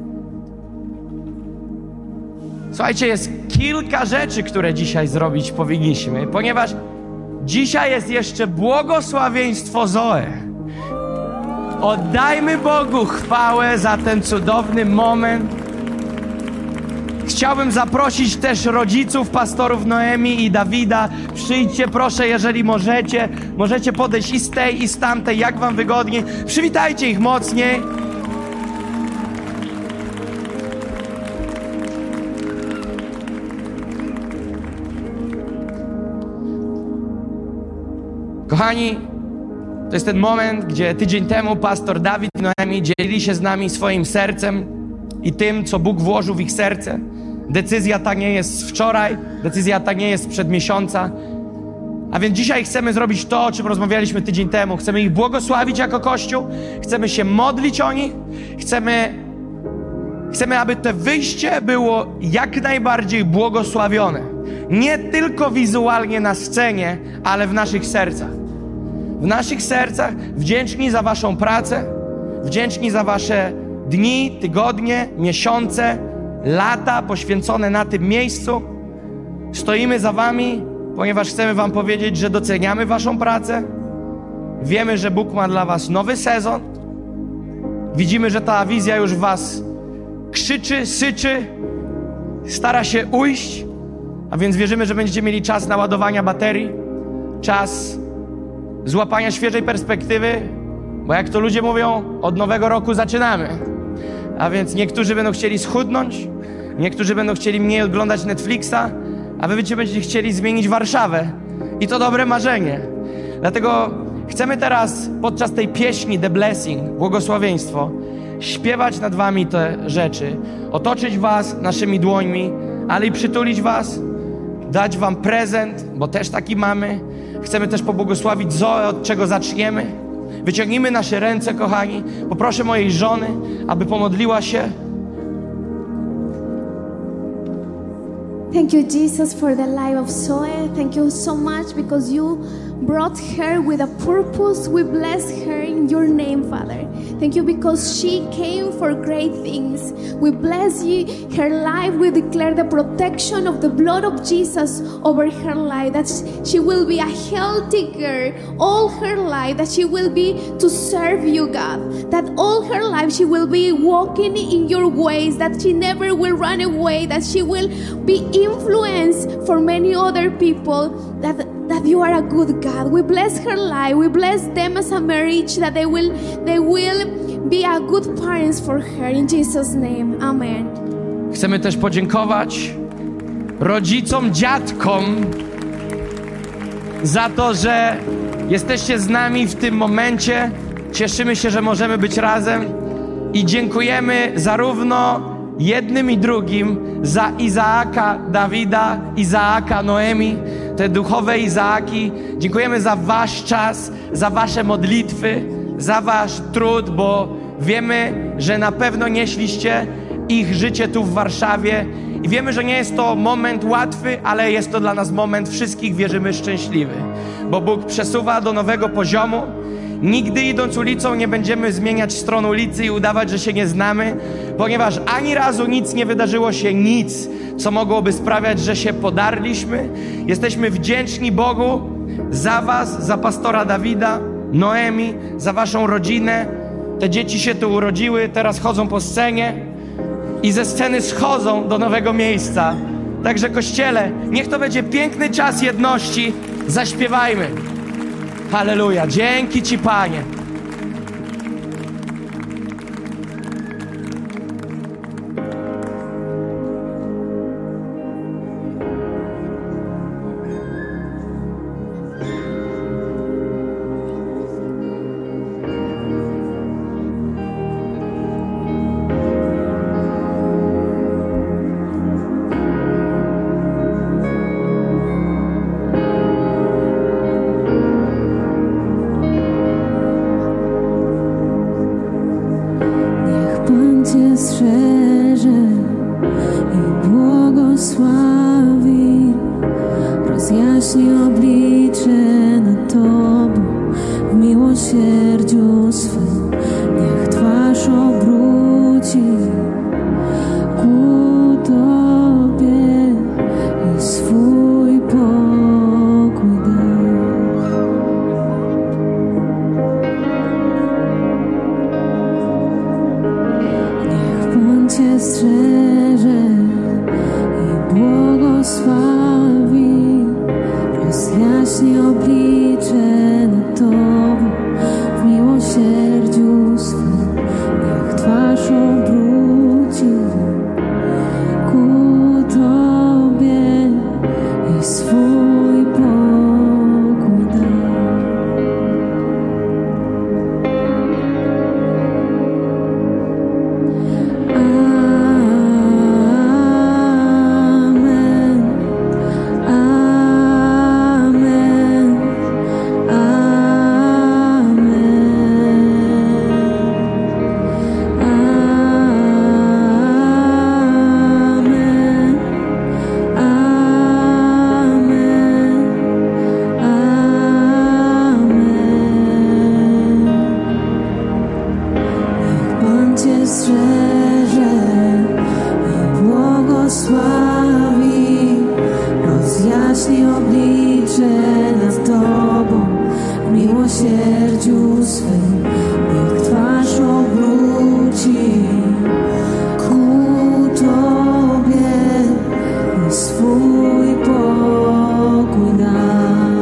Słuchajcie, jest kilka rzeczy, które dzisiaj zrobić powinniśmy, ponieważ dzisiaj jest jeszcze błogosławieństwo Zoe. Oddajmy Bogu chwałę za ten cudowny moment. Chciałbym zaprosić też rodziców pastorów Noemi i Dawida. Przyjdźcie proszę, jeżeli możecie. Możecie podejść i z tej, i z tamtej, jak wam wygodniej. Przywitajcie ich mocniej. Kochani, To jest ten moment, gdzie tydzień temu pastor Dawid i Noemi dzielili się z nami swoim sercem i tym, co Bóg włożył w ich serce. Decyzja ta nie jest z wczoraj, decyzja ta nie jest sprzed miesiąca. A więc dzisiaj chcemy zrobić to, o czym rozmawialiśmy tydzień temu. Chcemy ich błogosławić jako Kościół, chcemy się modlić o nich, chcemy, aby to wyjście było jak najbardziej błogosławione. Nie tylko wizualnie na scenie, ale w naszych sercach. W naszych sercach wdzięczni za waszą pracę, wdzięczni za wasze dni, tygodnie, miesiące, lata poświęcone na tym miejscu. Stoimy za wami, ponieważ chcemy wam powiedzieć, że doceniamy waszą pracę. Wiemy, że Bóg ma dla was nowy sezon. Widzimy, że ta wizja już w was krzyczy, syczy, stara się ujść. A więc wierzymy, że będziecie mieli czas naładowania baterii, czas złapania świeżej perspektywy, bo jak to ludzie mówią, od nowego roku zaczynamy. A więc niektórzy będą chcieli schudnąć, niektórzy będą chcieli mniej oglądać Netflixa, a wy będziecie chcieli zmienić Warszawę. I to dobre marzenie. Dlatego chcemy teraz podczas tej pieśni The Blessing, błogosławieństwo, śpiewać nad wami te rzeczy, otoczyć was naszymi dłońmi, ale i przytulić was, dać wam prezent, bo też taki mamy. Chcemy też pobłogosławić Zoe, od czego zaczniemy. Wyciągnijmy nasze ręce, kochani. Poproszę mojej żony, aby pomodliła się. Thank you, Jesus, for the life of Zoe. Thank you so much because you brought her with a purpose. We bless her in your name, Father. Thank you because she came for great things. We bless you, her life. We declare the protection of the blood of Jesus over her life, that she will be a healthy girl all her life, that she will be to serve you, God, that all her life she will be walking in your ways, that she never will run away, that she will be influenced for many other people, that you are a good God. We bless her life. We bless them as a marriage, that they will be a good parents for her. In Jesus' name, amen. Chcemy też podziękować rodzicom, dziadkom za to, że jesteście z nami w tym momencie. Cieszymy się, że możemy być razem i dziękujemy zarówno jednym i drugim za Izaaka, Dawida, Izaaka, Noemi, te duchowe Izaaki. Dziękujemy za wasz czas, za wasze modlitwy, za wasz trud, bo wiemy, że na pewno nieśliście ich życie tu w Warszawie i wiemy, że nie jest to moment łatwy, ale jest to dla nas moment wszystkich, wierzymy, szczęśliwy, bo Bóg przesuwa do nowego poziomu. Nigdy idąc ulicą nie będziemy zmieniać stron ulicy i udawać, że się nie znamy, ponieważ ani razu nic nie wydarzyło się, nic, co mogłoby sprawiać, że się podarliśmy. Jesteśmy wdzięczni Bogu za was, za pastora Dawida, Noemi, za waszą rodzinę. Te dzieci się tu urodziły, teraz chodzą po scenie i ze sceny schodzą do nowego miejsca. Także Kościele, niech to będzie piękny czas jedności. Zaśpiewajmy. Halleluja. Dzięki Ci, Panie. Strzeże i błogosławi, rozjaśni oblicze nad Tobą w miłosierdziu swym. Niech twarz obróci ku Tobie i swój pokój da. Cię strzeże i błogosławi, rozjaśni oblicze nad Tobą w rozjaśni oblicze nad Tobą w miłosierdziu swym. Niech twarz obróci ku Tobie i swój pokój da.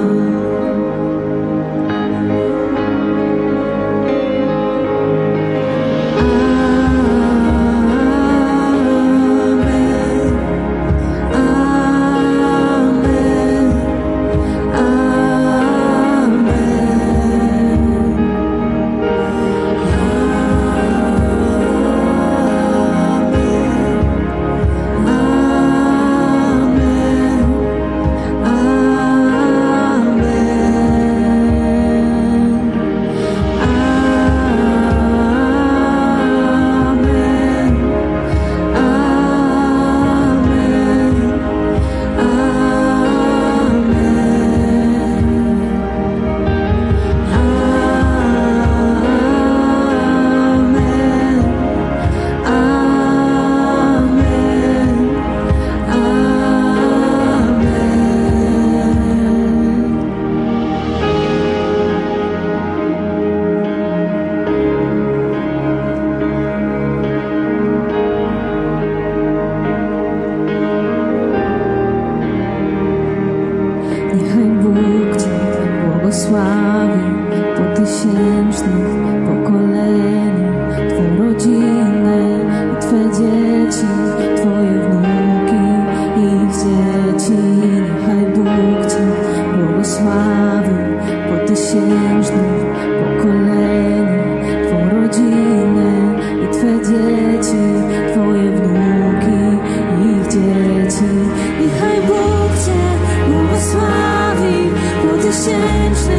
Niechaj Bóg Cię błogosławi po tysięcznych pokoleniach, Twą rodzinę i Twe dzieci, Twoje wnuki i ich dzieci. Niechaj Bóg Cię błogosławi po tysięcznych pokoleniach, Twą rodzinę i Twe dzieci, Twoje wnuki i ich dzieci. Niechaj Bóg Cię błogosławi po tysięczne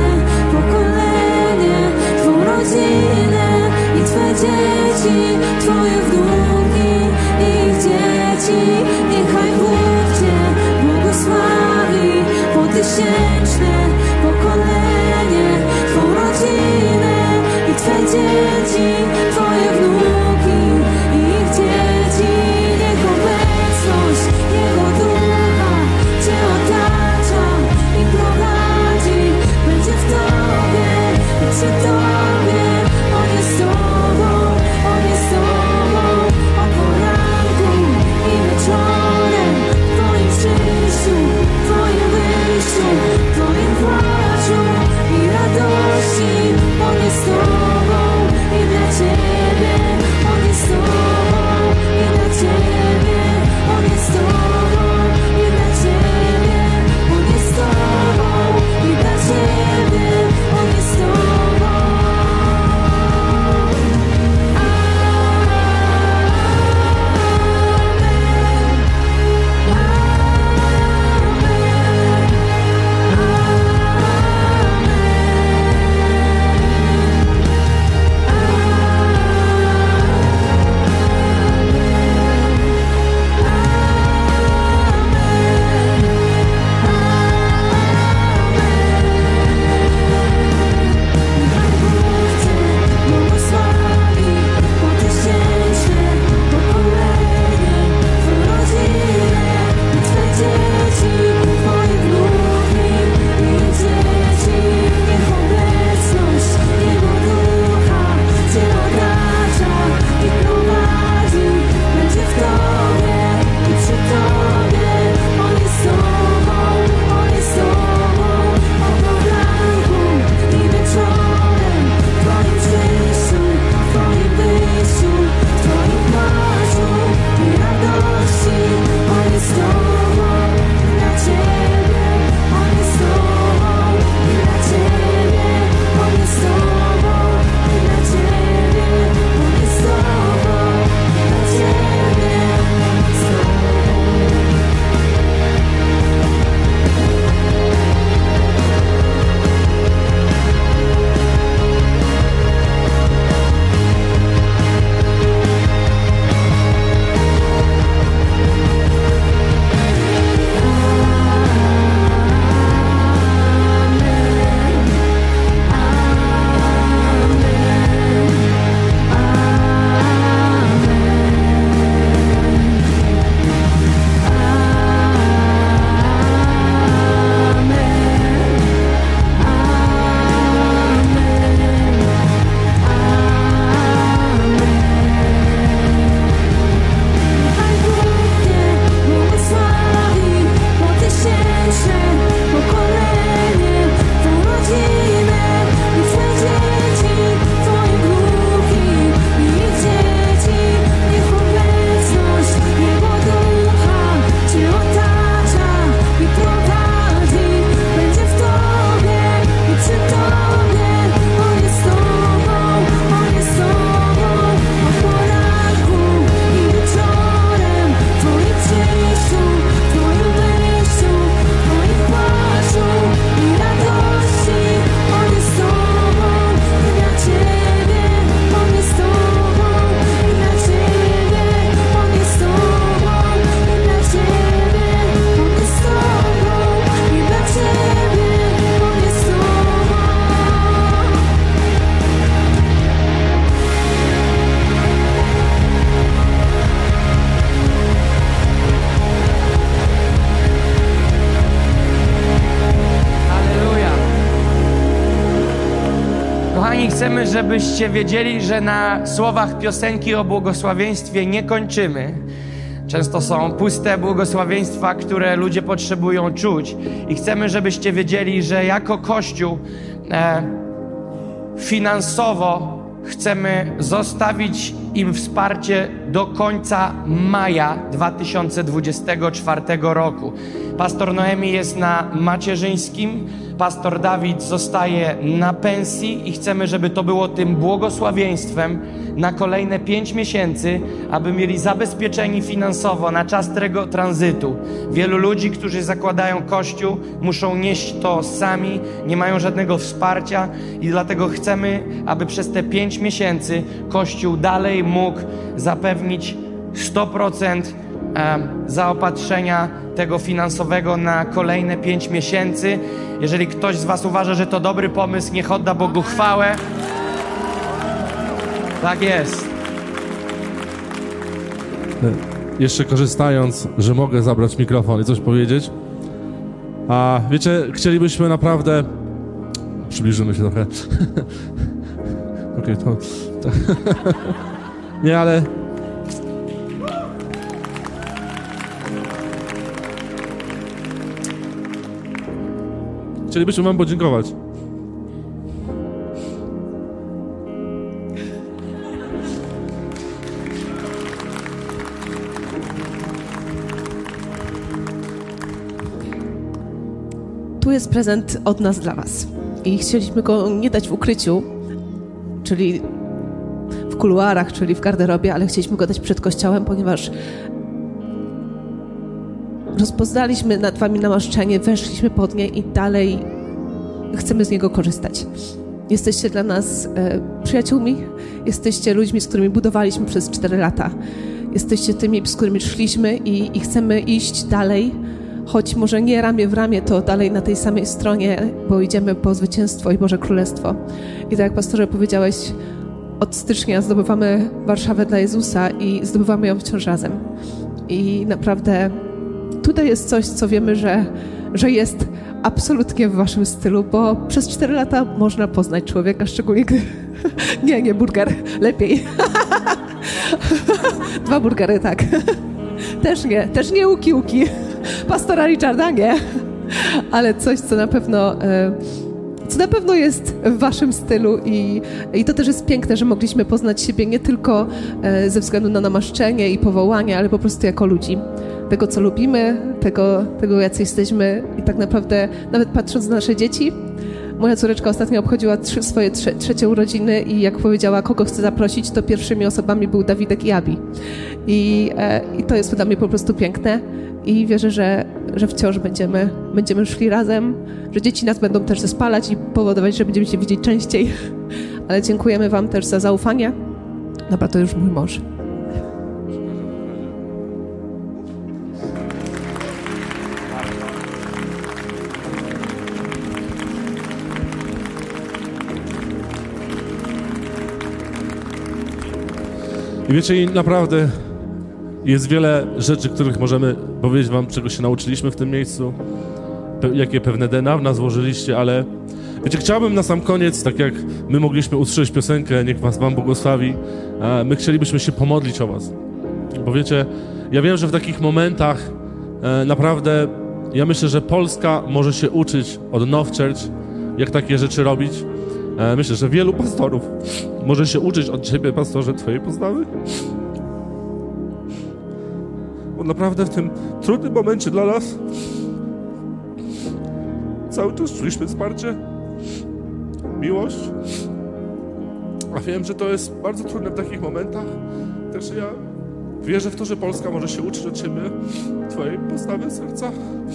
pokolenie, Twą rodzinę i Twe dzieci, Twoje wnuki i ich dzieci. Niechaj Bóg Cię błogosławi po tysięczne pokolenie, Twą rodzinę i Twe dzieci, Twoje wnuki i ich dzieci. Niech obecność Jego Ducha Cię otacza i prowadzi, będzie w Tobie i przy Tobie. On jest z Tobą, On jest z Tobą, o poranku i wieczorem, w Twoim przyjściu, w Twoim wyjściu, w Twoim płaczu i radości. On jest z Tobą i dla chcemy, żebyście wiedzieli, że na słowach piosenki o błogosławieństwie nie kończymy. Często są puste błogosławieństwa, które ludzie potrzebują czuć. I chcemy, żebyście wiedzieli, że jako Kościół finansowo chcemy zostawić im wsparcie do końca maja 2024 roku. Pastor Noemi jest na macierzyńskim, pastor Dawid zostaje na pensji i chcemy, żeby to było tym błogosławieństwem na kolejne 5 miesięcy, aby mieli zabezpieczeni finansowo na czas tego tranzytu. Wielu ludzi, którzy zakładają Kościół, muszą nieść to sami, nie mają żadnego wsparcia i dlatego chcemy, aby przez te 5 miesięcy Kościół dalej mógł zapewnić 100% zaopatrzenia tego finansowego na kolejne 5 miesięcy. Jeżeli ktoś z was uważa, że to dobry pomysł, niech odda Bogu chwałę. Tak jest. Jeszcze korzystając, że mogę zabrać mikrofon i coś powiedzieć. A wiecie, chcielibyśmy naprawdę... Przybliżymy się trochę. Okej, to... Nie, ale... Chcielibyśmy wam podziękować. Tu jest prezent od nas dla was. I chcieliśmy go nie dać w ukryciu, czyli w kuluarach, czyli w garderobie, ale chcieliśmy go dać przed kościołem, ponieważ rozpoznaliśmy nad wami namaszczenie, weszliśmy pod nie i dalej chcemy z niego korzystać. Jesteście dla nas przyjaciółmi, jesteście ludźmi, z którymi budowaliśmy przez 4 lata. Jesteście tymi, z którymi szliśmy i chcemy iść dalej, choć może nie ramię w ramię, to dalej na tej samej stronie, bo idziemy po zwycięstwo i Boże Królestwo. I tak jak pastorze powiedziałeś, od stycznia zdobywamy Warszawę dla Jezusa i zdobywamy ją wciąż razem. I naprawdę tutaj jest coś, co wiemy, że jest absolutnie w waszym stylu, bo przez 4 lata można poznać człowieka, szczególnie gdy... Nie, burger, lepiej. 2 burgery, tak. Też nie łuki. Pastora Richarda, nie. Ale coś, co na pewno jest w waszym stylu i to też jest piękne, że mogliśmy poznać siebie nie tylko ze względu na namaszczenie i powołanie, ale po prostu jako ludzi. Tego, co lubimy, tego jacy jesteśmy i tak naprawdę nawet patrząc na nasze dzieci, moja córeczka ostatnio obchodziła swoje trzecie urodziny i jak powiedziała, kogo chce zaprosić, to pierwszymi osobami był Dawidek i Abi. I to jest dla mnie po prostu piękne i wierzę, że wciąż będziemy szli razem, że dzieci nas będą też zespalać i powodować, że będziemy się widzieć częściej. Ale dziękujemy wam też za zaufanie. Dobra, to już mój mąż. I wiecie, i naprawdę jest wiele rzeczy, których możemy powiedzieć wam, czego się nauczyliśmy w tym miejscu, jakie pewne DNA w nas włożyliście, ale wiecie, chciałbym na sam koniec, tak jak my mogliśmy usłyszeć piosenkę, niech was wam błogosławi, my chcielibyśmy się pomodlić o was. Bo wiecie, ja wiem, że w takich momentach naprawdę, ja myślę, że Polska może się uczyć od Now Church, jak takie rzeczy robić. Myślę, że wielu pastorów może się uczyć od ciebie, pastorze, twojej postawy. Bo naprawdę w tym trudnym momencie dla nas cały czas czuliśmy wsparcie, miłość. A wiem, że to jest bardzo trudne w takich momentach. Także ja wierzę w to, że Polska może się uczyć od ciebie, twojej postawy serca.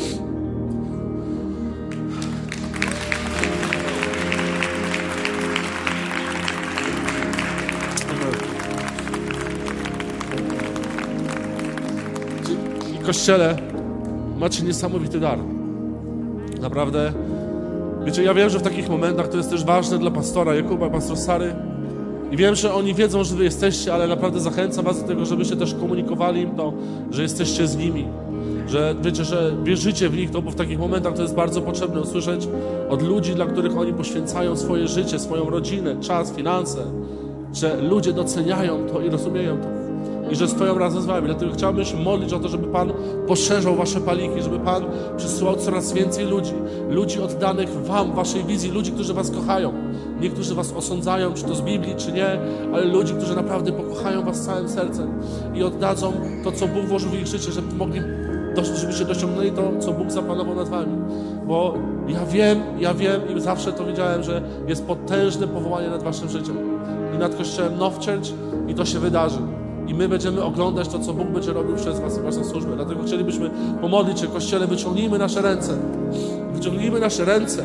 Kościele, macie niesamowity dar. Naprawdę, wiecie, ja wiem, że w takich momentach to jest też ważne dla pastora Jakuba, pastor Sary. I wiem, że oni wiedzą, że wy jesteście, ale naprawdę zachęcam was do tego, żebyście też komunikowali im to, że jesteście z nimi. że wiecie, że wierzycie w nich, bo w takich momentach to jest bardzo potrzebne usłyszeć od ludzi, dla których oni poświęcają swoje życie, swoją rodzinę, czas, finanse, że ludzie doceniają to i rozumieją to i że stoją razem z wami. Dlatego chciałbym się modlić o to, żeby Pan poszerzał wasze paliki, żeby Pan przysyłał coraz więcej ludzi oddanych wam, waszej wizji, ludzi, którzy was kochają. Niektórzy was osądzają, czy to z Biblii, czy nie, ale ludzi, którzy naprawdę pokochają was całym sercem i oddadzą to, co Bóg włożył w ich życie, żebyście dosiągnęli to, co Bóg zaplanował nad wami. Bo ja wiem i zawsze to wiedziałem, że jest potężne powołanie nad waszym życiem i nad Kościołem Now Church i to się wydarzy. I my będziemy oglądać to, co Bóg będzie robił przez was i waszą służbę. Dlatego chcielibyśmy pomodlić się, Kościele, wyciągnijmy nasze ręce. Wyciągnijmy nasze ręce.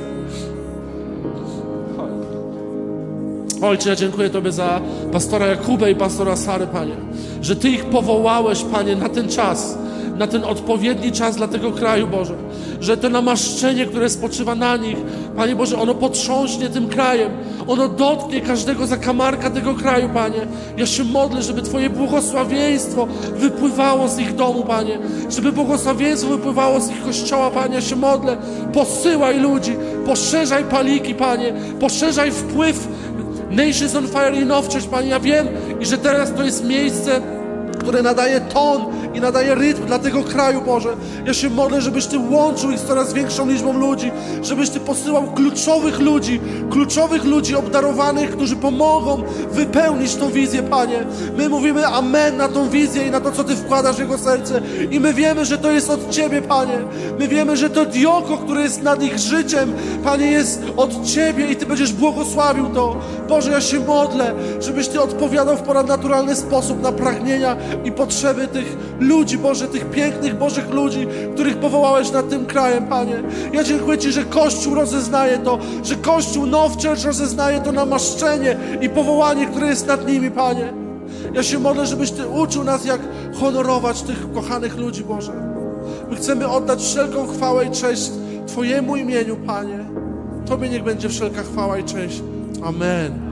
Ojcze, ja dziękuję Tobie za pastora Jakubę i pastora Sarę, Panie, że Ty ich powołałeś, Panie, na ten czas, na ten odpowiedni czas dla tego kraju, Boże, że to namaszczenie, które spoczywa na nich, Panie Boże, ono potrząśnie tym krajem, ono dotknie każdego zakamarka tego kraju, Panie. Ja się modlę, żeby Twoje błogosławieństwo wypływało z ich domu, Panie, żeby błogosławieństwo wypływało z ich kościoła, Panie. Ja się modlę, posyłaj ludzi, poszerzaj paliki, Panie, poszerzaj wpływ Nations on Fire i Now Church, Panie. Ja wiem, i że teraz to jest miejsce, które nadaje ton i nadaje rytm dla tego kraju, Boże. Ja się modlę, żebyś Ty łączył ich z coraz większą liczbą ludzi, żebyś Ty posyłał kluczowych ludzi obdarowanych, którzy pomogą wypełnić tą wizję, Panie. My mówimy amen na tą wizję i na to, co Ty wkładasz w jego serce i my wiemy, że to jest od Ciebie, Panie. My wiemy, że to dioko, które jest nad ich życiem, Panie, jest od Ciebie i Ty będziesz błogosławił to. Boże, ja się modlę, żebyś Ty odpowiadał w ponadnaturalny sposób na pragnienia i potrzeby tych ludzi, Boże, tych pięknych Bożych ludzi, których powołałeś nad tym krajem, Panie. Ja dziękuję Ci, że Kościół rozeznaje to, że Kościół Now Church rozeznaje to namaszczenie i powołanie, które jest nad nimi, Panie. Ja się modlę, żebyś Ty uczył nas, jak honorować tych kochanych ludzi, Boże. My chcemy oddać wszelką chwałę i cześć Twojemu imieniu, Panie. Tobie niech będzie wszelka chwała i cześć. Amen.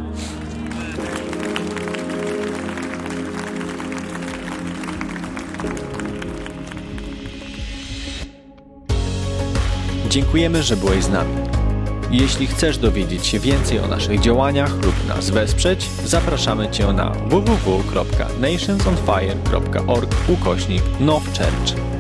Dziękujemy, że byłeś z nami. Jeśli chcesz dowiedzieć się więcej o naszych działaniach lub nas wesprzeć, zapraszamy Cię na www.nationsonfire.org/Now Church.